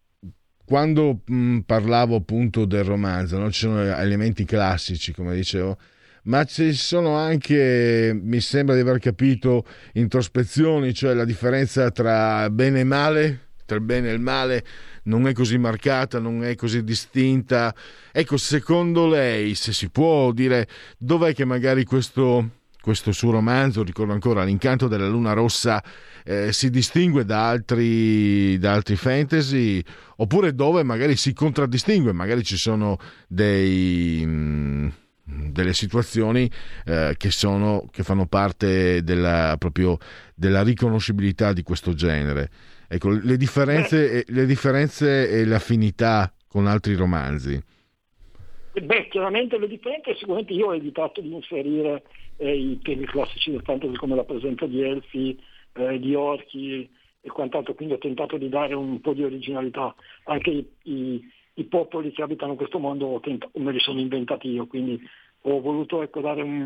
quando mh, parlavo appunto del romanzo, no? Ci sono elementi classici, come dicevo, ma ci sono anche, mi sembra di aver capito, introspezioni, cioè la differenza tra bene e male, tra il bene e il male non è così marcata, non è così distinta. Ecco, secondo lei, se si può dire, dov'è che magari questo, questo suo romanzo, ricordo ancora, L'incanto della luna rossa, eh, si distingue da altri, da altri fantasy, oppure dove magari si contraddistingue, magari ci sono dei... Mh, delle situazioni eh, che sono che fanno parte della proprio della riconoscibilità di questo genere. Ecco, le differenze le differenze e le affinità con altri romanzi. Beh, chiaramente le differenze, sicuramente io ho evitato di inserire eh, i temi classici del fantasy, come la presenza di elfi, eh, di orchi e quant'altro, quindi ho tentato di dare un po' di originalità. Anche i, i I popoli che abitano questo mondo me li sono inventati io, quindi ho voluto, ecco, dare un,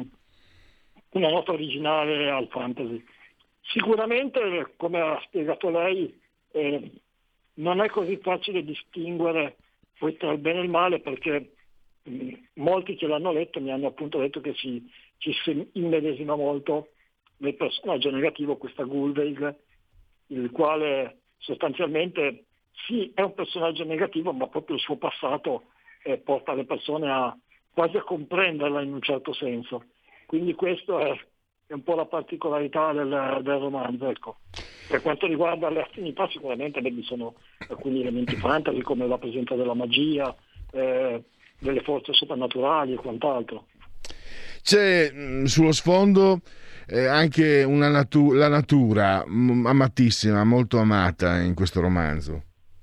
una nota originale al fantasy. Sicuramente, come ha spiegato lei, eh, non è così facile distinguere poi tra il bene e il male, perché mh, molti che l'hanno letto mi hanno appunto detto che si, ci si immedesima molto nel personaggio negativo, questa Gulveig, il quale sostanzialmente sì, è un personaggio negativo, ma proprio il suo passato eh, porta le persone a quasi a comprenderla in un certo senso. Quindi questo è, è un po' la particolarità del, del romanzo. Ecco. Per quanto riguarda le affinità, sicuramente beh, vi sono alcuni elementi fantasy, come la presenza della magia, eh, delle forze soprannaturali e quant'altro. C'è mh, sullo sfondo eh, anche una natu- la natura mh, amatissima, molto amata in questo romanzo.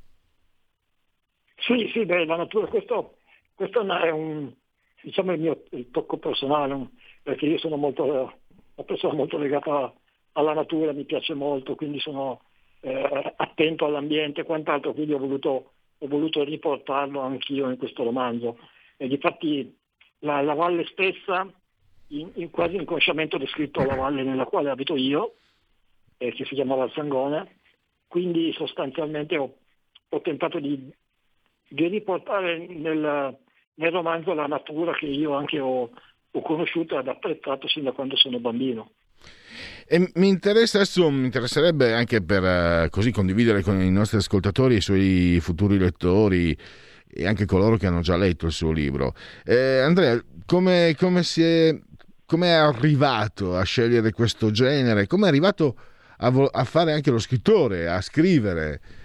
Sì, sì, beh, la natura, questo, questo è un, diciamo, il mio il tocco personale, perché io sono molto, una persona molto legata alla natura, mi piace molto, quindi sono eh, attento all'ambiente e quant'altro, quindi ho voluto, ho voluto riportarlo anch'io in questo romanzo. E difatti la, la valle stessa, in, in quasi inconsciamente ho descritto la valle nella quale abito io, eh, che si chiama Val Sangone, quindi sostanzialmente ho, ho tentato di di riportare nel, nel romanzo la natura che io anche ho, ho conosciuto ed apprezzato sin da quando sono bambino. E mi interessa adesso, mi interesserebbe anche per uh, così condividere con i nostri ascoltatori e i suoi futuri lettori e anche coloro che hanno già letto il suo libro. Eh, Andrea, come, come si è come è arrivato a scegliere questo genere? Come è arrivato a, vo- a fare anche lo scrittore, a scrivere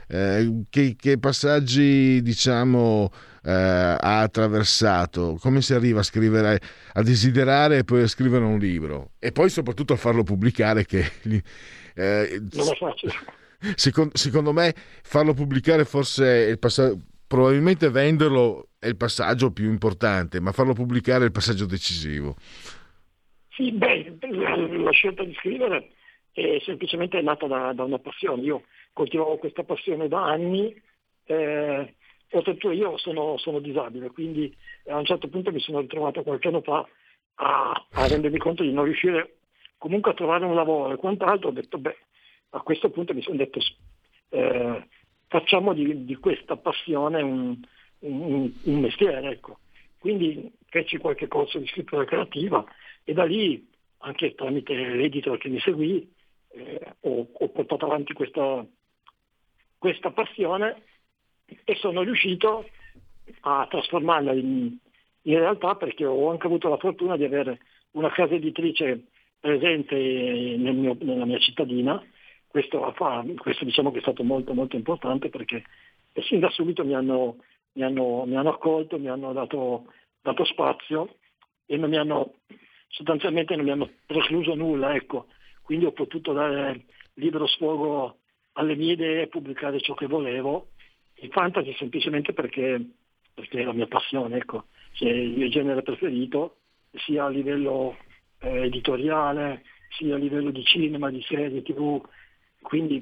eh, che, che passaggi diciamo eh, ha attraversato, come si arriva a scrivere, a desiderare e poi a scrivere un libro e poi soprattutto a farlo pubblicare, che eh, non è facile. Secondo, secondo me farlo pubblicare forse è il passaggio, probabilmente venderlo è il passaggio più importante, ma farlo pubblicare è il passaggio decisivo. Sì, beh, la, la scelta di scrivere è semplicemente nata da, da una passione. Io coltivavo questa passione da anni, eh, oltretutto io sono, sono disabile, quindi a un certo punto mi sono ritrovato qualche anno fa a, a rendermi conto di non riuscire comunque a trovare un lavoro e quant'altro. Ho detto, beh, a questo punto mi sono detto eh, facciamo di, di questa passione un, un, un mestiere, ecco. Quindi feci qualche corso di scrittura creativa e da lì, anche tramite l'editor che mi seguì, eh, ho, ho portato avanti questa, questa passione e sono riuscito a trasformarla in, in realtà, perché ho anche avuto la fortuna di avere una casa editrice presente nel mio, nella mia cittadina. Questo, questo diciamo che è stato molto molto importante, perché sin da subito mi hanno, mi hanno, mi hanno accolto, mi hanno dato, dato spazio e non mi hanno sostanzialmente non mi hanno precluso nulla, ecco. Quindi ho potuto dare libero sfogo alle mie idee e pubblicare ciò che volevo. Il fantasy semplicemente perché, perché è la mia passione, ecco. È il mio genere preferito, sia a livello eh, editoriale, sia a livello di cinema, di serie tivù. Quindi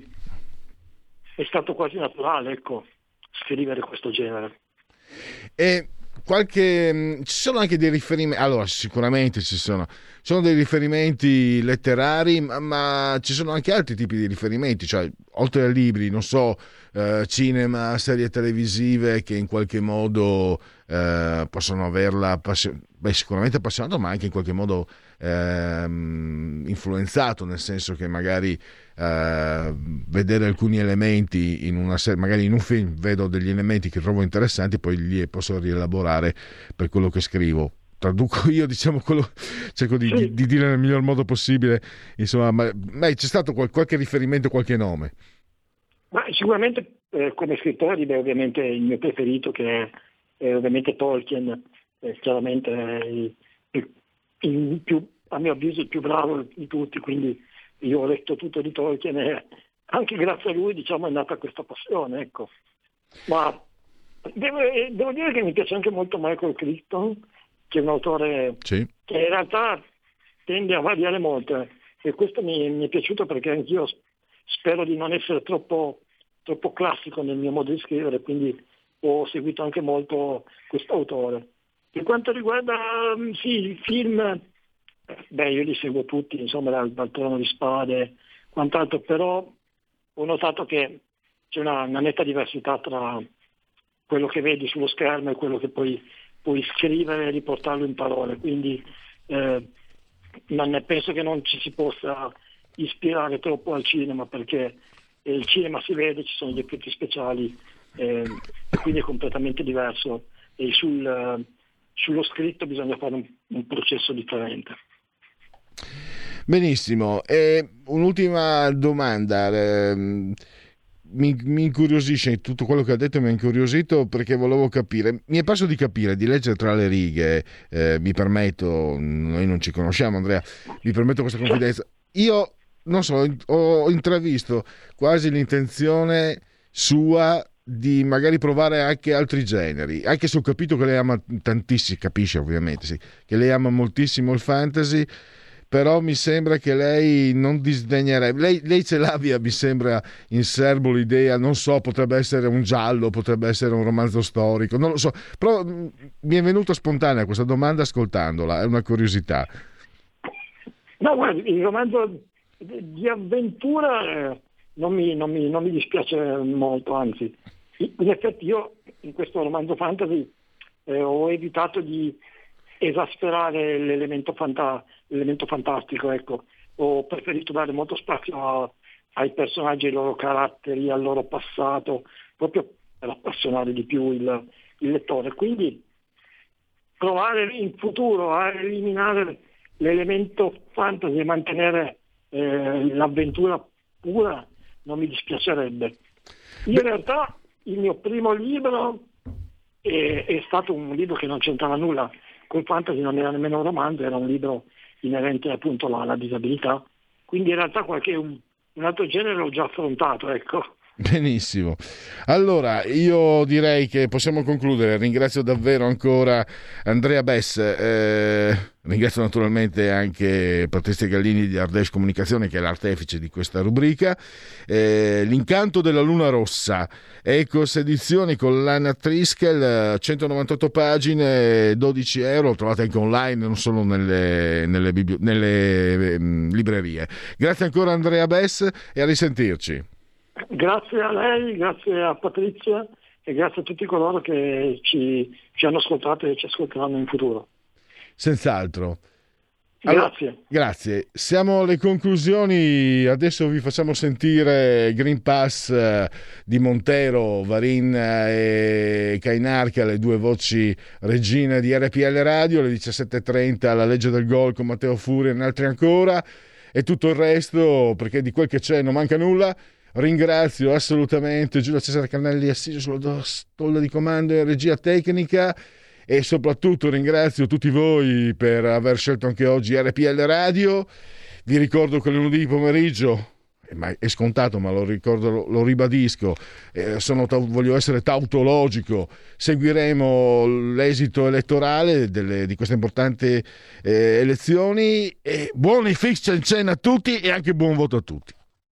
è stato quasi naturale, ecco, scrivere questo genere. E qualche ci sono anche dei riferimenti, allora sicuramente ci sono ci sono dei riferimenti letterari, ma, ma ci sono anche altri tipi di riferimenti, cioè oltre ai libri, non so, eh, cinema, serie televisive che in qualche modo eh, possono averla appassion- beh, sicuramente appassionato, ma anche in qualche modo eh, influenzato, nel senso che magari eh, vedere alcuni elementi in una serie, magari in un film vedo degli elementi che trovo interessanti, poi li posso rielaborare per quello che scrivo. Traduco io, diciamo, quello, cerco di, di, di dire nel miglior modo possibile, insomma, ma, ma c'è stato qual, qualche riferimento, qualche nome? Ma sicuramente eh, come scrittore, beh, ovviamente il mio preferito, che è, è ovviamente Tolkien, è chiaramente il, il, il più, a mio avviso il più bravo di tutti, quindi io ho letto tutto di Tolkien e anche grazie a lui, diciamo, è nata questa passione, ecco. Ma devo, devo dire che mi piace anche molto Michael Crichton, che è un autore sì. che in realtà tende a variare molto, e questo mi, mi è piaciuto, perché anch'io spero di non essere troppo, troppo classico nel mio modo di scrivere, quindi ho seguito anche molto questo autore. Per quanto riguarda sì, il film, beh, io li seguo tutti, insomma, dal, dal Trono di Spade, quant'altro, però ho notato che c'è una, una netta diversità tra quello che vedi sullo schermo e quello che poi puoi scrivere e riportarlo in parole, quindi eh, non, penso che non ci si possa ispirare troppo al cinema, perché eh, il cinema si vede, ci sono gli effetti speciali, eh, e quindi è completamente diverso, e sul, eh, sullo scritto bisogna fare un, un processo differente. Benissimo, e un'ultima domanda. Eh, Mi, mi incuriosisce tutto quello che ha detto, mi ha incuriosito perché volevo capire, mi è parso di capire, di leggere tra le righe, eh, mi permetto, noi non ci conosciamo Andrea, mi permetto questa confidenza, io non so, ho intravisto quasi l'intenzione sua di magari provare anche altri generi, anche se ho capito che lei ama tantissimo, capisce ovviamente, sì, che lei ama moltissimo il fantasy, però mi sembra che lei non disdegnerebbe, lei, lei ce l'abbia, mi sembra, in serbo l'idea, non so, potrebbe essere un giallo, potrebbe essere un romanzo storico, non lo so, però mi è venuta spontanea questa domanda ascoltandola, è una curiosità. No, guarda, il romanzo di avventura eh, non, mi, non, mi, non mi dispiace molto, anzi, in effetti io in questo romanzo fantasy eh, ho evitato di esasperare l'elemento, fanta- l'elemento fantastico, ecco. Ho preferito dare molto spazio a, ai personaggi, ai loro caratteri, al loro passato, proprio per appassionare di più il, il lettore. Quindi provare in futuro a eliminare l'elemento fantasy e mantenere eh, l'avventura pura non mi dispiacerebbe. In realtà il mio primo libro è, è stato un libro che non c'entrava nulla col fantasy, non era nemmeno un romanzo, era un libro inerente appunto alla, alla disabilità, quindi in realtà qualche un, un altro genere l'ho già affrontato, ecco. Benissimo, allora io direi che possiamo concludere. Ringrazio davvero ancora Andrea Bess, eh, ringrazio naturalmente anche Patrizia Gallini di Ardèche Comunicazione, che è l'artefice di questa rubrica. eh, L'incanto della luna rossa, Ecos Edizioni, collana Triskel, centonovantotto pagine, dodici euro, lo trovate anche online, non solo nelle, nelle, bibli- nelle eh, librerie. Grazie ancora Andrea Bess e a risentirci. Grazie a lei, grazie a Patrizia e grazie a tutti coloro che ci, ci hanno ascoltato e ci ascolteranno in futuro. Senz'altro. Allora, grazie. Grazie. Siamo alle conclusioni. Adesso vi facciamo sentire Green Pass di Montero, Varin e Cainarca, le due voci regine di R P L Radio, alle diciassette e trenta La legge del gol con Matteo Furia e altri ancora, e tutto il resto, perché di quel che c'è non manca nulla. Ringrazio assolutamente Giulio Cesare Carnelli, assiso sulla stolla di comando e regia tecnica, e soprattutto ringrazio tutti voi per aver scelto anche oggi R P L Radio. Vi ricordo che lunedì pomeriggio, è scontato ma lo ricordo, lo, lo ribadisco, eh, sono, voglio essere tautologico, seguiremo l'esito elettorale delle, di queste importanti eh, elezioni, e buoni fix in cena a tutti e anche buon voto a tutti.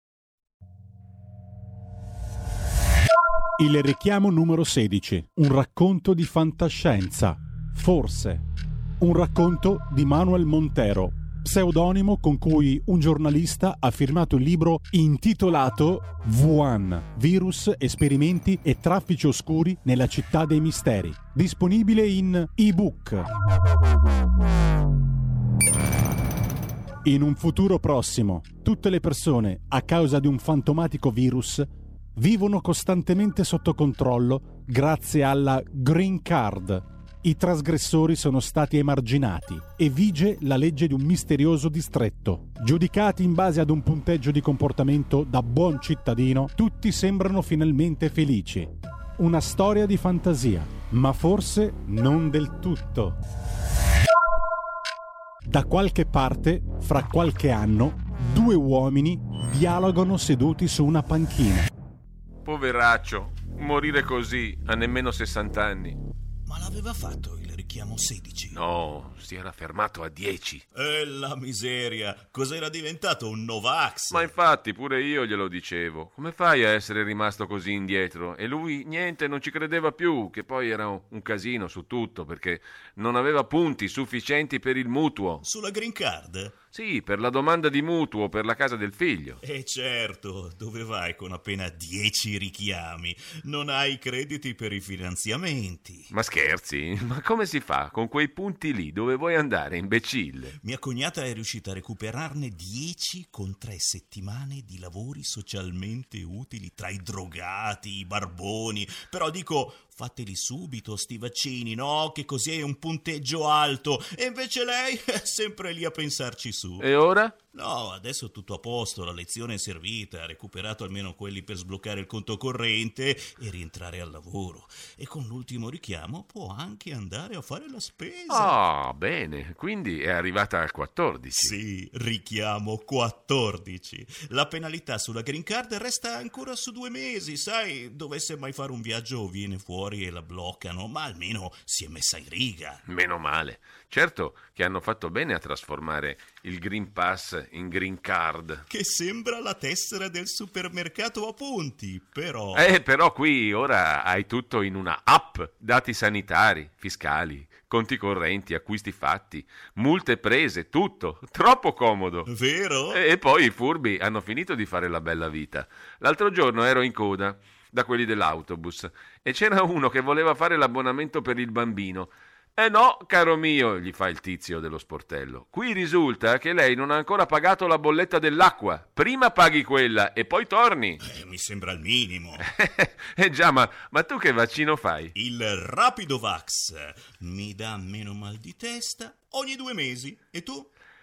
Il richiamo numero sedici, un racconto di fantascienza, forse, un racconto di Manuel Montero, pseudonimo con cui un giornalista ha firmato il libro intitolato Wuhan, virus, esperimenti e traffici oscuri nella città dei misteri, disponibile in ebook. In un futuro prossimo, tutte le persone, a causa di un fantomatico virus, vivono costantemente sotto controllo grazie alla Green Card. I trasgressori sono stati emarginati e vige la legge di un misterioso distretto. Giudicati in base ad un punteggio di comportamento da buon cittadino, tutti sembrano finalmente felici. Una storia di fantasia, ma forse non del tutto. Da qualche parte, fra qualche anno, due uomini dialogano seduti su una panchina. Poveraccio, morire così a nemmeno sessanta anni. Ma l'aveva fatto il richiamo sedici? No, si era fermato a dieci. E la miseria, cos'era diventato un Novax? Ma infatti pure io glielo dicevo. Come fai a essere rimasto così indietro? E lui niente, non ci credeva più, che poi era un casino su tutto, perché non aveva punti sufficienti per il mutuo. Sulla Green Card? Sì, per la domanda di mutuo per la casa del figlio. E certo, dove vai con appena dieci richiami? Non hai crediti per i finanziamenti. Ma scherzi? Ma come si fa con quei punti lì? Dove vuoi andare, imbecille? Mia cognata è riuscita a recuperarne dieci con tre settimane di lavori socialmente utili tra i drogati, i barboni. Però dico, fateli subito sti vaccini, no? Che così è un punteggio alto. E invece lei è sempre lì a pensarci su. E ora? No, adesso tutto a posto, la lezione è servita, ha recuperato almeno quelli per sbloccare il conto corrente e rientrare al lavoro. E con l'ultimo richiamo può anche andare a fare la spesa. Ah, bene, quindi è arrivata al quattordici. Sì, richiamo quattordici. La penalità sulla Green Card resta ancora su due mesi, sai, dovesse mai fare un viaggio viene fuori e la bloccano, ma almeno si è messa in riga. Meno male. Certo che hanno fatto bene a trasformare il Green Pass in Green Card. Che sembra la tessera del supermercato a punti, però... Eh, però qui ora hai tutto in una app. Dati sanitari, fiscali, conti correnti, acquisti fatti, multe prese, tutto. Troppo comodo. Vero? E, e poi i furbi hanno finito di fare la bella vita. L'altro giorno ero in coda da quelli dell'autobus e c'era uno che voleva fare l'abbonamento per il bambino. Eh no, caro mio, gli fa il tizio dello sportello. Qui risulta che lei non ha ancora pagato la bolletta dell'acqua. Prima paghi quella e poi torni. Eh, mi sembra il minimo. Eh già, ma, ma tu che vaccino fai? Il Rapidovax. Mi dà meno mal di testa ogni due mesi. E tu?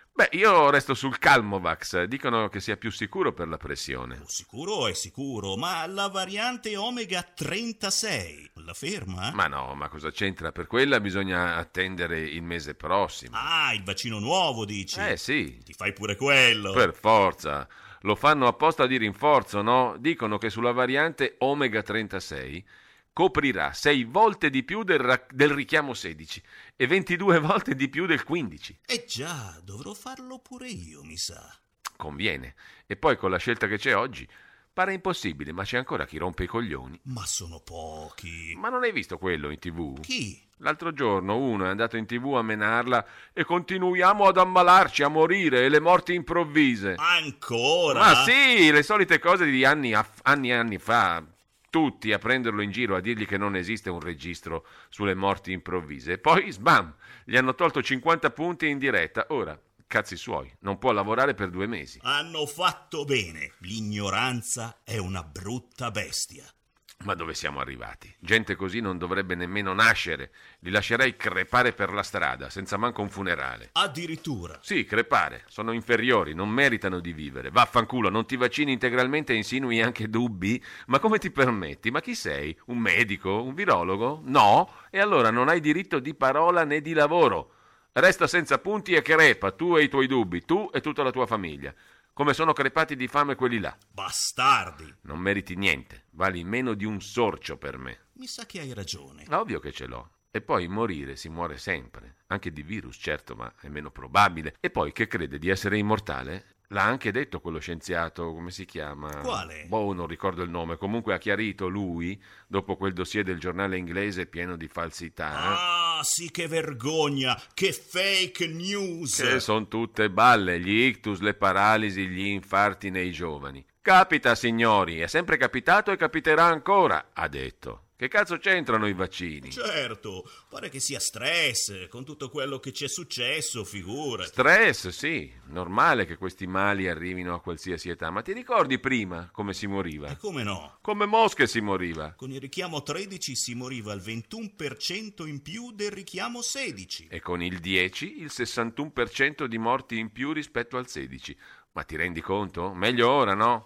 Beh, io resto sul Calmovax, dicono che sia più sicuro per la pressione. Sicuro è sicuro, ma la variante omega trentasei la ferma? Ma no, ma cosa c'entra? Per quella bisogna attendere il mese prossimo. Ah, il vaccino nuovo, dici? Eh sì. Ti fai pure quello. Per forza. Lo fanno apposta di rinforzo, no? Dicono che sulla variante omega trentasei coprirà sei volte di più del, ra- del richiamo sedici e ventidue volte di più del quindici. Eh già, dovrò farlo pure io, mi sa. Conviene. E poi con la scelta che c'è oggi pare impossibile, ma c'è ancora chi rompe i coglioni. Ma sono pochi. Ma non hai visto quello in tivù? Chi? L'altro giorno uno è andato in tivù a menarla e continuiamo ad ammalarci, a morire, e le morti improvvise. Ancora? Ma sì, le solite cose di anni, a- anni e anni fa. Tutti a prenderlo in giro, a dirgli che non esiste un registro sulle morti improvvise. E poi, sbam, gli hanno tolto cinquanta punti in diretta. Ora, cazzi suoi, non può lavorare per due mesi. Hanno fatto bene. L'ignoranza è una brutta bestia. Ma dove siamo arrivati? Gente così non dovrebbe nemmeno nascere. Li lascerei crepare per la strada, senza manco un funerale. Addirittura? Sì, crepare. Sono inferiori, non meritano di vivere. Vaffanculo, non ti vaccini integralmente e insinui anche dubbi? Ma come ti permetti? Ma chi sei? Un medico? Un virologo? No? E allora non hai diritto di parola né di lavoro. Resta senza punti e crepa, tu e i tuoi dubbi, tu e tutta la tua famiglia. Come sono crepati di fame quelli là. Bastardi! Non meriti niente, vali meno di un sorcio per me. Mi sa che hai ragione. Ovvio che ce l'ho. E poi morire si muore sempre. Anche di virus, certo, ma è meno probabile. E poi che crede di essere immortale? L'ha anche detto quello scienziato, come si chiama? Quale? Boh, non ricordo il nome. Comunque ha chiarito lui, dopo quel dossier del giornale inglese pieno di falsità. Ah, sì, che vergogna! Che fake news! Che sono tutte balle, gli ictus, le paralisi, gli infarti nei giovani. Capita, signori, è sempre capitato e capiterà ancora, ha detto. Che cazzo c'entrano i vaccini? Certo, pare che sia stress, con tutto quello che ci è successo, figura. Stress, sì, normale che questi mali arrivino a qualsiasi età, ma ti ricordi prima come si moriva? E come no? Come mosche si moriva. Con il richiamo tredici si moriva al ventuno per cento in più del richiamo sedici. E con il dieci il sessantuno per cento di morti in più rispetto al sedici. Ma ti rendi conto? Meglio ora, no?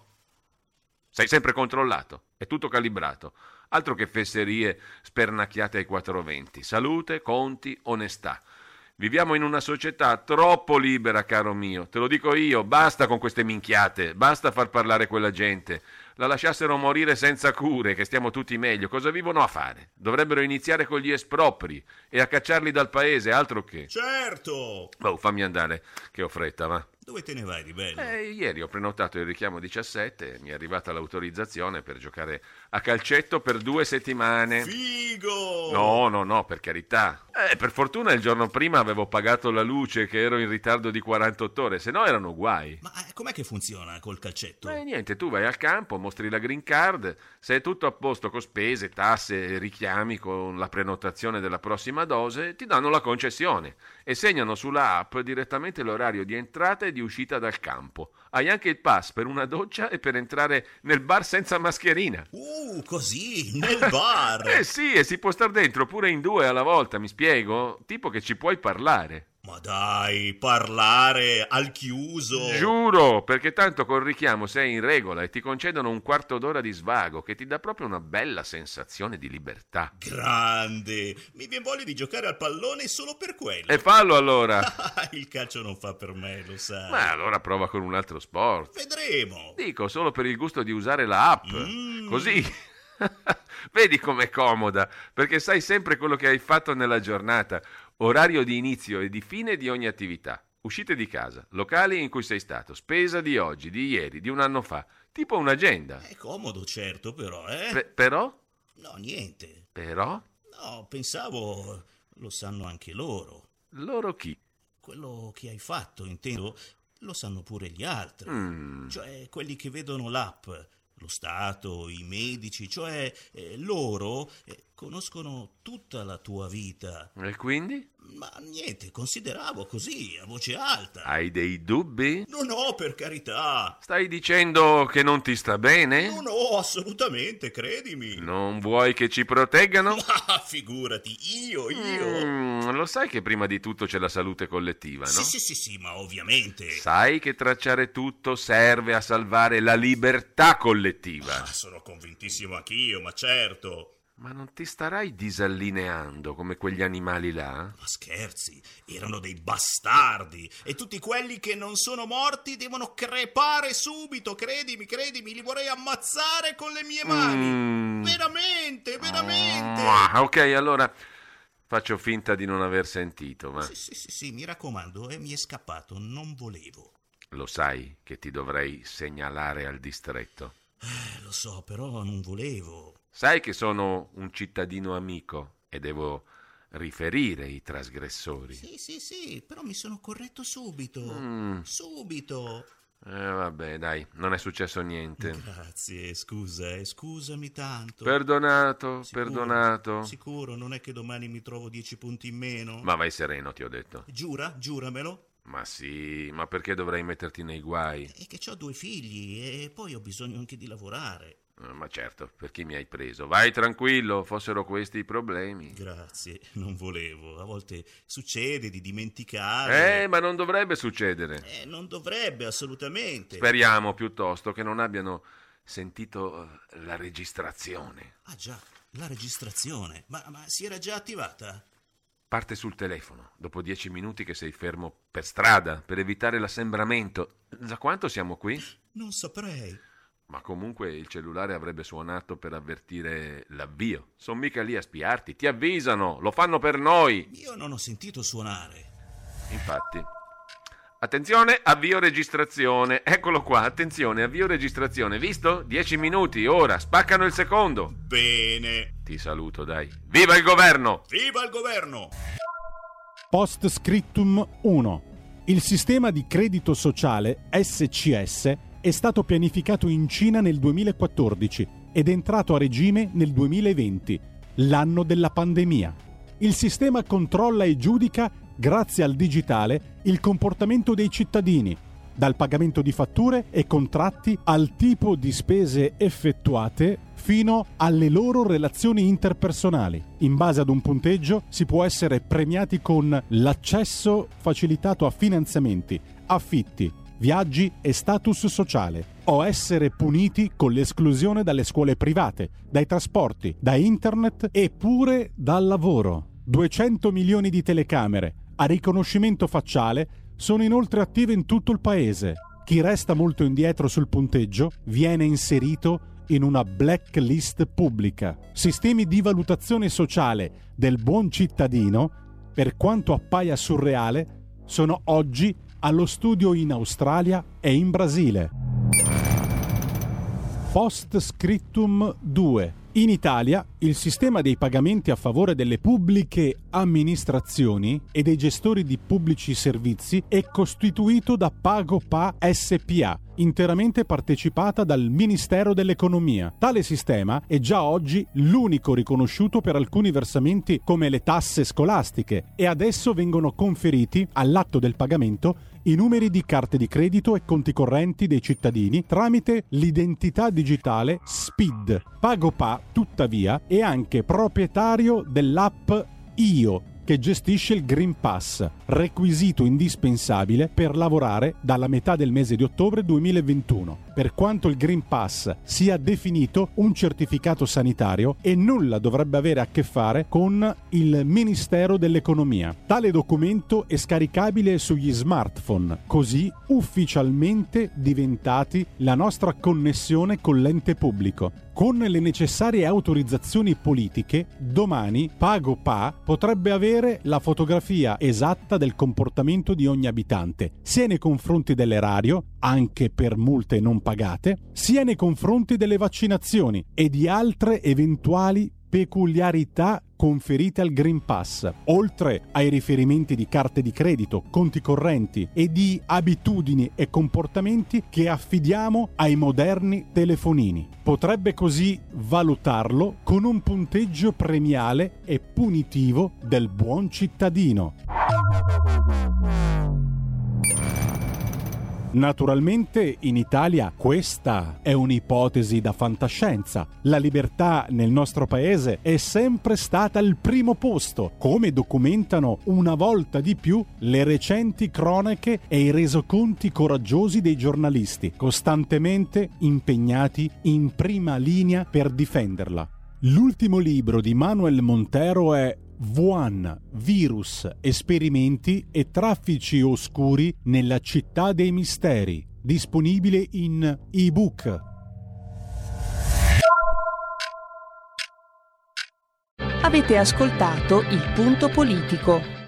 Sei sempre controllato, è tutto calibrato. Altro che fesserie spernacchiate ai quattrocentoventi. Salute, conti, onestà. Viviamo in una società troppo libera, caro mio. Te lo dico io, basta con queste minchiate, basta far parlare quella gente. La lasciassero morire senza cure, che stiamo tutti meglio. Cosa vivono a fare? Dovrebbero iniziare con gli espropri e a cacciarli dal paese, altro che... Certo! Oh, fammi andare, che ho fretta, va. Dove te ne vai di bello? Eh, ieri ho prenotato il richiamo diciassette, mi è arrivata l'autorizzazione per giocare a calcetto per due settimane. Figo! No, no, no, per carità. Eh, per fortuna il giorno prima avevo pagato la luce, che ero in ritardo di quarantotto ore, se no erano guai. Ma eh, com'è che funziona col calcetto? Eh, niente, tu vai al campo, mostri la green card, se è tutto a posto con spese, tasse, richiami, con la prenotazione della prossima dose, ti danno la concessione e segnano sulla app direttamente l'orario di entrata e di uscita dal campo. Hai anche il pass per una doccia e per entrare nel bar senza mascherina. Uh, così, nel bar! Eh sì, e si può star dentro pure in due alla volta, mi spiego? Tipo che ci puoi parlare. Ma dai, parlare al chiuso! Giuro, perché tanto col richiamo sei in regola e ti concedono un quarto d'ora di svago che ti dà proprio una bella sensazione di libertà. Grande! Mi viene voglia di giocare al pallone solo per quello. E fallo allora! Il calcio non fa per me, lo sai. Ma allora prova con un altro sport. Vedremo! Dico, solo per il gusto di usare la app. Mm. Così... Vedi com'è comoda, perché sai sempre quello che hai fatto nella giornata, orario di inizio e di fine di ogni attività, uscite di casa, locali in cui sei stato, spesa di oggi, di ieri, di un anno fa, tipo un'agenda. È comodo, certo, però, eh? Pe- però? No, niente. Però? No, pensavo lo sanno anche loro. Loro chi? Quello che hai fatto, intendo, lo sanno pure gli altri. Mm. Cioè, quelli che vedono l'app. Lo Stato, i medici, cioè eh, loro eh, conoscono tutta la tua vita. E quindi? Ma niente, consideravo così, a voce alta. Hai dei dubbi? No, no, per carità. Stai dicendo che non ti sta bene? No, no, assolutamente, credimi. Non vuoi che ci proteggano? Ma figurati, io, io. Mm, lo sai che prima di tutto c'è la salute collettiva, no? Sì, sì, sì, sì, ma ovviamente. Sai che tracciare tutto serve a salvare la libertà collettiva. Ah, sono convintissimo anch'io, ma certo. Ma non ti starai disallineando come quegli animali là? Ma scherzi, erano dei bastardi e tutti quelli che non sono morti devono crepare subito, credimi, credimi, li vorrei ammazzare con le mie mani. Mm. Veramente, veramente. Ah, ok, allora faccio finta di non aver sentito, ma... Sì, sì, sì, sì, mi raccomando, eh, mi è scappato, non volevo. Lo sai che ti dovrei segnalare al distretto? Eh, lo so, però non volevo. Sai che sono un cittadino amico e devo riferire i trasgressori. Sì, sì, sì, però mi sono corretto subito. Mm. Subito. Eh, vabbè, dai, non è successo niente. Grazie, scusa, eh, scusami tanto. Perdonato, Sicuro, perdonato. Sicuro, non è che domani mi trovo dieci punti in meno? Ma vai sereno, ti ho detto. Giura? Giuramelo? Ma sì, ma perché dovrei metterti nei guai? È che ho due figli e poi ho bisogno anche di lavorare. Ma certo, per chi mi hai preso? Vai tranquillo, fossero questi i problemi. Grazie, non volevo. A volte succede di dimenticare. Eh, ma non dovrebbe succedere. Eh, non dovrebbe, assolutamente. Speriamo piuttosto che non abbiano sentito la registrazione. Ah già, la registrazione. Ma, ma si era già attivata? Parte sul telefono, dopo dieci minuti che sei fermo per strada, per evitare l'assembramento. Da quanto siamo qui? Non saprei. Ma comunque il cellulare avrebbe suonato per avvertire l'avvio. Sono mica lì a spiarti, ti avvisano, lo fanno per noi. Io non ho sentito suonare. Infatti. Attenzione, avvio registrazione. Eccolo qua, attenzione, avvio registrazione. Visto? Dieci minuti, ora, spaccano il secondo. Bene. Ti saluto, dai. Viva il governo! Viva il governo! Post scriptum uno. Il sistema di credito sociale S C S è stato pianificato in Cina nel duemilaquattordici ed è entrato a regime nel duemilaventi, l'anno della pandemia. Il sistema controlla e giudica, grazie al digitale, il comportamento dei cittadini, dal pagamento di fatture e contratti al tipo di spese effettuate fino alle loro relazioni interpersonali. In base ad un punteggio si può essere premiati con l'accesso facilitato a finanziamenti, affitti, viaggi e status sociale, o essere puniti con l'esclusione dalle scuole private, dai trasporti, da internet e pure dal lavoro. duecento milioni di telecamere a riconoscimento facciale sono inoltre attive in tutto il paese. Chi resta molto indietro sul punteggio viene inserito in una blacklist pubblica. Sistemi di valutazione sociale del buon cittadino, per quanto appaia surreale, sono oggi allo studio in Australia e in Brasile. Post scriptum due. In Italia, il sistema dei pagamenti a favore delle pubbliche amministrazioni e dei gestori di pubblici servizi è costituito da PagoPA S P A, interamente partecipata dal Ministero dell'Economia. Tale sistema è già oggi l'unico riconosciuto per alcuni versamenti come le tasse scolastiche e adesso vengono conferiti all'atto del pagamento i numeri di carte di credito e conti correnti dei cittadini tramite l'identità digitale S P I D. PagoPA, tuttavia, è anche proprietario dell'app Io, che gestisce il Green Pass, requisito indispensabile per lavorare dalla metà del mese di ottobre duemilaventuno, per quanto il Green Pass sia definito un certificato sanitario e nulla dovrebbe avere a che fare con il Ministero dell'Economia. Tale documento è scaricabile sugli smartphone, così ufficialmente diventati la nostra connessione con l'ente pubblico. Con le necessarie autorizzazioni politiche, domani PagoPA potrebbe avere la fotografia esatta del comportamento di ogni abitante, sia nei confronti dell'erario, anche per multe non pagate, sia nei confronti delle vaccinazioni e di altre eventuali peculiarità conferite al Green Pass, oltre ai riferimenti di carte di credito, conti correnti e di abitudini e comportamenti che affidiamo ai moderni telefonini. Potrebbe così valutarlo con un punteggio premiale e punitivo del buon cittadino. Naturalmente in Italia questa è un'ipotesi da fantascienza. La libertà nel nostro paese è sempre stata al primo posto, come documentano una volta di più le recenti cronache e i resoconti coraggiosi dei giornalisti, costantemente impegnati in prima linea per difenderla. L'ultimo libro di Manuel Montero è Wuhan, virus, esperimenti e traffici oscuri nella città dei misteri, disponibile in ebook. Avete ascoltato Il Punto Politico.